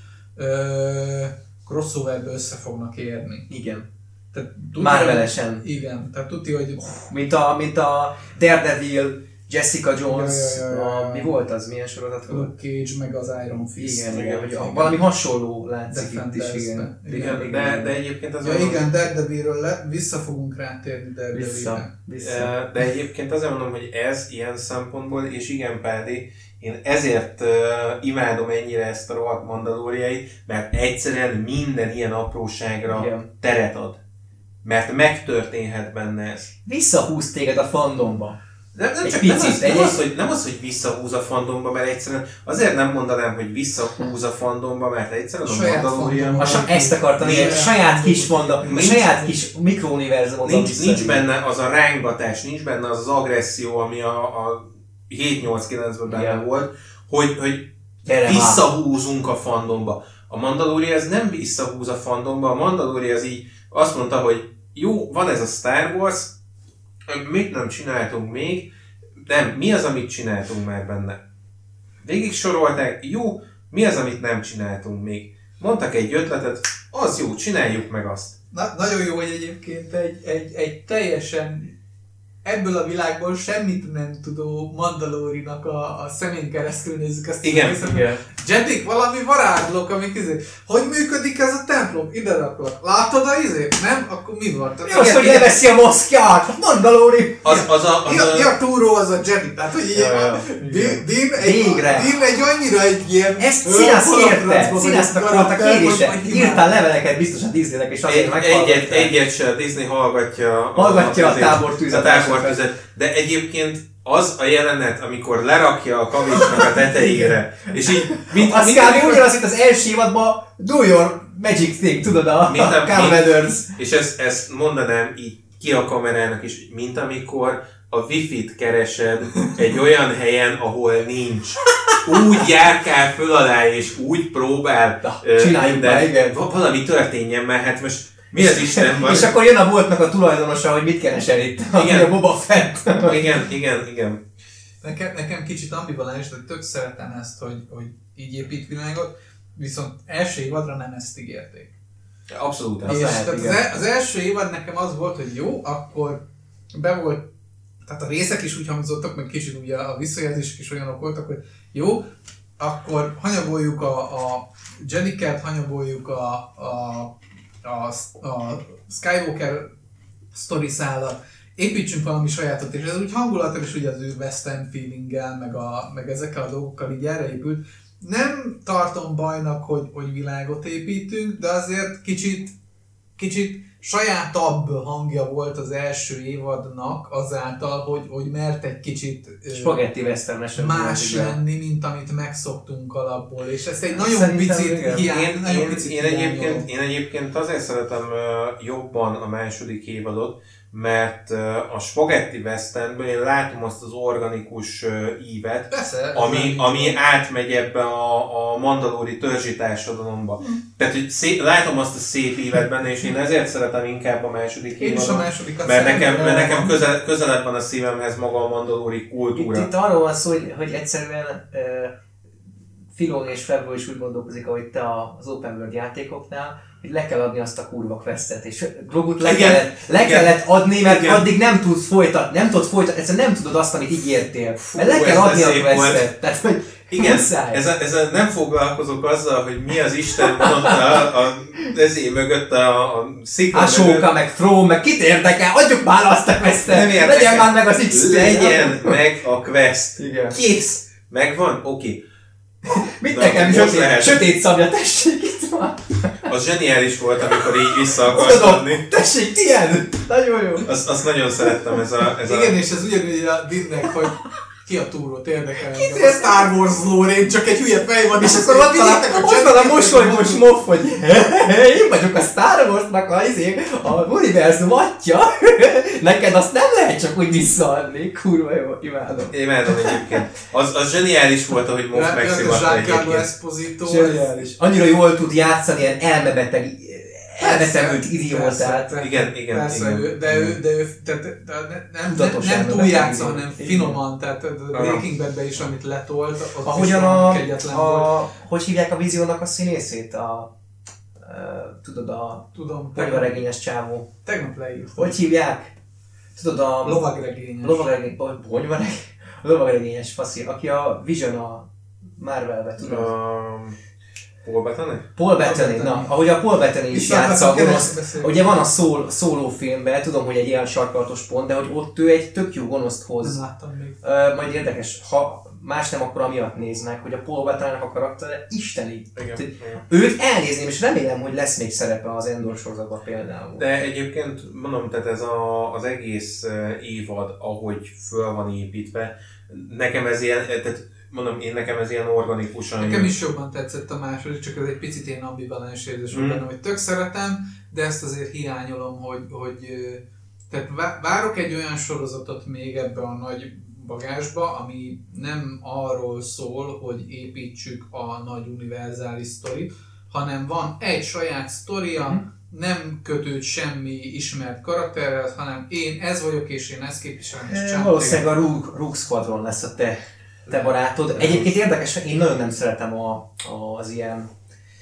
crossoverbe össze fognak érni. Igen. Marvelesen. Igen, tehát tudja, hogy... Mint a, mint a Daredevil, Jessica Jones, ja, ja, ja, ja. A, mi volt az? Milyen sorozat volt? Luke Cage, meg az Iron Fist. Igen, igen, igen, igen. Valami hasonló látszik itt is, igen. igen, igen, igen. De, de egyébként az... Ja, olyan... igen, Daredevilről le, vissza fogunk rátérni Daredevilre. Vissza, vissza. De egyébként azért mondom, hogy ez ilyen szempontból, és igen, Pádi, én ezért uh, imádom ennyire ezt a rohadt Mandalóriait, mert egyszerűen minden ilyen apróságra igen. teret ad. Mert megtörténhet benne ez. Visszahúz téged a fandomba. Nem, nem, csak picit, nem, az, nem, az, hogy, nem az, hogy visszahúz a fandomba, mert egyszerűen azért nem mondanám, hogy visszahúz a fandomba, mert egyszerűen a Mandalorian... Ezt akartam, hogy a saját kis fandom, a saját kis mikrouniverzumot nincs, nincs benne az a rángatás, nincs benne az az agresszió, ami a, a hét nyolc kilencben benne yeah. volt, hogy, hogy visszahúzunk a fandomba. A Mandalorian ez nem visszahúz a fandomba, a Mandalorian az így azt mondta, hogy jó, van ez a Star Wars, mit nem csináltunk még, nem, mi az, amit csináltunk már benne? Végig sorolták, jó, mi az, amit nem csináltunk még? Mondtak egy ötletet, az jó, csináljuk meg azt. Na, nagyon jó, hogy egyébként egy, egy, egy teljesen ebből a világból semmit nem tudó Mandalorinak a, a szemén keresztül nézzük azt. Igen, igen. Jedik, valami varázslók, amik izé. Hogy működik ez a templom? Ide raklak. Látod a izét? Nem? Akkor mi van? Mi az, hogy leveszi a maszkját? Mandalori! Az, az a... Az mi, a, mi a túró az a Jedi? Tehát, hogy ja, ja, Din, Din, egy, Din egy annyira egy ilyen... Ezt Színász kérte! Színásznak volt a kérése. Írtál leveleket biztos a Disneynek, és azért meghallgatták. Egyet se, a Disney hallgatja Hallgatja a tábortűzet. De egyébként az a jelenet, amikor lerakja a kavicsnak a tetejére, és így... Mint, az kb. Ugyanaz itt az első évadban Do Your Magic Thing, tudod, a Carl Weathers. És ezt, ezt mondanám így ki a kamerának is, mint amikor a Wi-Fi-t keresed egy olyan helyen, ahol nincs. Úgy járkál föl alá, és úgy próbál csináljuk be, igen. Valami történjen, mert hát most mi az Isten van? És akkor jön a boltnak a tulajdonosa, hogy mit keresel itt, igen. A Boba Fett. Igen, igen, igen. Nekem, nekem kicsit ambivalens, de tök szeretem ezt, hogy, hogy így épít világot, viszont első évadra nem ezt ígérték. Abszolút. Az, lehet, az, el, az első évad nekem az volt, hogy jó, akkor be volt, tehát a részek is úgy hangzottak, meg kicsit ugye a visszajelzések is olyanok voltak, hogy jó, akkor hanyagoljuk a, a Jenniket, hanyagoljuk a, a, a, a Skywalker sztori szállat, építsünk valami sajátot, és ez úgy hangulatok is ugye az ő western feelinggel, meg, a, meg ezekkel a dolgokkal így erre épült. Nem tartom bajnak, hogy, hogy világot építünk, de azért kicsit, kicsit sajátabb hangja volt az első évadnak azáltal, hogy, hogy mert egy kicsit spagetti westernesen más lenni, mint amit megszoktunk alapból, és ezt egy nagyon picit hiány, én, nagyon én, picit én, egyébként, én egyébként azért szeretem jobban a második évadot, mert a spagetti westernből én látom azt az organikus ívet, Persze, ami, ami átmegy ebbe a, a mandalóri törzsi társadalomba. Mm. Tehát, hogy szép, látom azt a szép ívet benne, és én ezért szeretem inkább a második én évadot, a másodikat mert nekem, mert nekem közel, közelebb van a szívemhez maga a mandalóri kultúra. Itt, itt arról van szó, hogy, hogy egyszerűen uh, Filoni és Favreau is úgy gondolkozik, ahogy te az Open World játékoknál, hogy le kell adni azt a kurva questet, és Grogut le, kellett, le kellett adni, mert igen. Addig nem tudsz folytatni, nem tudod folytatni, egyszerűen nem tudod azt, amit ígértél. Fú, mert le kell adni a questet. Tehát, hogy igen, ezzel, ezzel nem foglalkozok azzal, hogy mi az Isten van ott a, a ezé mögött, a, a szikla mögött. Ahsoka, meg Thrawn, meg kit érdekel, adjuk már azt a questet, legyen már meg az X. Legyen meg a quest. Igen. Kész. Megvan? Oké. Okay. Mit na, nekem sötét, sötét szabja, tessék, itt van. Az zseniális volt, amikor így vissza akart adni. Tessék, ilyen! Nagyon jó. Azt, azt nagyon szerettem, ez a... Ez igen, a... és ez ugyanúgy a Dinnek, hogy ki a túrót érdekel. Ki a Star Wars lore, csak egy hülye fej van, és akkor ott van a mosolygós moff, hogy én vagyok a Star Warsnak a, a univerzum atya. Neked azt nem lehet csak úgy visszaadni. Kurva jó, imádom. Imádom egyébként. Az, az zseniális volt, ahogy Moff megszivatta egyébként. Zseniális. Annyira jól tud játszani ilyen elmebeteg, elvetemült idiótát. Igen, igen, persze, igen. De ő, de ő tehát, de nem, nem, nem túl játszol, hanem finoman, tehát a Breaking Badben is, amit letolt, ott ahogyan a, a, hogy hívják a Víziónak a színészét? A, a, tudod, a Tudom, ponyvaregényes csávó. Tegnap leírtam. Hogy hívják? Tudod, a lovagregényes. Lovagregényes, ponyvaregényes, lovagregényes faszi, aki a Vision a Marvelbe, tudod? Um... Paul Bettany? Paul Bettany, na, ahogy a Paul Bettany is játsza a gonosz, ugye van a szól, szólófilmben, tudom, hogy egy ilyen sarkalatos pont, de hogy ott ő egy tök jó gonoszt hoz. Nem láttam még. Uh, majd érdekes, ha más nem, akkor amiatt néznek, hogy a Paul Bettanynak a karaktere isteni. Igen, igen. Őt elnézném, és remélem, hogy lesz még szerepe az Endor sorozatban például. De egyébként mondom, tehát ez a, az egész évad, ahogy föl van építve, nekem ez ilyen, tehát mondom, én nekem ez ilyen organikusan... Nekem is jobban tetszett a második, csak ez egy picit ilyen ambivalens érzés mm. benne, hogy tök szeretem, de ezt azért hiányolom, hogy, hogy tehát várok egy olyan sorozatot még ebbe a nagy bagásba, ami nem arról szól, hogy építsük a nagy univerzális sztorit, hanem van egy saját sztoria, mm. nem kötőd semmi ismert karakterrel, hanem én ez vagyok és én ezt képviselem. És valószínűleg a Rogue, Rogue Squadron lesz a te te barátod. Egyébként érdekes, én nagyon nem szeretem a, az ilyen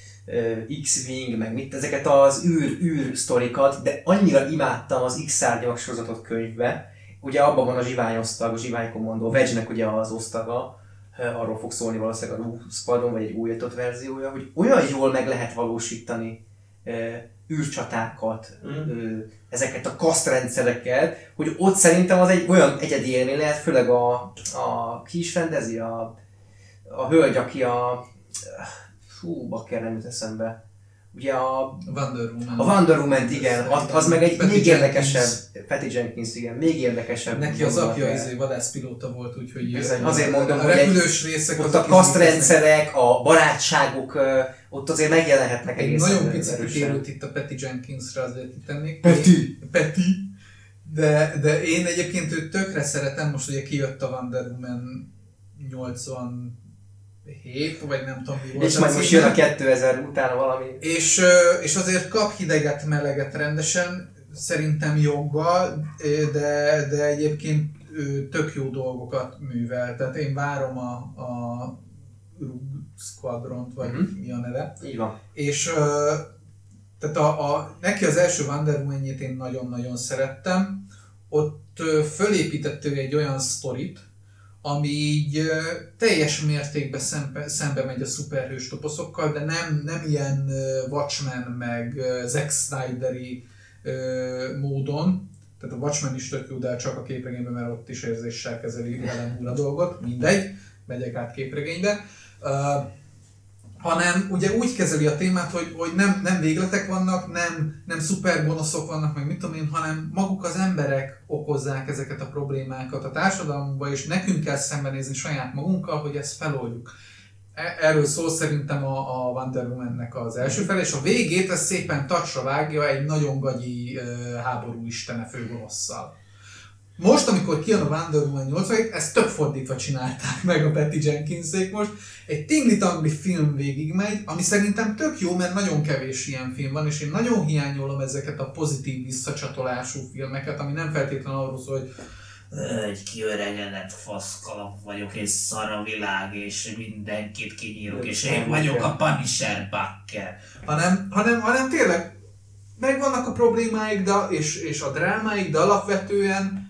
uh, X-Wing, meg mit, ezeket az űr, űr sztorikat, de annyira imádtam az X-szárnyak sorozatot könyvbe. Ugye abban van a zsiványosztag, a zsiványkommandó, a Wedge-nek ugye az osztaga, arról fog szólni valószínűleg a Rogue Squadron, vagy egy újított verziója, hogy olyan jól meg lehet valósítani uh, űrcsatákat, mm. ezeket a kasztrendszereket, hogy ott szerintem az egy olyan egyedi élmény lehet, főleg a, a ki is rendezi, a, a hölgy, aki a... Fú, bakker nem jut eszembe. Ugye a... Wonder Woman. A Wonder Woman, igen, az, az meg egy Patty még Jenkins. érdekesebb... Patty Jenkins, igen, még érdekesebb. Neki az apja izé vadászpilóta volt, úgyhogy... Bizony, azért mondom, a hogy repülős részek, ott a kasztrendszerek, a barátságok, ott azért megjelenhetnek egészen. Nagyon picit kérőt itt a Patty Jenkinsre azért tennék. Patty! Patty! De, de én egyébként őt tökre szeretem, most ugye kijött a Wonder Woman nyolcvanhét, vagy nem tudom mi volt. És majd most jön a kétezer utána valami. És, és azért kap hideget, meleget rendesen, szerintem joggal, de, de egyébként tök jó dolgokat művel. Tehát én várom a, a Rogue Squadront, vagy mm-hmm. mi a neve. Így van. És tehát a, a, neki az első Wonder Woman-jét én nagyon-nagyon szerettem. Ott fölépített ő egy olyan sztorit, ami így teljes mértékben szembe, szembe megy a szuperhős toposzokkal, de nem, nem ilyen Watchmen meg Zack Snyder-i módon. Tehát a Watchmen is tök jó, de csak a képregényben, mert ott is érzéssel kezeli velem úr a dolgot. Mindegy, megyek át képregénybe. Uh, hanem ugye úgy kezeli a témát, hogy, hogy nem, nem végletek vannak, nem, nem szupergonoszok vannak, meg mit tudom én, hanem maguk az emberek okozzák ezeket a problémákat a társadalmunkba, és nekünk kell szembenézni saját magunkkal, hogy ezt feloldjuk. Erről szól szerintem a, a Wonder Woman-nek az első fel, és a végét ez szépen tacsra vágja egy nagyon gagyi uh, háború istene főgonosszal. Most, amikor kijön a Wonder Woman nyolcvanhét, ezt tök fordítva csinálták meg a Patty Jenkinsék most. Egy tingli-tangli film végigmegy, ami szerintem tök jó, mert nagyon kevés ilyen film van, és én nagyon hiányolom ezeket a pozitív visszacsatolású filmeket, ami nem feltétlenül arról szól, hogy egy kiöregedett faszkalap vagyok, és szar a világ, és mindenkit kinyírok, és én vagyok a Punisher Bucker. Hanem, hanem, hanem tényleg megvannak a problémáik, de, és, és a drámáik, de alapvetően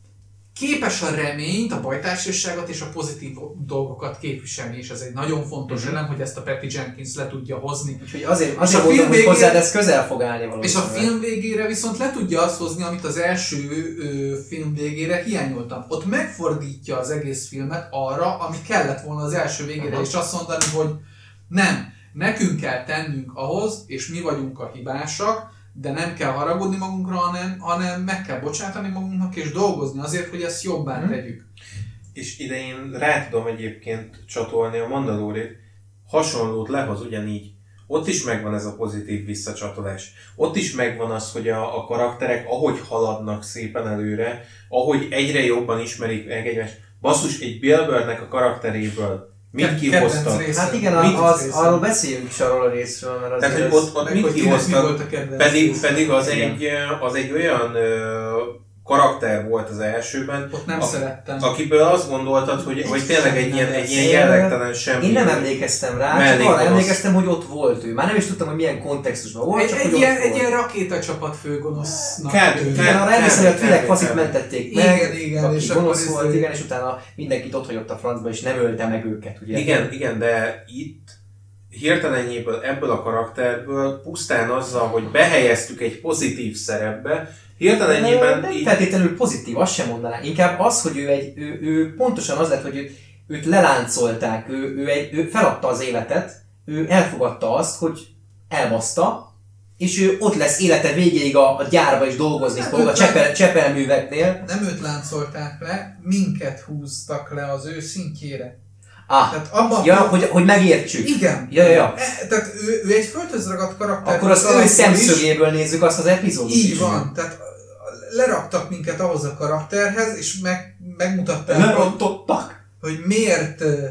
képes a reményt, a bajtársaságot és a pozitív dolgokat képviselni, és ez egy nagyon fontos mm-hmm. elem, hogy ezt a Patty Jenkins le tudja hozni. Úgyhogy azért, azért a mondom, hogy hozzád ez közel fog állni valószínűleg. És a film végére viszont le tudja azt hozni, amit az első ö, film végére hiányoltam. Ott megfordítja az egész filmet arra, ami kellett volna az első végére, uh-huh. és azt mondani, hogy nem, nekünk kell tennünk ahhoz, és mi vagyunk a hibásak, de nem kell haragudni magunkra, hanem, hanem meg kell bocsátani magunknak, és dolgozni azért, hogy ezt jobbá hmm. tegyük. És ide én rá tudom egyébként csatolni a Mandalórit, hasonlót lehoz ugyanígy. Ott is megvan ez a pozitív visszacsatolás. Ott is megvan az, hogy a, a karakterek, ahogy haladnak szépen előre, ahogy egyre jobban ismerik meg egymást. Basszus, egy Bill Burrnek a karakteréből mit kihoztak? Hát igen, mit az, arról beszéljünk is arról a részről, mert azért tehát, hogy ott, ott mit kihoztak, pedig, pedig az, egy, az egy olyan ö, karakter volt az elsőben, ott nem a, szerettem. Akiből azt gondoltad, hogy, hogy tényleg egy ilyen, egy ilyen jellegtelen semmi. Én nem emlékeztem rá, csak arra emlékeztem, hogy ott volt ő. Már nem is tudtam, hogy milyen kontextusban volt, egy, csak egy hogy ilyen, ott egy volt. ilyen rakétacsapat főgonosznak. Igen, arra emlékszem, hogy tényleg faszit mentették meg, igen, igen, aki és gonosz volt, igen, és utána mindenkit ott hagyott a francba, és nem ölte meg őket, ugye? Igen, igen, de itt hirtelenjéből ebből a karakterből pusztán azzal, hogy behelyeztük egy pozitív szerepbe, hirtelenjében nem így... feltétlenül pozitív, azt sem mondaná. Inkább az, hogy ő, egy, ő, ő pontosan az lett, hogy őt, őt leláncolták, ő, ő, egy, ő feladta az életet, ő elfogadta azt, hogy elbaszta, és ő ott lesz élete végéig a, a gyárba is dolgozni fog, a csepel, csepelműveknél. Nem őt láncolták le, minket húztak le az ő szintjére. Ah, tehát abban ja, hogy, hogy megértsük. Igen. Ja, ja. E, tehát ő, ő egy földhöz ragadt karakter. Akkor az ő szemszögéből nézzük azt az epizódot. Így is van. Tehát leraktak minket ahhoz a karakterhez, és meg, megmutatták, Lerontottak. hogy miért ö,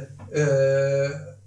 ö,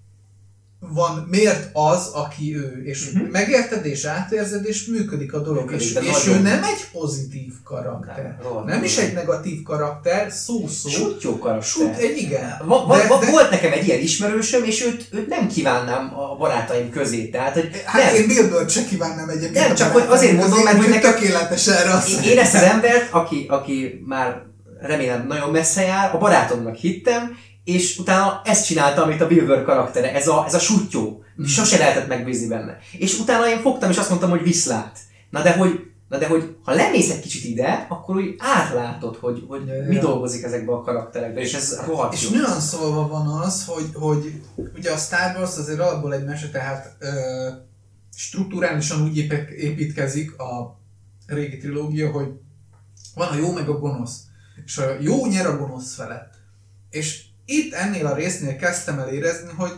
van, miért az, aki ő. És uh-huh. megérted, és átérzed, és működik a dolog. Működik, és és ő nem egy pozitív karakter. Nem, nem is egy negatív karakter, szó-szó. Sutyó karakter. Sut, egy igen. Va, va, de, de... Volt nekem egy ilyen ismerősöm, és őt, őt nem kívánnám a barátaim közé. Tehát, hogy hát nem. én Bill Burrt se kívánnám egyébként. Nem, csak hogy azért mondom, mert hogy nekem tökéletes erre azt. Én, én ezt az embert, aki, aki már remélem nagyon messze jár, a barátomnak hittem, és utána ezt csinálta, amit a Bill Burr karaktere, ez a, ez a sutyó. Mm. Sose lehetett megbízni benne. És utána én fogtam, és azt mondtam, hogy viszlát. Na de hogy, na de hogy ha lemész egy kicsit ide, akkor úgy átlátod, hogy, hogy ja, mi ja. dolgozik ezekben a karakterekben, és ez rohadt és jó. És nüanszolva van az, hogy, hogy ugye a Star Wars azért alapból egy mese, tehát ö, strukturálisan úgy építkezik a régi trilógia, hogy van a jó meg a gonosz. És a jó nyer a gonosz felett. És itt ennél a résznél kezdtem el érezni, hogy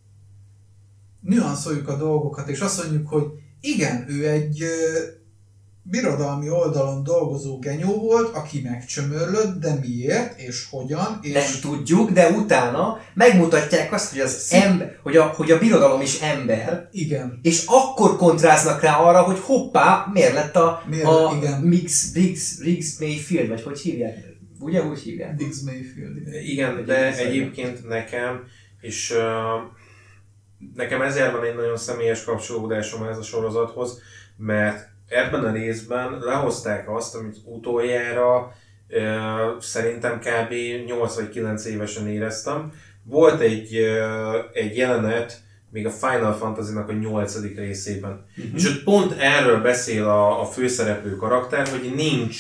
nüanszoljuk a dolgokat, és azt mondjuk, hogy igen, ő egy birodalmi oldalon dolgozó genyó volt, aki megcsömörlött, de miért és hogyan, és... Nem tudjuk, de utána megmutatják azt, hogy, az ember, hogy, a, hogy a birodalom is ember, Igen. és akkor kontráznak rá arra, hogy hoppá, miért lett a, Miért, a igen. Mix, Riggs, Riggs Mayfield, vagy hogy hívják? Ugye úgy hívják? Diggs Mayfield. Igen, Igen, de egyébként nekem, és uh, nekem ezért van egy nagyon személyes kapcsolódásom ez a sorozathoz, mert ebben a részben lehozták azt, amit utoljára uh, szerintem kb. nyolc vagy kilenc évesen éreztem. Volt egy, uh, egy jelenet, még a Final Fantasy-nak a nyolcadik részében. Uh-huh. És ott pont erről beszél a, a főszereplő karakter, hogy nincs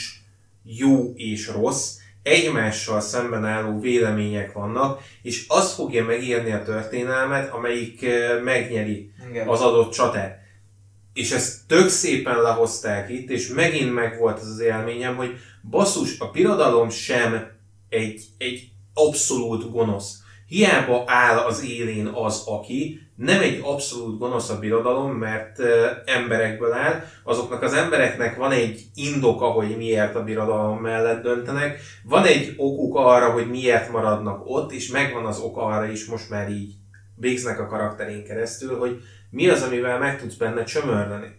jó és rossz, egymással szemben álló vélemények vannak, és az fogja megírni a történelmet, amelyik megnyeri Igen. az adott csatát. És ezt tök szépen lehozták itt, és megint megvolt az az élményem, hogy basszus, a birodalom sem egy, egy abszolút gonosz. Hiába áll az élén az, aki, nem egy abszolút gonosz a birodalom, mert uh, emberekből áll, azoknak az embereknek van egy indoka, hogy miért a birodalom mellett döntenek, van egy okuk arra, hogy miért maradnak ott, és megvan az ok arra is most már így Biggsnek a karakterén keresztül, hogy mi az, amivel meg tudsz benne csömörleni.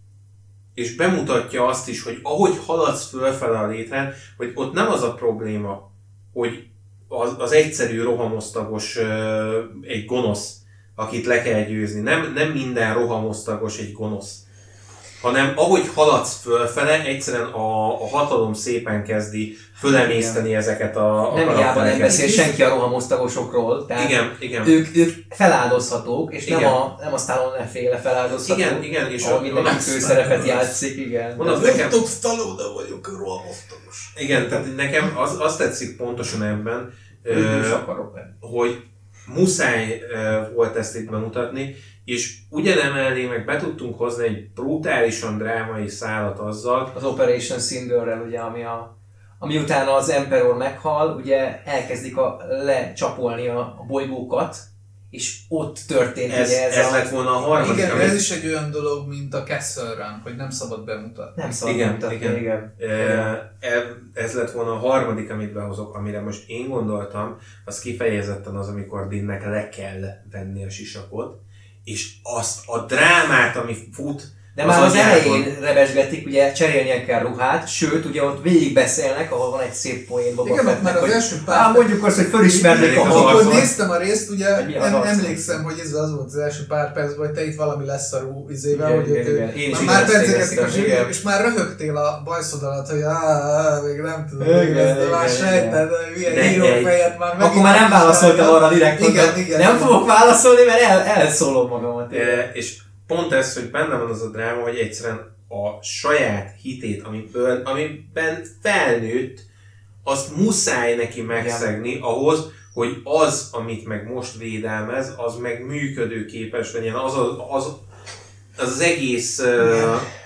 És bemutatja azt is, hogy ahogy haladsz fölfele a létren, hogy ott nem az a probléma, hogy az, az egyszerű rohamosztagos egy gonosz, akit le kell győzni. Nem, nem minden rohamosztagos egy gonosz. Hanem ahogy haladsz fölfele, egyszerűen a, a hatalom szépen kezdi fölemészteni igen. ezeket a, a nem hiába nem beszél senki a rohamosztagosokról, tehát igen, igen. Ők, ők feláldozhatók, és igen. nem a, nem a Stallone féle feláldozhatók, igen, igen, és ahol mindenki főszerepet játszik, igen. Mondom, nekem... Tudok Stallone vagyok, rohamosztagos. Igen, tehát nekem az, az tetszik pontosan ebben, Ő, uh, hogy muszáj uh, volt ezt itt bemutatni, és ugyanemellé meg be tudtunk hozni egy brutálisan drámai szálat azzal. Az Operation Cinderrel, ugye, ami a, ami utána az Emperor meghal, ugye elkezdik a, lecsapolni a, a bolygókat, és ott történt ez, ugye ez, ez a... lett volna a harmadik. Igen, amit... ez is egy olyan dolog, mint a Castle Run, hogy nem szabad bemutatni. Nem szabad igen, bemutatni, igen. igen. E, ez lett volna a harmadik, amit behozok, amire most én gondoltam, az kifejezetten az, amikor Deannek le kell venni a sisakot, és azt a drámát, ami fut, de már az elején rebesgetik, ugye cserélnie kell ruhát, sőt, ugye ott végig beszélnek, ahol van egy szép poén Boba igen, Fettnek, már az hogy első pár... Á, mondjuk azt, hogy fölismernék a Amikor harcot. néztem a részt, ugye em, emlékszem, hogy ez az volt az első pár percben, hogy te itt valami leszarú izével, igen, hogy igen, ők, igen. Én is már pedzegetik a zsír, és már röhögtél a bajszod alatt, hogy áh, még nem tudom, de már sejted, milyen hírófejet már megint... Akkor már nem válaszoltam arra direkt, igen, igen, nem fogok válaszolni, mert el, elszólom magamat. És pont ez, hogy benne van az a dráma, hogy egyszerűen a saját hitét, amiből, amiben felnőtt, azt muszáj neki megszegni igen. ahhoz, hogy az, amit meg most védelmez, az meg működőképes legyen. Az az, az, az, az egész uh,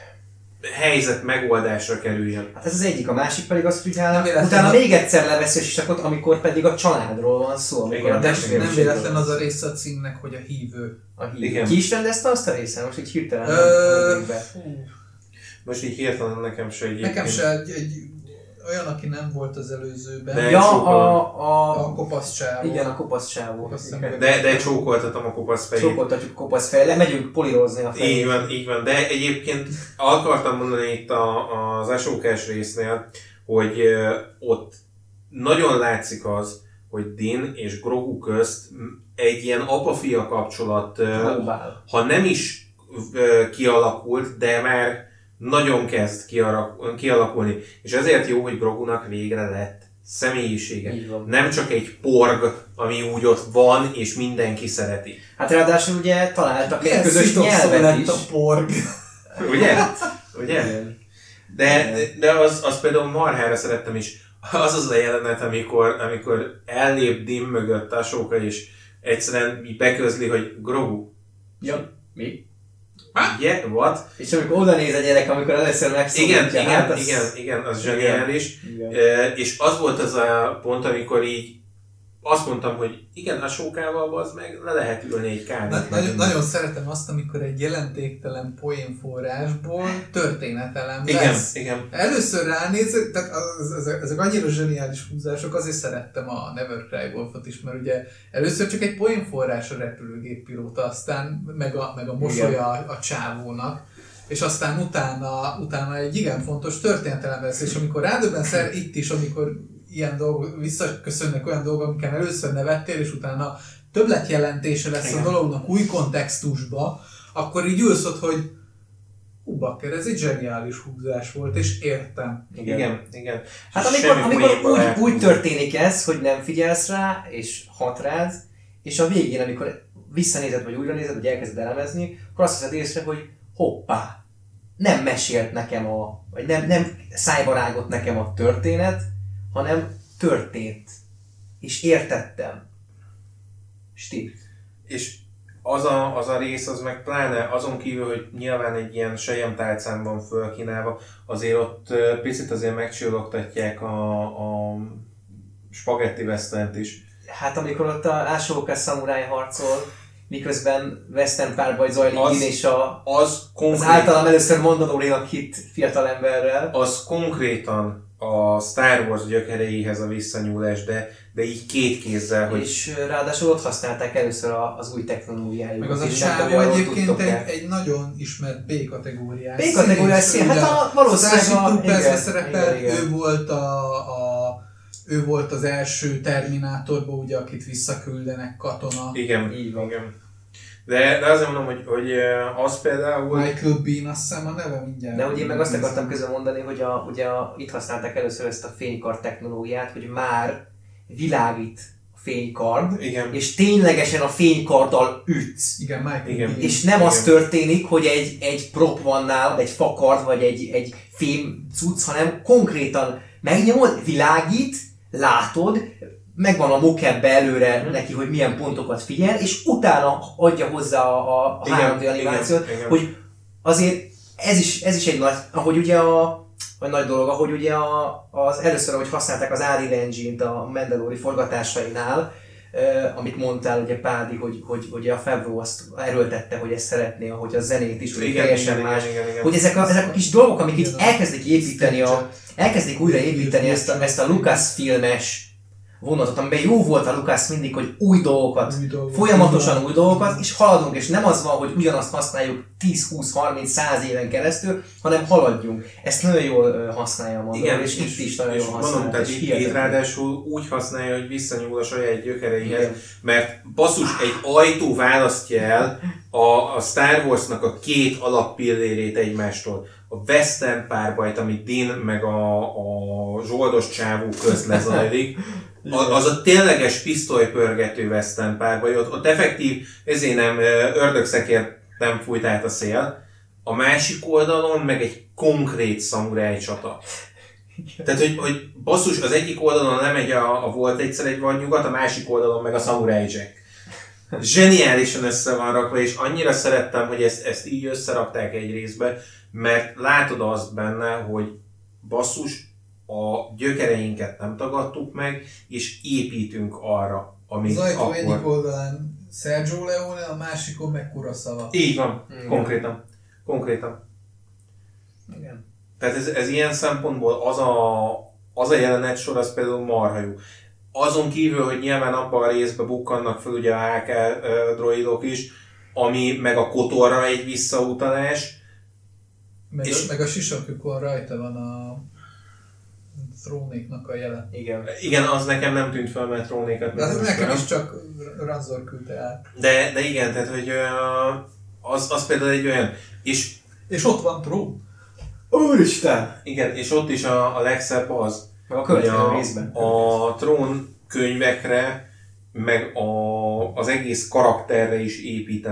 helyzet megoldásra kerüljön. Hát ez az egyik, a másik pedig az, hogy utána, utána még egyszer leveszi a sisakot, amikor pedig a családról van szó. Amikor igen, a nem véletlen az a része a címnek, hogy a hívő. A hívő. Ki is rendezte azt a részen? Most így hirtelen Ö... nem be. Most így hirtelen nekem se egy... Nekem se egy, egy olyan, aki nem volt az előzőben. De ja, a, a... a kopasz csávó. Igen, a kopasz csávó. De, de csókoltatom a kopasz fejét. Csókoltatjuk a kopasz fejét, megyünk polírozni a fejét. Így van, így van. De egyébként akartam mondani itt a, az esókás résznél, hogy ott nagyon látszik az, hogy Din és Grogu közt egy ilyen apa-fia kapcsolat, Próbál. ha nem is kialakult, de már nagyon kezd kialakulni. És ezért jó, hogy Grogunak végre lett személyisége. Nem csak egy porg, ami úgy ott van, és mindenki szereti. Hát ráadásul ugye találtak egy közös nyelvet is. a porg. Ugye? Ugye? De, de az, az például marhára szerettem is. Az az a jelenet, amikor, amikor ellép Din mögött Ahsoka, és egyszerűen beközli, hogy Grogu. Ja, mi? Yeah, what? És amikor oda néz a gyerek, amikor először megszólítja. Igen, igen, hát az... igen, igen, az zseniális. E, és az volt az a pont, amikor így azt mondtam, hogy igen, a sókával az meg le lehet ülni egy kávét. Na, nagyon, nagyon szeretem azt, amikor egy jelentéktelen poénforrásból történetelem igen, lesz. Igen. Először ránézek, tehát az, az, ezek annyira zseniális húzások, azért szerettem a Never Cry Wolfot is, mert ugye először csak egy poénforrás a repülőgéppilóta, aztán meg a, meg a mosolya a, a csávónak, és aztán utána, utána egy igen fontos történetelem lesz, és amikor rádöbbensz el itt is, amikor ilyen dolgok, visszaköszönnek olyan dolgok, amiken először nevettél, és utána többletjelentése lesz igen. a dolognak új kontextusba, akkor így ülsz ott, hogy hú, bakker, ez egy zseniális húzás volt, és értem. Igen, igen. igen. Hát amikor, amikor úgy, úgy történik ez, hogy nem figyelsz rá, és hat rád, és a végén, amikor visszanézed, vagy újra nézed, vagy elkezded elemezni, akkor azt veszed észre, hogy hoppá, nem mesélt nekem a, vagy nem, nem szájba rágott nekem a történet, hanem történt. És értettem. Steve. És az a, az a rész, az meg pláne azon kívül, hogy nyilván egy ilyen selyemtálcán van fölkínálva, azért ott picit azért megcsillogtatják a, a spagetti westernt is. Hát amikor ott a Ásókás szamuráj harcol, miközben western párbaj zajlik az, és a, az, konkrét, az általam először Mandalorianak hit fiatalemberrel. Az konkrétan a Star Wars gyökereihez a visszanyúlás, de, de így két kézzel, hogy... És ráadásul ott használták először az új technológiájukat. Meg az a csávó egyébként egy, egy nagyon ismert B-kategóriás színész. B-kategóriás színész, hát a valószínűleg Starship Troopers szerepelt, ő volt a, a ő volt az első Terminátorban, ugye, akit visszaküldenek katona. Igen, így van. Igen. De, de azért mondom, hogy, hogy az például... Michael Bean, azt hiszem a neve mindjárt. De ugye én meg azt akartam közben mondani, hogy a, ugye a, itt használták először ezt a fénykard technológiát, hogy már világít a fénykard, igen. és ténylegesen a fénykarddal ütsz. Igen, Michael igen. Bean. És nem igen. az történik, hogy egy, egy prop van nálad, egy fakard, vagy egy, egy fém cucc, hanem konkrétan megnyomod, világít, látod, megvan a mocapbe előre mm. neki, hogy milyen pontokat figyel, és utána adja hozzá a, a három dé animációt, igen, igen. hogy azért ez is, ez is egy nagy, ahogy ugye a, a nagy dolog, ahogy ugye a, az először, ahogy használták az Unreal Engine-t a Mandalori forgatásainál, Uh, amit mondtál, ugye Pádi, hogy, hogy, hogy a Favreau azt erőltette, hogy ezt szeretné, ahogy a zenét is, hogy teljesen más. Igen, igen, igen. Hogy ezek a, ezek a kis dolgok, amik itt elkezdik építeni, a, elkezdik újra építeni ezt a, ezt a Lucasfilmes vonatot, amiben jó volt a Lucas mindig, hogy új dolgokat, új dolgok, folyamatosan új dolgokat, és haladunk, és nem az van, hogy ugyanazt használjuk tíz, húsz, harminc, száz éven keresztül, hanem haladjunk. Ezt nagyon jól használja a Mandalorian, és, és itt is nagyon jól használja. Mondom, tehát itt, itt ráadásul úgy használja, hogy visszanyúl a saját gyökereihez, igen. mert basszus, egy ajtó választja el a, a Star Warsnak a két alappillérét egymástól. A western párbajt, amit Din meg a, a zsoldos csávó közt lezajlik, a, az a tényleges pisztolypörgető western párbaj, ott, ott effektív, ezért nem ördögszekért nem fújt át a szél, a másik oldalon meg egy konkrét szamuráj csata. Tehát, hogy, hogy basszus, az egyik oldalon lemegy a, a volt egyszer egy vadnyugat, a másik oldalon meg a szamuráj Jack. Zseniálisan össze van rakva, és annyira szerettem, hogy ezt, ezt így összerakták egy részbe, mert látod azt benne, hogy basszus, a gyökereinket nem tagadtuk meg, és építünk arra, amit az ajtó akkor... egyik oldalán Sergio Leone, a másikon meg Kurosawa. Így van, igen. konkrétan. Konkrétan. Igen. Tehát ez, ez ilyen szempontból az a, az a jelenet sor, az például marha jó. Azon kívül, hogy nyilván abban a részben bukkannak fel ugye a há ká droidok is, ami meg a kotorra egy visszautalás. Meg, és a, meg a sisakükön rajta van a trónéknak a jele. Igen. Igen, az nekem nem tűnt fel, mert trónékat nem tűnt nekem is csak Ranzor küldte át. De, de igen, tehát hogy az, az például egy olyan... És, és ott van trón. Úristen! Igen, és ott is a, a legszebb az, meg a következő részben. A trón könyvekre, meg a, az egész karakterre is építenek.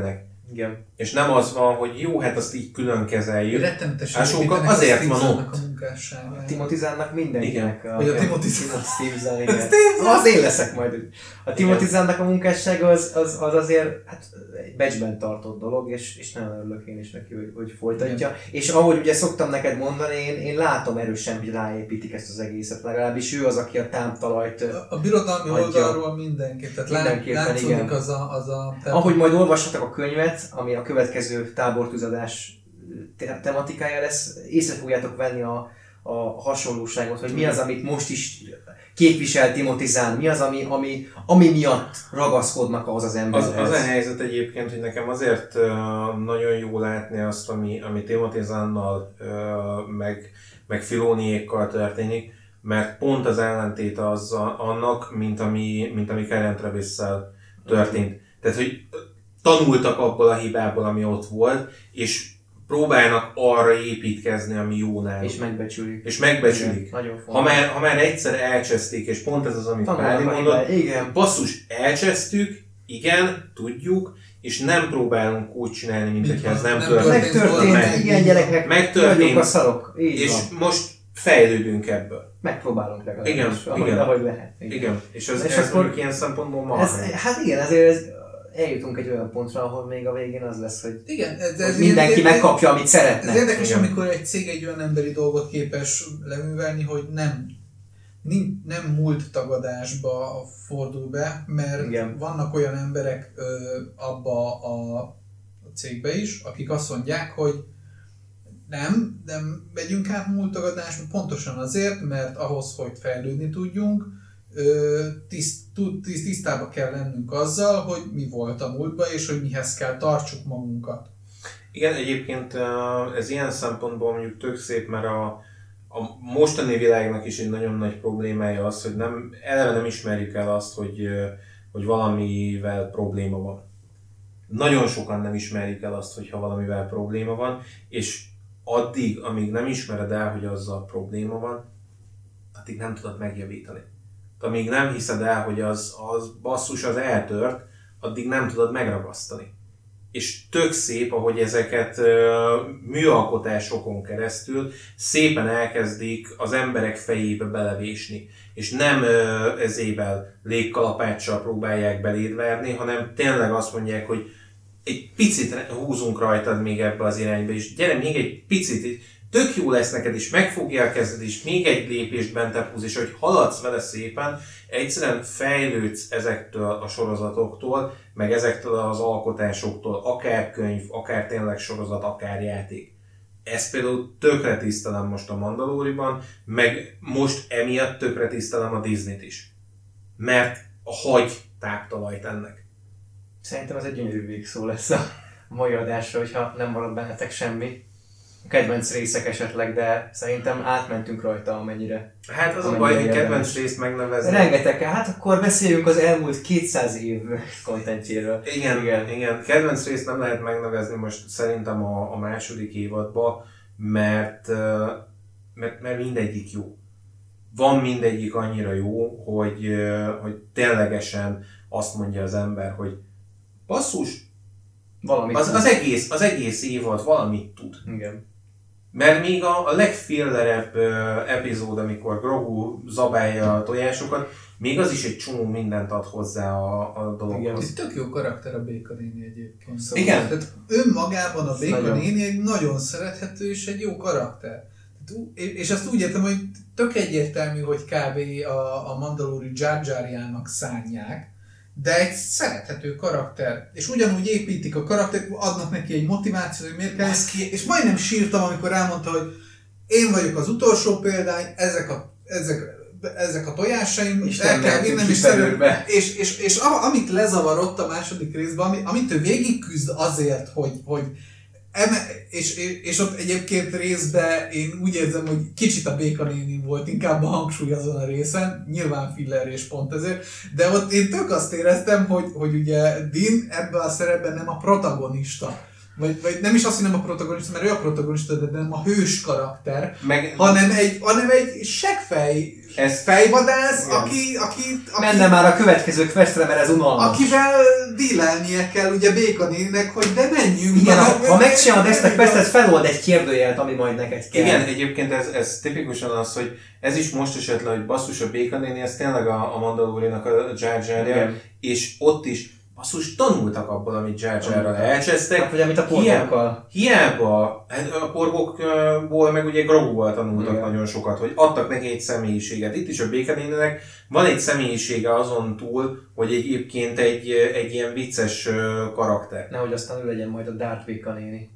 Igen. És nem az van, hogy jó, hát azt így külön kezeljük. Rettenetesen Hát sokkal azért van ott. A munkásságát. A Timothy Zahnnak mindenkinek. Igen. Vagy a Timothy Zahn, igen. Az én leszek majd. A Timothy Zahnnak a munkássága az, az, az azért hát, egy becsben tartott dolog, és, és nagyon örülök én is neki, hogy, hogy folytatja. Igen. És ahogy ugye szoktam neked mondani, én, én látom erősen, hogy ráépítik ezt az egészet. Legalábbis ő az, aki a támtalajt A, a birodalmi adja. Oldalról mindenki. Tehát látszódik az a... Az a tehát ahogy majd olvashatok a könyvet, ami a következő tábortűzadás tematikája lesz, észre fogjátok venni a, a hasonlóságot, hogy mi az, amit most is képvisel Timothy Zahn, mi az, ami, ami, ami miatt ragaszkodnak ahhoz az emberhez. Az, az a helyzet egyébként, hogy nekem azért uh, nagyon jó látni azt, ami, ami Timothy Zahnnal, uh, meg, meg Filoniékkal történik, mert pont az ellentéte az a, annak, mint ami, mint ami Karen Traviss-szel történt. Tehát, hogy tanultak abból a hibából, ami ott volt, és próbálnak arra építkezni, ami jó náluk. És megbecsülik. És megbecsülik. Igen, ha, már, ha már egyszer elcseszték, és pont ez az, amit Pádi mondott, igen. basszus, elcsesztük, igen, tudjuk, és nem próbálunk úgy csinálni, mint hogyha ez nem, nem történt. Megtörtént, meg, igen gyerekek, megtörtént, a szarok. Így és van. most fejlődünk ebből. Megpróbálunk legalábbis, igen, ahogy, igen. ahogy lehet. Igen. igen. És ez, és ez akkor ilyen szempontból ma. Ez, hát igen, ezért ez, eljutunk egy olyan pontra, ahol még a végén az lesz, hogy, igen, ez, ez hogy mindenki ez, megkapja, amit szeretne. Ez érdekes, igen. amikor egy cég egy olyan emberi dolgot képes leművelni, hogy nem, nem múlt tagadásba fordul be, mert igen. vannak olyan emberek ö, abba a, a cégbe is, akik azt mondják, hogy nem, nem megyünk át múlt tagadásba, pontosan azért, mert ahhoz, hogy fejlődni tudjunk, Tiszt, tiszt, tisztába kell lennünk azzal, hogy mi volt a múltban, és hogy mihez kell tartsuk magunkat. Igen, egyébként ez ilyen szempontból mondjuk tök szép, mert a, a mostani világnak is egy nagyon nagy problémája az, hogy nem, eleve nem ismerjük el azt, hogy, hogy valamivel probléma van. Nagyon sokan nem ismerjük el azt, hogyha valamivel probléma van, és addig, amíg nem ismered el, hogy azzal probléma van, addig nem tudod megjavítani. Amíg nem hiszed el, hogy az, az basszus az eltört, addig nem tudod megragasztani. És tök szép, ahogy ezeket uh, műalkotásokon keresztül szépen elkezdik az emberek fejébe belevésni. És nem uh, ezével légkalapáccsal próbálják beléd verni, hanem tényleg azt mondják, hogy egy picit húzunk rajtad még ebbe az irányba, és gyere még egy picit, tök jó lesz neked, és megfogja a kezed, és még egy lépést bentebb húz, és hogy haladsz vele szépen, egyszerűen fejlődsz ezektől a sorozatoktól, meg ezektől az alkotásoktól, akár könyv, akár tényleg sorozat, akár játék. Ezt például tökre tisztelem most a Mandaloriban, meg most emiatt tökre tisztelem a Disneyt is. Mert hagy táptalajt ennek. Szerintem ez egy gyönyörű végszó lesz a mai adásra, hogyha nem marad bennetek semmi. Kedvenc részek esetleg, de szerintem átmentünk rajta amennyire. Hát az a baj, hogy kedvenc részt megnevezni. Rengeteg, hát akkor beszéljünk az elmúlt kétszáz év kontentjéről. Igen, igen, igen. Kedvenc részt nem lehet megnevezni most szerintem a, a második évadban, mert, mert, mert mindegyik jó. Van mindegyik annyira jó, hogy, hogy ténylegesen azt mondja az ember, hogy basszus, az, az, egész, az egész évad valamit tud. Igen. Mert még a, a legfillerebb uh, epizód, amikor Grogu zabálja a tojásokat, még az is egy csomó mindent ad hozzá a, a dologhoz. Ez tök jó karakter a Béka néni egyébként. Szóval igen. Tehát önmagában a Béka néni egy nagyon szerethető és egy jó karakter. És azt úgy értem, hogy tök egyértelmű, hogy kb. a, a Mandalori Jar Jarjának szánják, de egy szerethető karakter. És ugyanúgy építik a karaktert, adnak neki egy motivációt, hogy miért kell. És majdnem sírtam, amikor elmondta, hogy én vagyok az utolsó példány, ezek a, ezek, ezek a tojásaim, Isten el kell vinnem, és, és, és, és amit lezavarott a második részben, ami, amit ő végig küzd azért, hogy, hogy eme, és, és, és ott egyébként részben én úgy érzem, hogy kicsit a Béka néni volt, inkább a hangsúly azon a részen, nyilván filler és pont ezért, de ott én tök azt éreztem, hogy, hogy ugye Din ebben a szerepben nem a protagonista. Vagy, vagy nem is azt, hogy nem a protagonista, mert ő a protagonista, de nem a hős karakter, Meg, hanem egy, hanem egy seggfej ez fejvadász, aki, aki, aki... Menne már a következő questre, mert ez unalmas. Akivel dílelnie kell ugye Béka néninek, hogy de menjünk. Igen, már, ha, ha megcsinálod ezt a questet, felold egy kérdőjelet, ami majd neked kell. Igen, egyébként ez, ez tipikusan az, hogy ez is most esett le, hogy basszus a Béka néni, ez tényleg a, a Mandaloriannak a Jar Jarja, és ott is basszus tanultak abból, amit Jar Jarral elcsesztek. Hát, vagy amit a porgókkal. Hiába, a porgókból meg ugye Groguval tanultak igen. nagyon sokat, hogy adtak neki egy személyiséget. Itt is a Béka néninek van egy személyisége azon túl, hogy egyébként egy, egy ilyen vicces karakter. Nehogy aztán ő legyen majd a Darth Béka néni.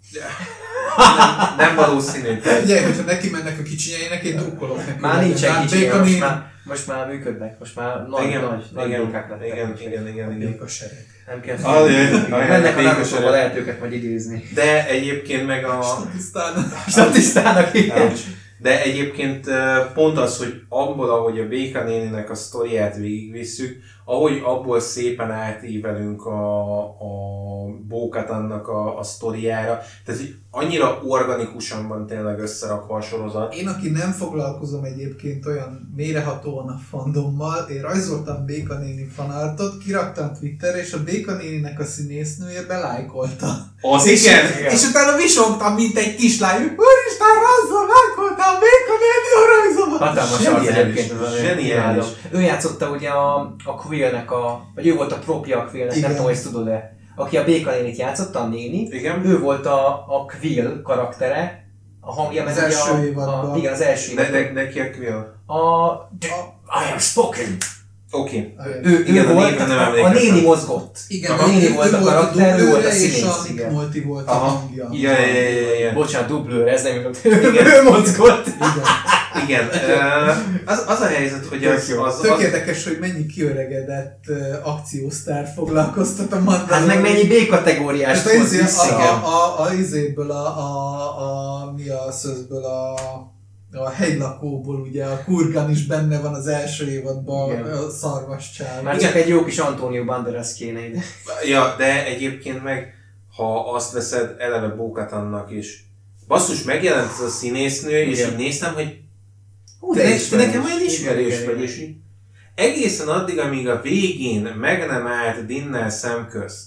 nem, nem valószínű. Ugye, hogyha neki mennek a kicsinyeinek, én drukkolok neki. Már nincsen kicsinye, most már, most már működnek, most már nagy, igen, nagy, nagy igen, békák lettek. Igen, igen, igen, igen. Béka sereg. Nem kell félni. Mennek a Narutóba, lehet őket majd idézni. De egyébként meg a... Statisztának. Statisztának, igen. De egyébként pont az, hogy abból, ahogy a Béka néninek a sztoriát végigvisszük, ahogy abból szépen átívelünk a, a Bo-Katannak a, a sztoriára, tehát annyira organikusan van tényleg összerakva a sorozat. Én, aki nem foglalkozom egyébként olyan mélyrehatóan a fandommal, én rajzoltam Béka néni fanartot, kiraktam Twitterre, és a Béka néninek a színésznője belájkolta. Az és, igen? És utána visongtam, mint egy kislány, úristen, rajzol, lájkoltál Béka néni a rajzomat! Hatalmas arc egyébként az a zseniális. Ő játszotta ugye a, a Quillnek a, vagy ő volt a propja a Quillnek, igen. Nem tudom, hogy ezt tudod-e. Aki a Béka nénit játszotta, a néni, igen. Ő volt a, a Quill karaktere, a hangja az első a, évadban. A, igen, az első évadban. De, de, de ki a Quill? A, a I have spoken. Oké. Okay. Ő, ő igen, volt, a, a néni mozgott. Igen, a néni volt a karakter, ő volt a színész. És a Multi volt a hangja. Ja, ja, ja, ja. Bocsánat, dublőr, ez nem jutott. Ő mozgott. Igen. Igen. Uh, az, az a helyzet, hogy az... az Tök az... érdekes, hogy mennyi kiöregedett uh, akciósztár foglalkoztat a Mandalorian. Hát meg mennyi B-kategóriás volt izé, vissza. A, a, a, a izéből, a, a, a, mi a szözből, a, a hegylakóból, ugye a Kurgan is benne van az első évadban, igen. A szarvascsál. Már csak egy jó kis Antonio Banderas kéne ide. Ja, de egyébként meg, ha azt veszed, eleve Bo-Katannak is. Basszus, megjelent ez a színésznő, igen. És így néztem, hogy Hú, te, de te nekem olyan ismerős vagy, és így egészen addig, amíg a végén meg nem állt Dinnel szemközt,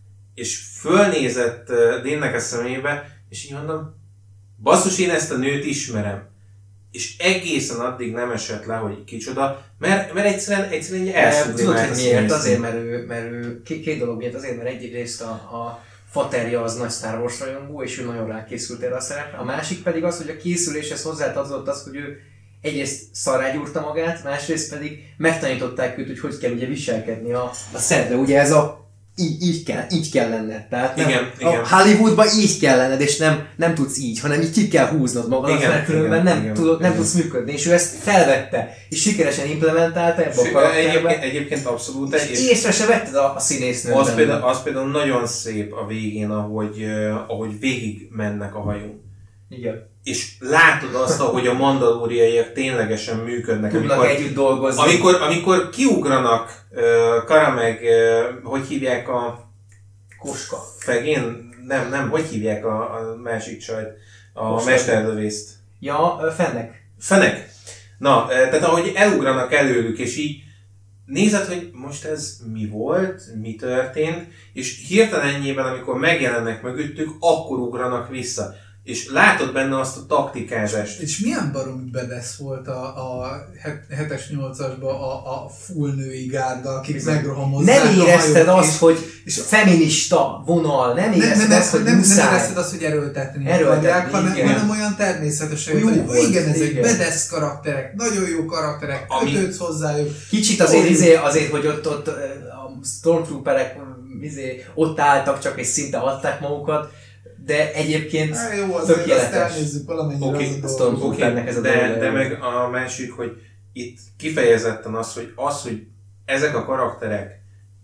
és fölnézett Dinnek a szemébe, és így mondom, basszus, én ezt a nőt ismerem. És egészen addig nem esett le, hogy kicsoda, mert, mert egyszerűen, egyszerűen elszúrni. Tudod, hogy miért? Azért, mert ő, mert ő két, két dolog miért, azért, mert egyrészt a, a faterja az nagy Star Wars rajongó, és ő nagyon rákészült erre a szerepre. A másik pedig az, hogy a készüléshez hozzátartozott az, hogy ő egyrészt szarrá gyúrta magát, másrészt pedig megtanították őt, hogy hogy kell ugye viselkedni a, a szedre. Ugye ez a így, így, kell, így kell lenned. Tehát nem, igen, a igen. Hollywoodban így kell lenned, és nem, nem tudsz így, hanem így ki kell húznod magadat, igen, mert különben igen, nem, igen, tudod, nem igen. tudsz működni. És ő ezt felvette, és sikeresen implementálta ebbe a karakterbe. Egyébként, egyébként abszolút. És, és észre se vetted a, a színésznőt. Az például, az például nagyon szép a végén, ahogy, ahogy végig mennek a hajón. Igen. És látod azt, hogy a mandalóriaiak ténylegesen működnek. Tudnak amikor, együtt dolgozni. Amikor, amikor kiugranak, uh, Kara meg, uh, hogy hívják a... Koska. Fegén? Nem, nem, hogy hívják a, a másik csajt? A mesterlövészt. Ja, Fennek. Fennek. Na, tehát ahogy elugranak előlük, és így nézed, hogy most ez mi volt, mi történt, és hirtelen ennyiben, amikor megjelennek mögöttük, akkor ugranak vissza. És látod benne azt a taktikázást. És milyen baromi bedesz volt a, a hetes nyolcasban a, a full női gárda, akik bizony megrohamozzák. Nem érezted azt, és, hogy és feminista vonal, nem érezted nem, azt, hogy nem, muszáj. Nem érezted azt, hogy erőltetni akarják, hanem, hanem olyan természetesen, hogy, hogy volt, igen, ezek bedesz karakterek, nagyon jó karakterek, kötődsz hozzájuk. Kicsit azért, izé, azért hogy ott, ott a Stormtrooperek izé, ott álltak csak és szinte adták magukat, de egyébként Há, jó, tökéletes. Azt elnézzük valamennyire okay, az a dolog. Okay, ez a de, dolog. De meg a másik, hogy itt kifejezetten az, hogy az, hogy ezek a karakterek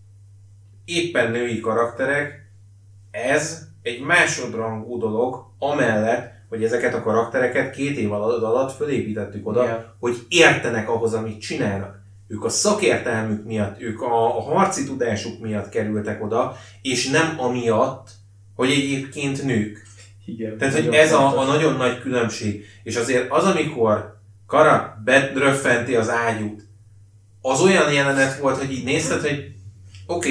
éppen női karakterek, ez egy másodrangú dolog, amellett, hogy ezeket a karaktereket két év alatt fölépítettük oda, yeah. hogy értenek ahhoz, amit csinálnak. Ők a szakértelmük miatt, ők a, a harci tudásuk miatt kerültek oda, és nem amiatt, hogy egyébként nők. Igen, tehát, hogy ez a, a nagyon nagy különbség. És azért az, amikor Kara bedröffenti az ágyút, az olyan jelenet volt, hogy így nézted, hogy oké, okay,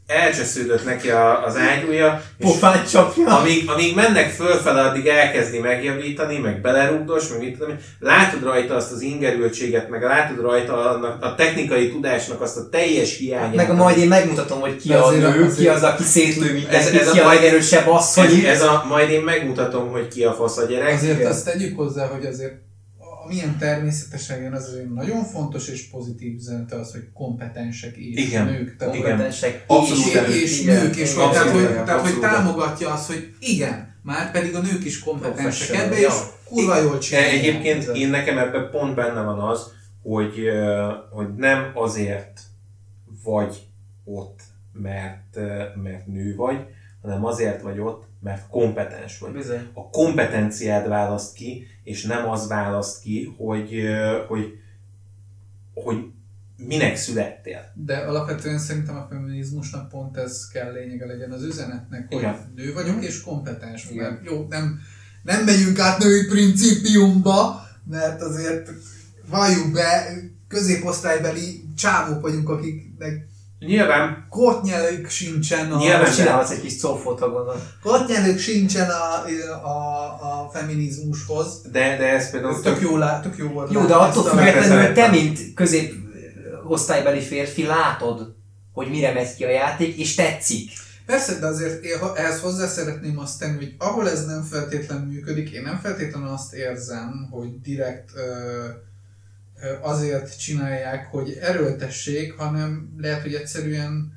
elcsesződött neki a, az ágyúja, Pofát csapja. Amíg, amíg mennek fölfele, addig elkezdi megjavítani, meg belerúgdos, meg mit tudom én. Látod rajta azt az ingerültséget, meg látod rajta a, a technikai tudásnak azt a teljes hiányát. Meg majd én megmutatom, hogy ki a nő, ki az, aki szétlő mindenkit, ez ki a legerősebb asszony. Ez, ez a, majd én megmutatom, hogy ki a fasz a gyerek. Azért azt tegyük hozzá, hogy azért milyen természetesen jön, az azért nagyon fontos és pozitív üzenete az, hogy kompetensek és igen. nők. Tehát kompetensek abszolút és, és igen. nők, és igen. tehát, Abszolút, hogy, tehát hogy támogatja azt, hogy igen, már pedig a nők is kompetensek ebbe, és kurva jól csinálják. Egyébként én nekem ebben pont benne van az, hogy, hogy nem azért vagy ott, mert, mert nő vagy, hanem azért vagy ott, mert kompetens vagy. Bizony. A kompetenciád választ ki, és nem az választ ki, hogy, hogy, hogy minek születtél. De alapvetően szerintem a feminizmusnak pont ez kell lényege legyen az üzenetnek, hogy igen. nő vagyok és kompetens. Mert jó, nem, nem megyünk át női principiumba, mert azért valljuk be, középosztálybeli csávók vagyunk, akiknek nyilván kortnyelők sincsen a... Nyilván csinálhatsz egy kis szófot, gondolom. Kortnyelők sincsen a, a, a feminizmushoz. De, de ez például... Ez tök jó, lá, tök jó volt. Jó, de attól függetlenül, hogy te, mint középosztálybeli férfi látod, hogy mire megy ki a játék, és tetszik. Persze, de azért én ehhez hozzá szeretném azt tenni, hogy ahol ez nem feltétlenül működik, én nem feltétlenül azt érzem, hogy direkt ö, azért csinálják, hogy erőltessék, hanem lehet, hogy egyszerűen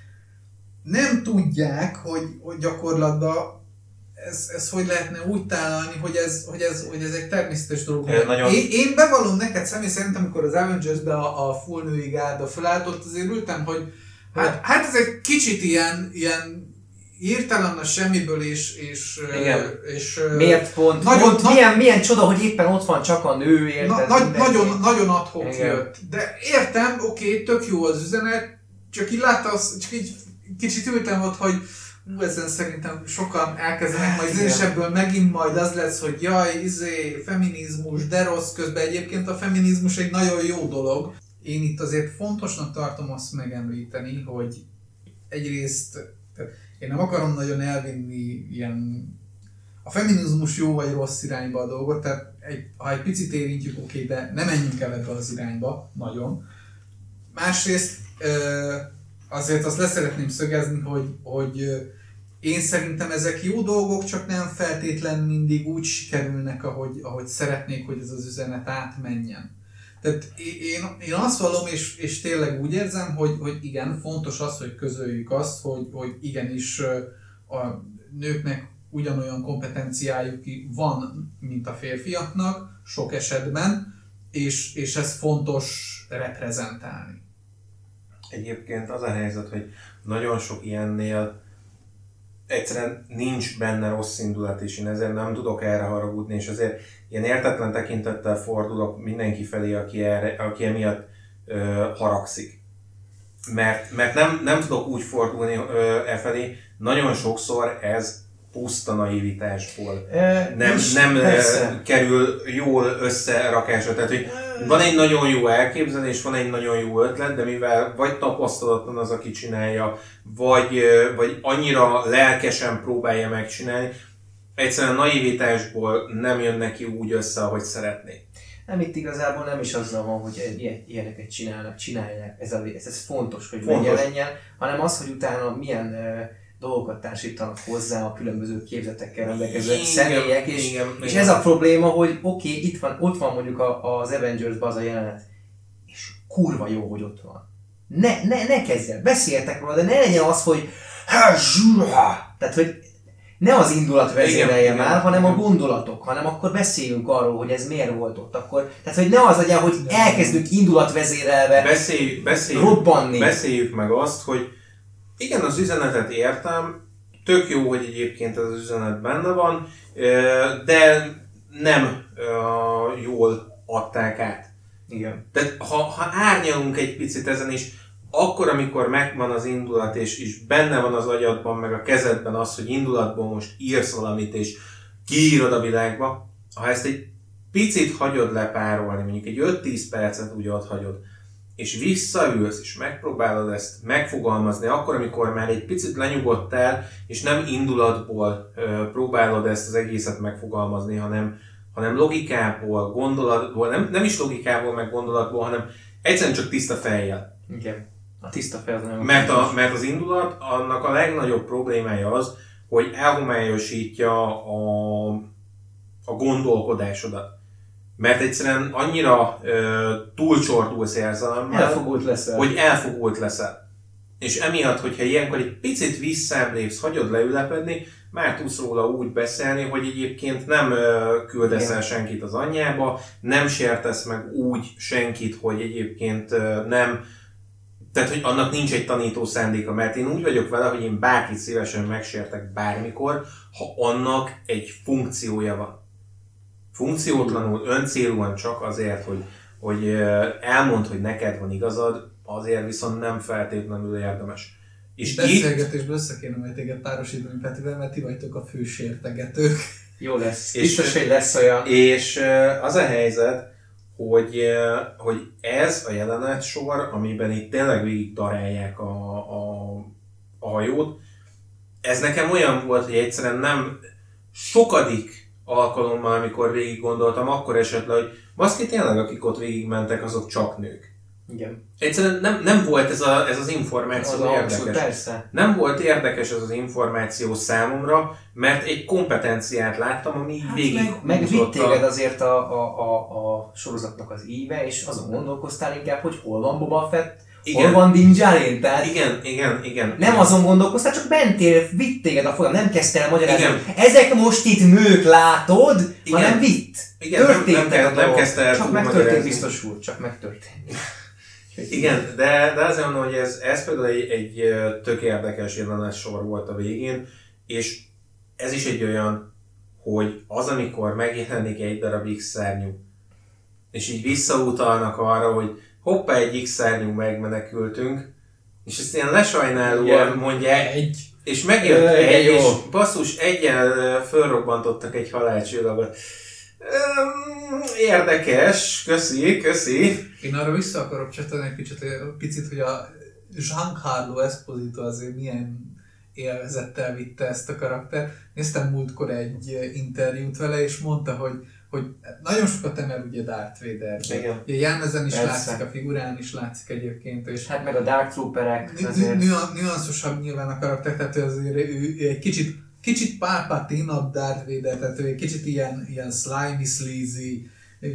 nem tudják, hogy, hogy gyakorlatban ez, ez hogy lehetne úgy tálalni, hogy ez, hogy ez, hogy ez egy természetes dolog. Nagyon... Én, én bevallom neked személy szerint, amikor az Avengers-be a, a full női gárda felállt, ott azért ültem, hogy hát, hát ez egy kicsit ilyen, ilyen hirtelen a semmiből és... és, és miért pont? Nagyon, pont na, milyen, milyen csoda, hogy éppen ott van csak a nő, érted? Na, nagyon, nagyon adhok jött. De értem, oké, okay, tök jó az üzenet, csak így látta, az, csak így kicsit ültem ott, hogy ú, ezen szerintem sokan elkezdenek majd, és ebből megint majd az lesz, hogy jaj, izé, feminizmus, de rossz, közben egyébként a feminizmus egy nagyon jó dolog. Én itt azért fontosnak tartom azt megemlíteni, hogy egyrészt én nem akarom nagyon elvinni ilyen a feminizmus jó vagy rossz irányba a dolgot, tehát egy, ha egy picit érintjük, oké, okay, de ne menjünk el ebbe az irányba, nagyon. Másrészt azért azt leszeretném szögezni, hogy, hogy én szerintem ezek jó dolgok, csak nem feltétlen mindig úgy sikerülnek, ahogy, ahogy szeretnék, hogy ez az üzenet átmenjen. Tehát én, én azt vallom, és, és tényleg úgy érzem, hogy, hogy igen, fontos az, hogy közöljük azt, hogy, hogy igenis a nőknek ugyanolyan kompetenciájuk van, mint a férfiaknak, sok esetben, és, és ez fontos reprezentálni. Egyébként az a helyzet, hogy nagyon sok ilyennél egyszerűen nincs benne rossz indulat, és én ezért nem tudok erre haragudni, és azért ilyen értetlen tekintettel fordulok mindenki felé, aki, erre, aki emiatt ö, haragszik. Mert, mert nem, nem tudok úgy fordulni ö, e felé, nagyon sokszor ez puszta naivitásból e, nem, nem kerül jól összerakásra. Tehát, hogy van egy nagyon jó elképzelés, van egy nagyon jó ötlet, de mivel vagy tapasztalatlan az, aki csinálja, vagy, vagy annyira lelkesen próbálja megcsinálni, egyszerűen naivitásból nem jön neki úgy össze, ahogy szeretné. Nem, itt igazából nem is azzal van, hogy ilyen, ilyeneket csinálnak, csinálják, ez, a, ez, ez fontos, hogy fontos. megjelenjen, hanem az, hogy utána milyen uh, dolgokat társítanak hozzá a különböző képzetekkel rendelkező személyek, és, igen, és igen. ez a probléma, hogy oké, okay, itt van, ott van mondjuk a, az Avengers-ben az a jelenet, és kurva jó, hogy ott van. Ne, ne, ne kezdj el, beszéltek róla, de ne legyen az, hogy tehát, hogy ne az indulat vezérelje már, igen, hanem igen. a gondolatok, hanem akkor beszéljünk arról, hogy ez miért volt ott akkor. Tehát, hogy ne az legyen, hogy elkezdünk indulatvezérelve Beszélj, beszéljük, robbanni. Beszéljük meg azt, hogy igen, az üzenetet értem, tök jó, hogy egyébként ez az üzenet benne van, de nem jól adták át. Igen. Tehát ha, ha árnyalunk egy picit ezen is, akkor, amikor megvan az indulat, és, és benne van az agyadban, meg a kezedben az, hogy indulatból most írsz valamit, és kiírod a világba, ha ezt egy picit hagyod lepárolni, mondjuk egy öt-tíz percet úgy ott hagyod, és visszaülsz, és megpróbálod ezt megfogalmazni, akkor, amikor már egy picit lenyugodtál, és nem indulatból ö, próbálod ezt az egészet megfogalmazni, hanem, hanem logikából, gondolatból, nem, nem is logikából, meg gondolatból, hanem egyszerűen csak tiszta fejjel. Igen. A tiszta fej az nagyon Mert, a, mert az indulat, annak a legnagyobb problémája az, hogy elhomályosítja a, a gondolkodásodat. Mert egyszerűen annyira ö, túlcsordulsz érzelemmel, elfogult leszel. hogy elfogult leszel. És emiatt, hogyha ilyenkor egy picit visszáblépsz, hagyod leülepedni, már tudsz róla úgy beszélni, hogy egyébként nem ö, küldesz el senkit az anyjába, nem sértesz meg úgy senkit, hogy egyébként ö, nem, tehát hogy annak nincs egy tanító szándéka, mert én úgy vagyok vele, hogy én bárkit szívesen megsértek bármikor, ha annak egy funkciója van. Funkciótlanul, öncélúan csak azért, hogy, hogy elmondd, hogy neked van igazad, azért viszont nem feltétlenül érdemes. És beszélgetésből össze kéne majd téged párosítani Petivel, mert ti vagytok a fő sértegetők. Jó lesz. És, biztos, hogy lesz olyan. És az a helyzet, hogy, hogy ez a jelenet sor, amiben itt tényleg végig darálják a, a, a hajót, ez nekem olyan volt, hogy egyszerűen nem sokadik alkalommal, amikor végig gondoltam, akkor esett le, hogy baszki tényleg, akik ott végigmentek, azok csak nők. Igen. Egyszerűen nem, nem volt ez, a, ez az információ az érdekes. abszolút, persze. Nem volt érdekes ez az információ számomra, mert egy kompetenciát láttam, ami hát végig meg, meg vitt téged azért a, a, a, a sorozatnak az íve, és azon gondolkoztál inkább, hogy hol van Boba Fett, igen. Hol van Din Djarin, tehát igen, igen, igen. nem igen. azon gondolkoztál, csak mentél, vitt téged a folyam, nem kezdtél el magyarázni, igen. ezek most itt nők, látod, igen. hanem vitt. Igen, történtek nem, nem, nem kezdte el csak megtörtént, biztos úr, csak megtörtént. Igen, de, de azért mondom, hogy ez, ez például egy, egy tök érdekes jelenet sor volt a végén, és ez is egy olyan, hogy az, amikor megjelenik egy darab X-szárnyú, és így visszautalnak arra, hogy hoppá, egy X-szárnyú megmenekültünk, és ezt ilyen lesajnálóan mondják, egy. És megjött e, egy, jó. És basszus, egyen fölrobbantottak egy halálcsillagot. Érdekes, köszi, köszi. Én arra vissza akarok csatolni egy kicsit, picit, hogy a Giancarlo Esposito azért milyen élvezettel vitte ezt a karaktert. Néztem múltkor egy interjút vele, és mondta, hogy, hogy nagyon sokat emel ugye Darth Vader. Ugye Jánezen is persze. Látszik, a figurán is látszik egyébként. És hát meg a Dark Trooperek azért. Nüanszosabb nyilván a karakter, tehát azért ő, ő egy kicsit Kicsit Palpatine-abb Darth Vader, tehát ő egy kicsit ilyen, ilyen slimy, sleazy,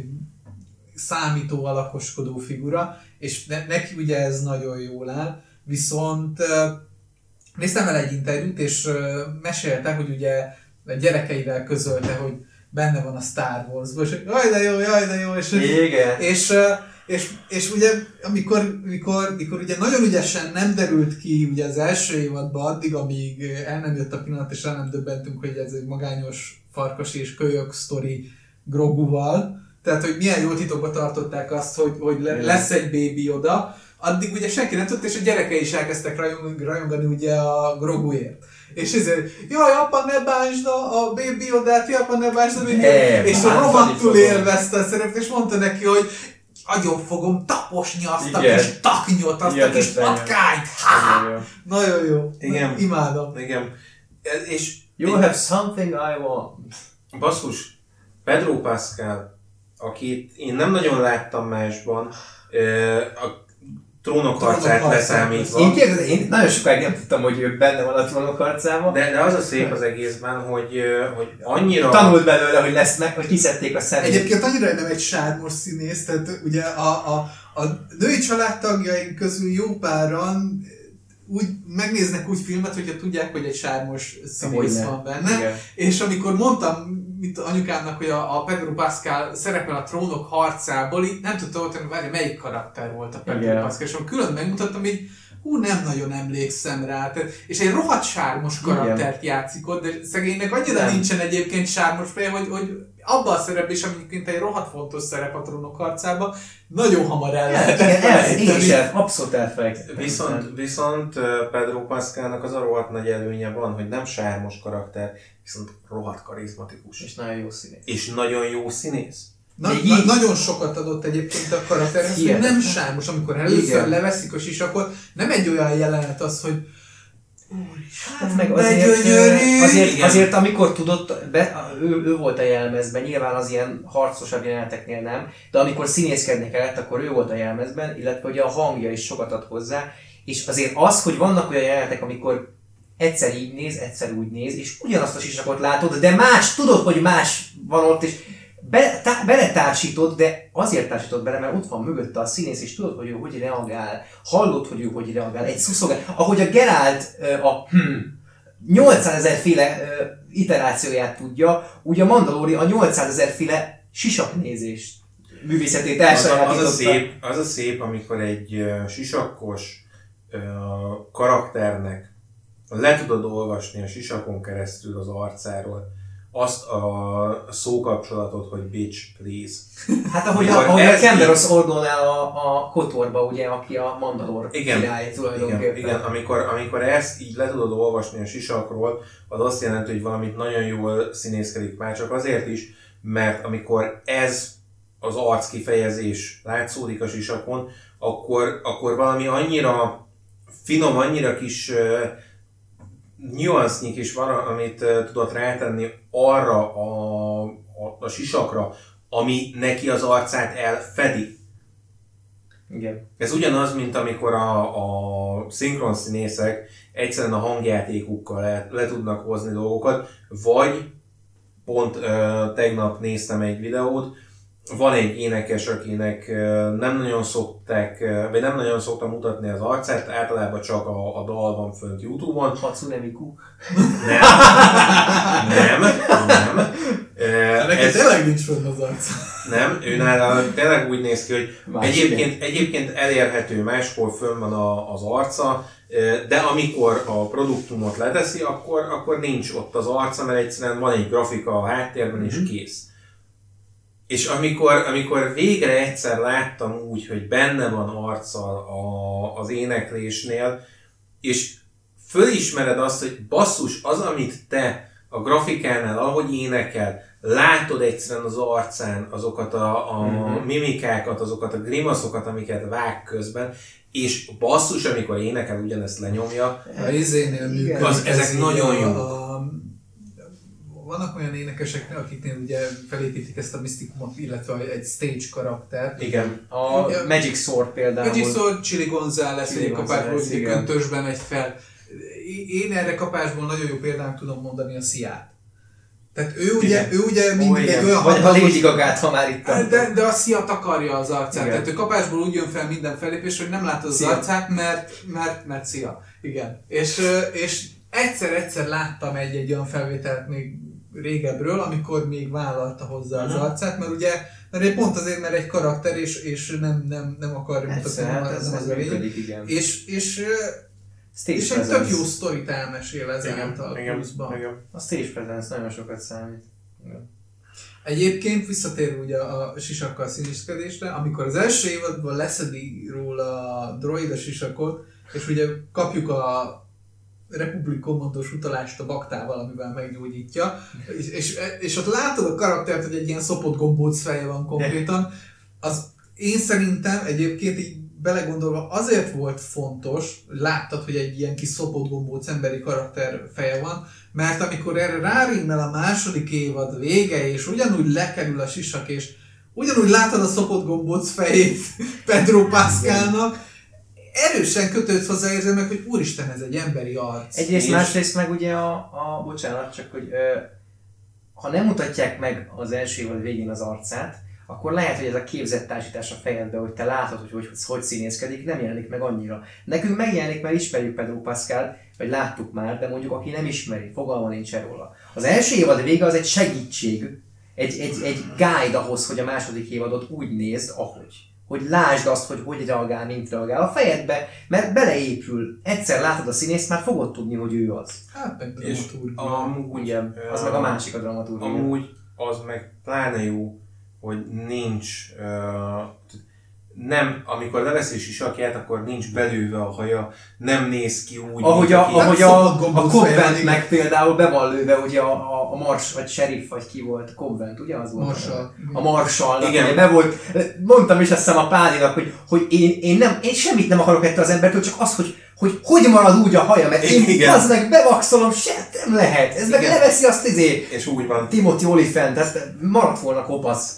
számító, alakoskodó figura, és ne, neki ugye ez nagyon jól áll, viszont néztem vele egy interjút, és mesélte, hogy ugye a gyerekeivel közölte, hogy benne van a Star Wars-ban, és jaj de jó, jaj de jó, és, igen. és, és, és ugye amikor, amikor, amikor ugye nagyon ügyesen nem derült ki ugye az első évadban addig, amíg el nem jött a pillanat, és el nem döbbentünk, hogy ez egy magányos farkas és kölyök sztori Groguval, tehát hogy milyen jól titokba tartották azt, hogy, hogy lesz egy baby oda, addig ugye senki nem tudta, és a gyerekei is elkezdtek rajong, rajongani ugye a Groguért. És ezért, jaj, apa, ne bánsd a baby odát, jaj, apa, ne bánsd a baby odát, és rohadtul élvezte a szerepet, és mondta neki, hogy agyon fogom taposni azt a kis taknyot, azt igen, a kis patkányt. Nagyon jó. Igen. Imádom. Igen. És you have something I want. Basszus, Pedro Pascal, akit én nem nagyon láttam másban, a Trónok harcát leszámítva. Én kérdezem, én nagyon sokáig nem tudtam, hogy ő benne van a Trónok harcában. De, de az a szép az egészben, hogy, hogy annyira... Tanult belőle, hogy lesznek, hogy kiszedték a szemét. Egyébként annyira nem egy sármos színész, tehát ugye a, a, a női családtagjaink közül jó páran úgy megnéznek úgy filmet, hogyha tudják, hogy egy sármos színész Hogyne. van benne. Igen. És amikor mondtam mint anyukámnak, hogy a, a Pedro Pascal szerepel a Trónok harcából, így nem tudtam hogy várj, melyik karakter volt a Pedro Igen. Pascal, és külön megmutattam, így hú, nem nagyon emlékszem rá. Tehát, és egy rohadt sármos karaktert Igen. játszik ott, de szegénynek annyira nem. nincsen egyébként sármos feje, hogy, hogy abban a szerepben is, egyébként egy rohadt fontos szerep a Trónok harcában, nagyon hamar el lehet felejteni. Abszolút elfelejtettem. Viszont, viszont Pedro Pascalnak az a rohadt nagy előnye van, hogy nem sármos karakter, viszont rohadt karizmatikus. És nagyon jó színész. És nagyon jó színész. Na, na, nagyon sokat adott egyébként a karakterhez, hogy nem sármos, amikor először igen. leveszik a sisakot, nem egy olyan jelenet az, hogy Hát meg azért, azért, azért, amikor tudott, be, ő, ő volt a jelmezben, nyilván az ilyen harcosabb jeleneteknél nem, de amikor színészkedni kellett, akkor ő volt a jelmezben, illetve ugye a hangja is sokat ad hozzá, és azért az, hogy vannak olyan jelenetek, amikor egyszer így néz, egyszer úgy néz, és ugyanazt a sisakot látod, de más, tudod, hogy más van ott, és be, tá, beletársítod, de azért társítod bele, mert ott van mögötte a színész, és tudod, hogy ő hogy reagál, hallod, hogy ő hogy reagál, egy szuszogál, ahogy a Geralt a hmm, nyolcszázezer féle iterációját tudja, úgy a Mandalorian a nyolcszázezer féle sisaknézést művészetét elsajátította. Az, az, a szép, az a szép, amikor egy uh, sisakkos uh, karakternek le tudod olvasni a sisakon keresztül az arcáról azt a szókapcsolatot, hogy bitch, please. Hát ahogy a, ahogy a Cameros oldalnál a, a Kotorba, ugye, aki a Mandalor igen, király tulajdonképpen. Igen, igen. Amikor, amikor ezt így le tudod olvasni a sisakról, az azt jelenti, hogy valamit nagyon jól színészkedik, már csak azért is, mert amikor ez az arc kifejezés látszódik a sisakon, akkor, akkor valami annyira finom, annyira kis uh, nüansznyik is van, amit uh, tudod rátenni arra a, a, a sisakra, ami neki az arcát elfedi. Igen. Ez ugyanaz, mint amikor a, a szinkron színészek egyszerűen a hangjátékukkal le, le tudnak hozni dolgokat, vagy pont uh, tegnap néztem egy videót, van egy énekes, akinek uh, nem nagyon szokták, uh, vagy nem nagyon szoktam mutatni az arcát, általában csak a, a dal van fönt YouTube-on. Hatsune Miku. Nem, nem, nem. Uh, Neki ez... tényleg nincs fönt az arc. Nem, ő nála tényleg úgy néz ki, hogy egyébként, egyébként elérhető, máshol fönn van a, az arca, de amikor a produktumot leteszi, akkor, akkor nincs ott az arca, mert egyszerűen van egy grafika a háttérben, mm-hmm. és kész. És amikor, amikor végre egyszer láttam úgy, hogy benne van arca a, az éneklésnél, és fölismered azt, hogy basszus, az, amit te a grafikánál, ahogy énekel, látod egyszerűen az arcán azokat a, a mm-hmm. mimikákat, azokat a grimaszokat, amiket vág közben, és basszus, amikor énekel, ugyanezt lenyomja. A izénél működik. Az, ezek nagyon jó. Vannak olyan énekesek, akiknél ugye felépítik ezt a misztikumot, illetve egy stage karakter. Igen. A ugye, Magic Sword például. Magic Sword, Chili González, egy kapásból, hogy köntösbe megy fel. Én erre kapásból nagyon jó példának tudom mondani a Sziát. Tehát ő ugye, ő ugye mindig egy olyan hatalmas... Vagy a Lady Gagát, ha már itt de, de a Szia takarja az arcát. Igen. Tehát ő kapásból úgy jön fel minden fellépés, hogy nem látod az Szia. arcát, mert, mert, mert Szia. Igen. És, és egyszer-egyszer láttam egy-egy olyan felvételt még régebről, amikor még vállalta hozzá az arcát, mert ugye mert pont azért, mert egy karakter, és, és nem, nem, nem akarja mutatni, hát nem, nem az a régy. És, és Stage és egy tök jó sztorit elmesél ezáltal pluszban. A stage presence nagyon sokat számít. Igen. Egyébként visszatérve ugye a sisakkal színészkedésre, amikor az első évadban leszedi róla a droid a sisakot, és ugye kapjuk a Republic kommandos utalást a baktával, amivel meggyógyítja, és, és, és ott látod a karaktert, hogy egy ilyen szopott gombóc feje van konkrétan, az én szerintem egyébként így belegondolva azért volt fontos, hogy láttad, hogy egy ilyen kis szopott gombóc emberi karakter feje van, mert amikor erre rárimmel a második évad vége, és ugyanúgy lekerül a sisak, és ugyanúgy látod a szopott gombóc fejét Pedro Pascalnak, erősen kötődsz hozzá érzelmek, hogy úristen, ez egy emberi arc. Egyrészt, és... másrészt meg ugye a, a bocsánat, csak hogy ö, ha nem mutatják meg az első évad végén az arcát, akkor lehet, hogy ez a képzett társítás a fejedbe, hogy te látod, hogy hogy, hogy színészkedik, nem jelenik meg annyira. Nekünk megjelenik, mert ismerjük Pedro Pascalt, vagy láttuk már, de mondjuk aki nem ismeri, fogalma nincs róla. Az első évad vége az egy segítség, egy, egy, egy guide ahhoz, hogy a második évadot úgy nézd, ahogy. Hogy lásd azt, hogy hogy reagál, mint reagál a fejedbe, mert beleépül. Egyszer látod a színészt, már fogod tudni, hogy ő az. Hát meg dramaturgia. Amúgy, az uh, meg a másik a dramaturgia. Amúgy az meg pláne jó, hogy nincs, uh, nem, amikor leveszi sisakját, akkor nincs belőve a haja, nem néz ki úgy, ahogy a, aki... ahogy a, a Covenantnek például be van lőve, ugye a, a, a Mars, vagy Sheriff, vagy ki volt, a Covent, ugye az volt? Marshall. A Marshallnak, Igen. ugye be volt, mondtam is azt hiszem a Pádinak, hogy, hogy én, én, nem, én semmit nem akarok ettől az embertől, csak az, hogy hogy, hogy marad úgy a haja, mert én Igen. az meg bevaxolom, se nem lehet, ez meg Igen. leveszi azt izé. És úgy van. Timothy Olyphant, tehát maradt volna kopasz.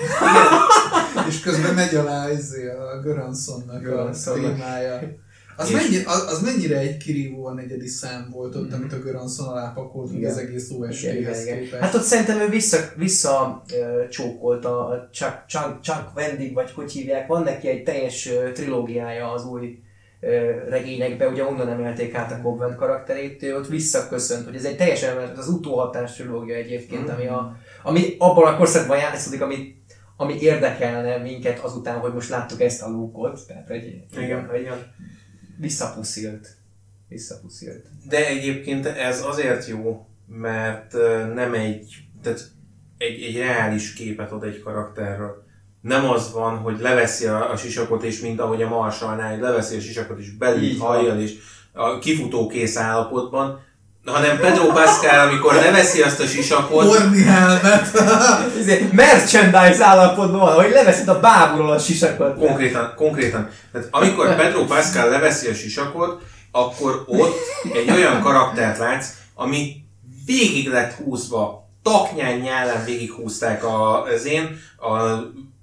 És közben megy alá izé, a Göranssonnak a Göranssonnak. témája. Az, És- mennyi, az, az mennyire egy kirívó a negyedik szám volt ott, amit a Göransson alá pakoltunk Igen. az egész o es Igen, igen, té-hez igen. képest. Hát ott szerintem ő vissza, vissza uh, csókolta a Chuck, Chuck, Chuck Wendig, vagy hogy hívják, van neki egy teljes uh, trilógiája az új uh, regényekbe, ugye onnan emelték át a Covent karakterét, ő ott visszaköszönt, hogy ez egy teljesen az utóhatás trilógia egyébként, ami, a, ami abban a korszakban játszódik, ami, ami érdekelne minket azután, hogy most láttuk ezt a Luke-ot, tehát egy, Igen. egy visszapuszilt. Visszapuszilt. De egyébként ez azért jó, mert ö, nem egy, tehát egy, egy reális képet ad egy karakterről. Nem az van, hogy leveszi a, a sisakot, és mint ahogy a Marshallnál, hogy leveszi a sisakot, és belül Így van. hajjal, és a kifutókész állapotban, hanem Pedro Pascal, amikor leveszi azt a sisakot, Orni helmet! Ezért merchandise állapotban van, hogy leveszed a bábulról a sisakot. konkrétan, konkrétan, tehát amikor Pedro Pascal leveszi a sisakot, akkor ott egy olyan karaktert látsz, ami végig lett húzva, taknyán nyálán végig húzták az én, a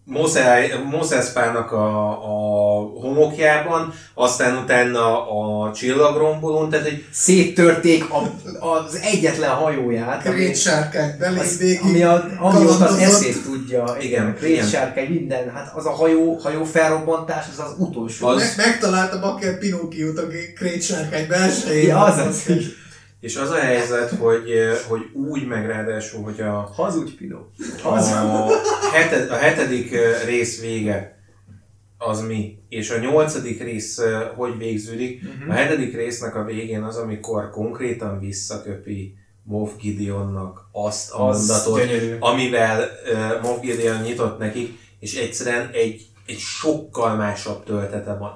Moses-pának a, a homokjában, aztán utána a csillagrombolón, tehát egy Széttörték a, az egyetlen hajóját, ami, Krét sárkány belé az, végig ami, a, ami ott az kalandozott. eszét tudja. Igen, Igen, igen. Krétsárkány, minden. Hát az a hajó, hajó felrobbantás, az az utolsó. Az- Me- megtalálta Bakker Pinocchiót a krét sárkány belsején. Ja, az az. és az a helyzet, hogy, hogy úgy meg ráadásul, hogy a, Hazudj, Pino. a, heted, a hetedik rész vége az mi, és a nyolcadik rész hogy végződik. Mhm. A hetedik résznek a végén az, amikor konkrétan visszaköpi Moff Gideonnak azt a Az mondatot, gyönyörű. amivel uh, Moff Gideon nyitott nekik, és egyszerűen egy, egy sokkal másabb töltete van.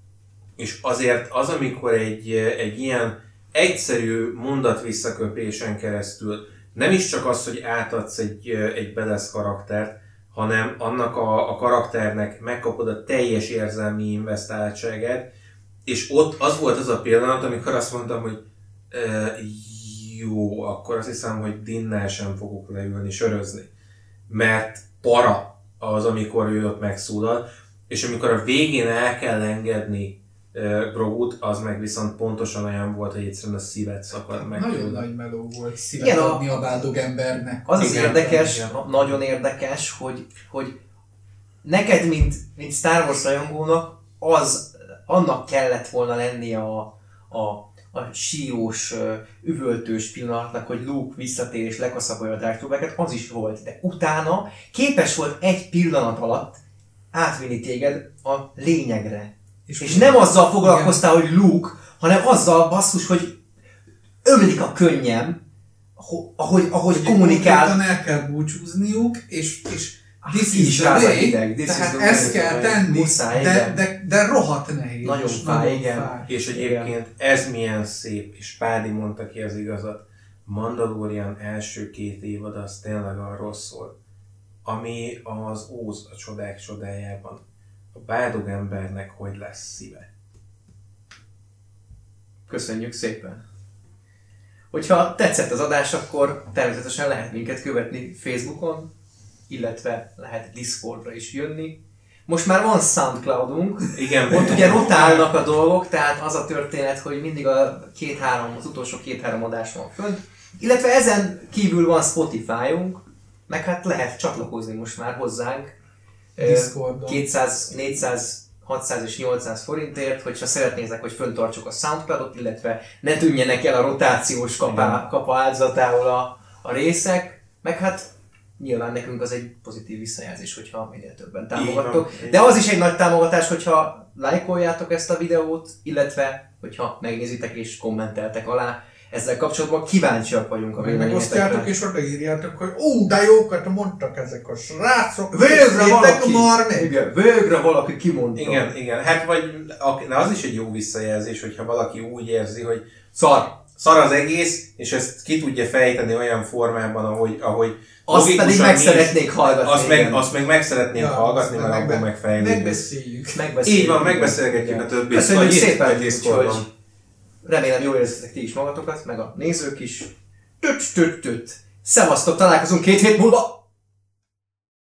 És azért az, amikor egy, egy ilyen egyszerű mondat visszaköpésen keresztül nem is csak az, hogy átadsz egy, egy Badass karaktert, hanem annak a, a karakternek megkapod a teljes érzelmi investáltságát, és ott az volt az a pillanat, amikor azt mondtam, hogy e, jó, akkor azt hiszem, hogy Dinnel sem fogok leülni, sörözni. Mert para az, amikor ő ott megszólal, és amikor a végén el kell engedni uh, Grogut, az meg viszont pontosan olyan volt, hogy egyszerűen a szívet szakad meg. Nagyon tőle. nagy meló volt szívet Igen, a- adni a vádog embernek. Az az Igen, érdekes, igen. nagyon érdekes, hogy, hogy neked, mint, mint Star Wars rajongónak, az, annak kellett volna lennie a, a, a sírós, ö, üvöltős pillanatnak, hogy Luke visszatér és lekaszapolja a Dark Troopert, az is volt. De utána képes volt egy pillanat alatt átvinni téged a lényegre. És, és nem azzal foglalkoztál, hogy Luke, hanem azzal basszus, hogy ömlik a könnyem, aho- ahogy, ahogy Hogy kommunikál. konkrétan el kell búcsúzniuk, és, és this Így is is the ráz a way, hideg, this is tehát the ezt way. kell tenni, Muszáj, de, igen. de, de rohadt nehéz. Nagyon és fáj, igen. fáj. És egyébként ez milyen szép, és Pádi mondta ki az igazat, Mandalorian első két évad az tényleg arról szól, ami az Óz a csodák csodájában. A bádog embernek hogy lesz szíve. Köszönjük szépen! Hogyha tetszett az adás, akkor természetesen lehet minket követni Facebookon, illetve lehet Discordra is jönni. Most már van Soundcloudunk, Igen, ott ugye rotálnak a dolgok, tehát az a történet, hogy mindig a két-három, az utolsó két-három adás van fönt. Illetve ezen kívül van Spotify-unk, meg hát lehet csatlakozni most már hozzánk. Ö, Discordon. kétszáz, négyszáz, hatszáz és nyolcszáz forintért, hogyha szeretnézek, hogy föntartsuk a Soundcloudot, illetve ne tűnjenek el a rotációs kapa, kapa áldozatául a, a részek, meg hát nyilván nekünk az egy pozitív visszajelzés, hogyha minél többen támogattok. Így van, így De van. az is egy nagy támogatás, hogyha lájkoljátok ezt a videót, illetve hogyha megnézitek és kommenteltek alá. ezzel kapcsolatban kíváncsiak vagyunk a Meg megosztjátok véleményetekre. és odaírjátok, hogy ú, de jókat mondtak ezek a srácok. Végre valaki! Már még. Igen, végre valaki kimondta. Igen, igen. Hát vagy de az is egy jó visszajelzés, hogyha valaki úgy érzi, hogy Szar! szar az egész, és ezt ki tudja fejteni olyan formában, ahogy, ahogy Azt pedig logikusan meg is, szeretnék hallgatni. Azt meg, igen. azt meg meg szeretnénk Ja, hallgatni, azt mert meg- abból megfejlődünk. Megbeszéljük. Megbeszéljük. Így van, megbeszélgetjük a többi. Köszönjük Vagy itt, szépen, vagy úgyhogy Discordon. remélem jól éreztetek ti is magatokat, meg a nézők is. Tüt, tüt, tüt. Szevasztok, találkozunk két hét múlva!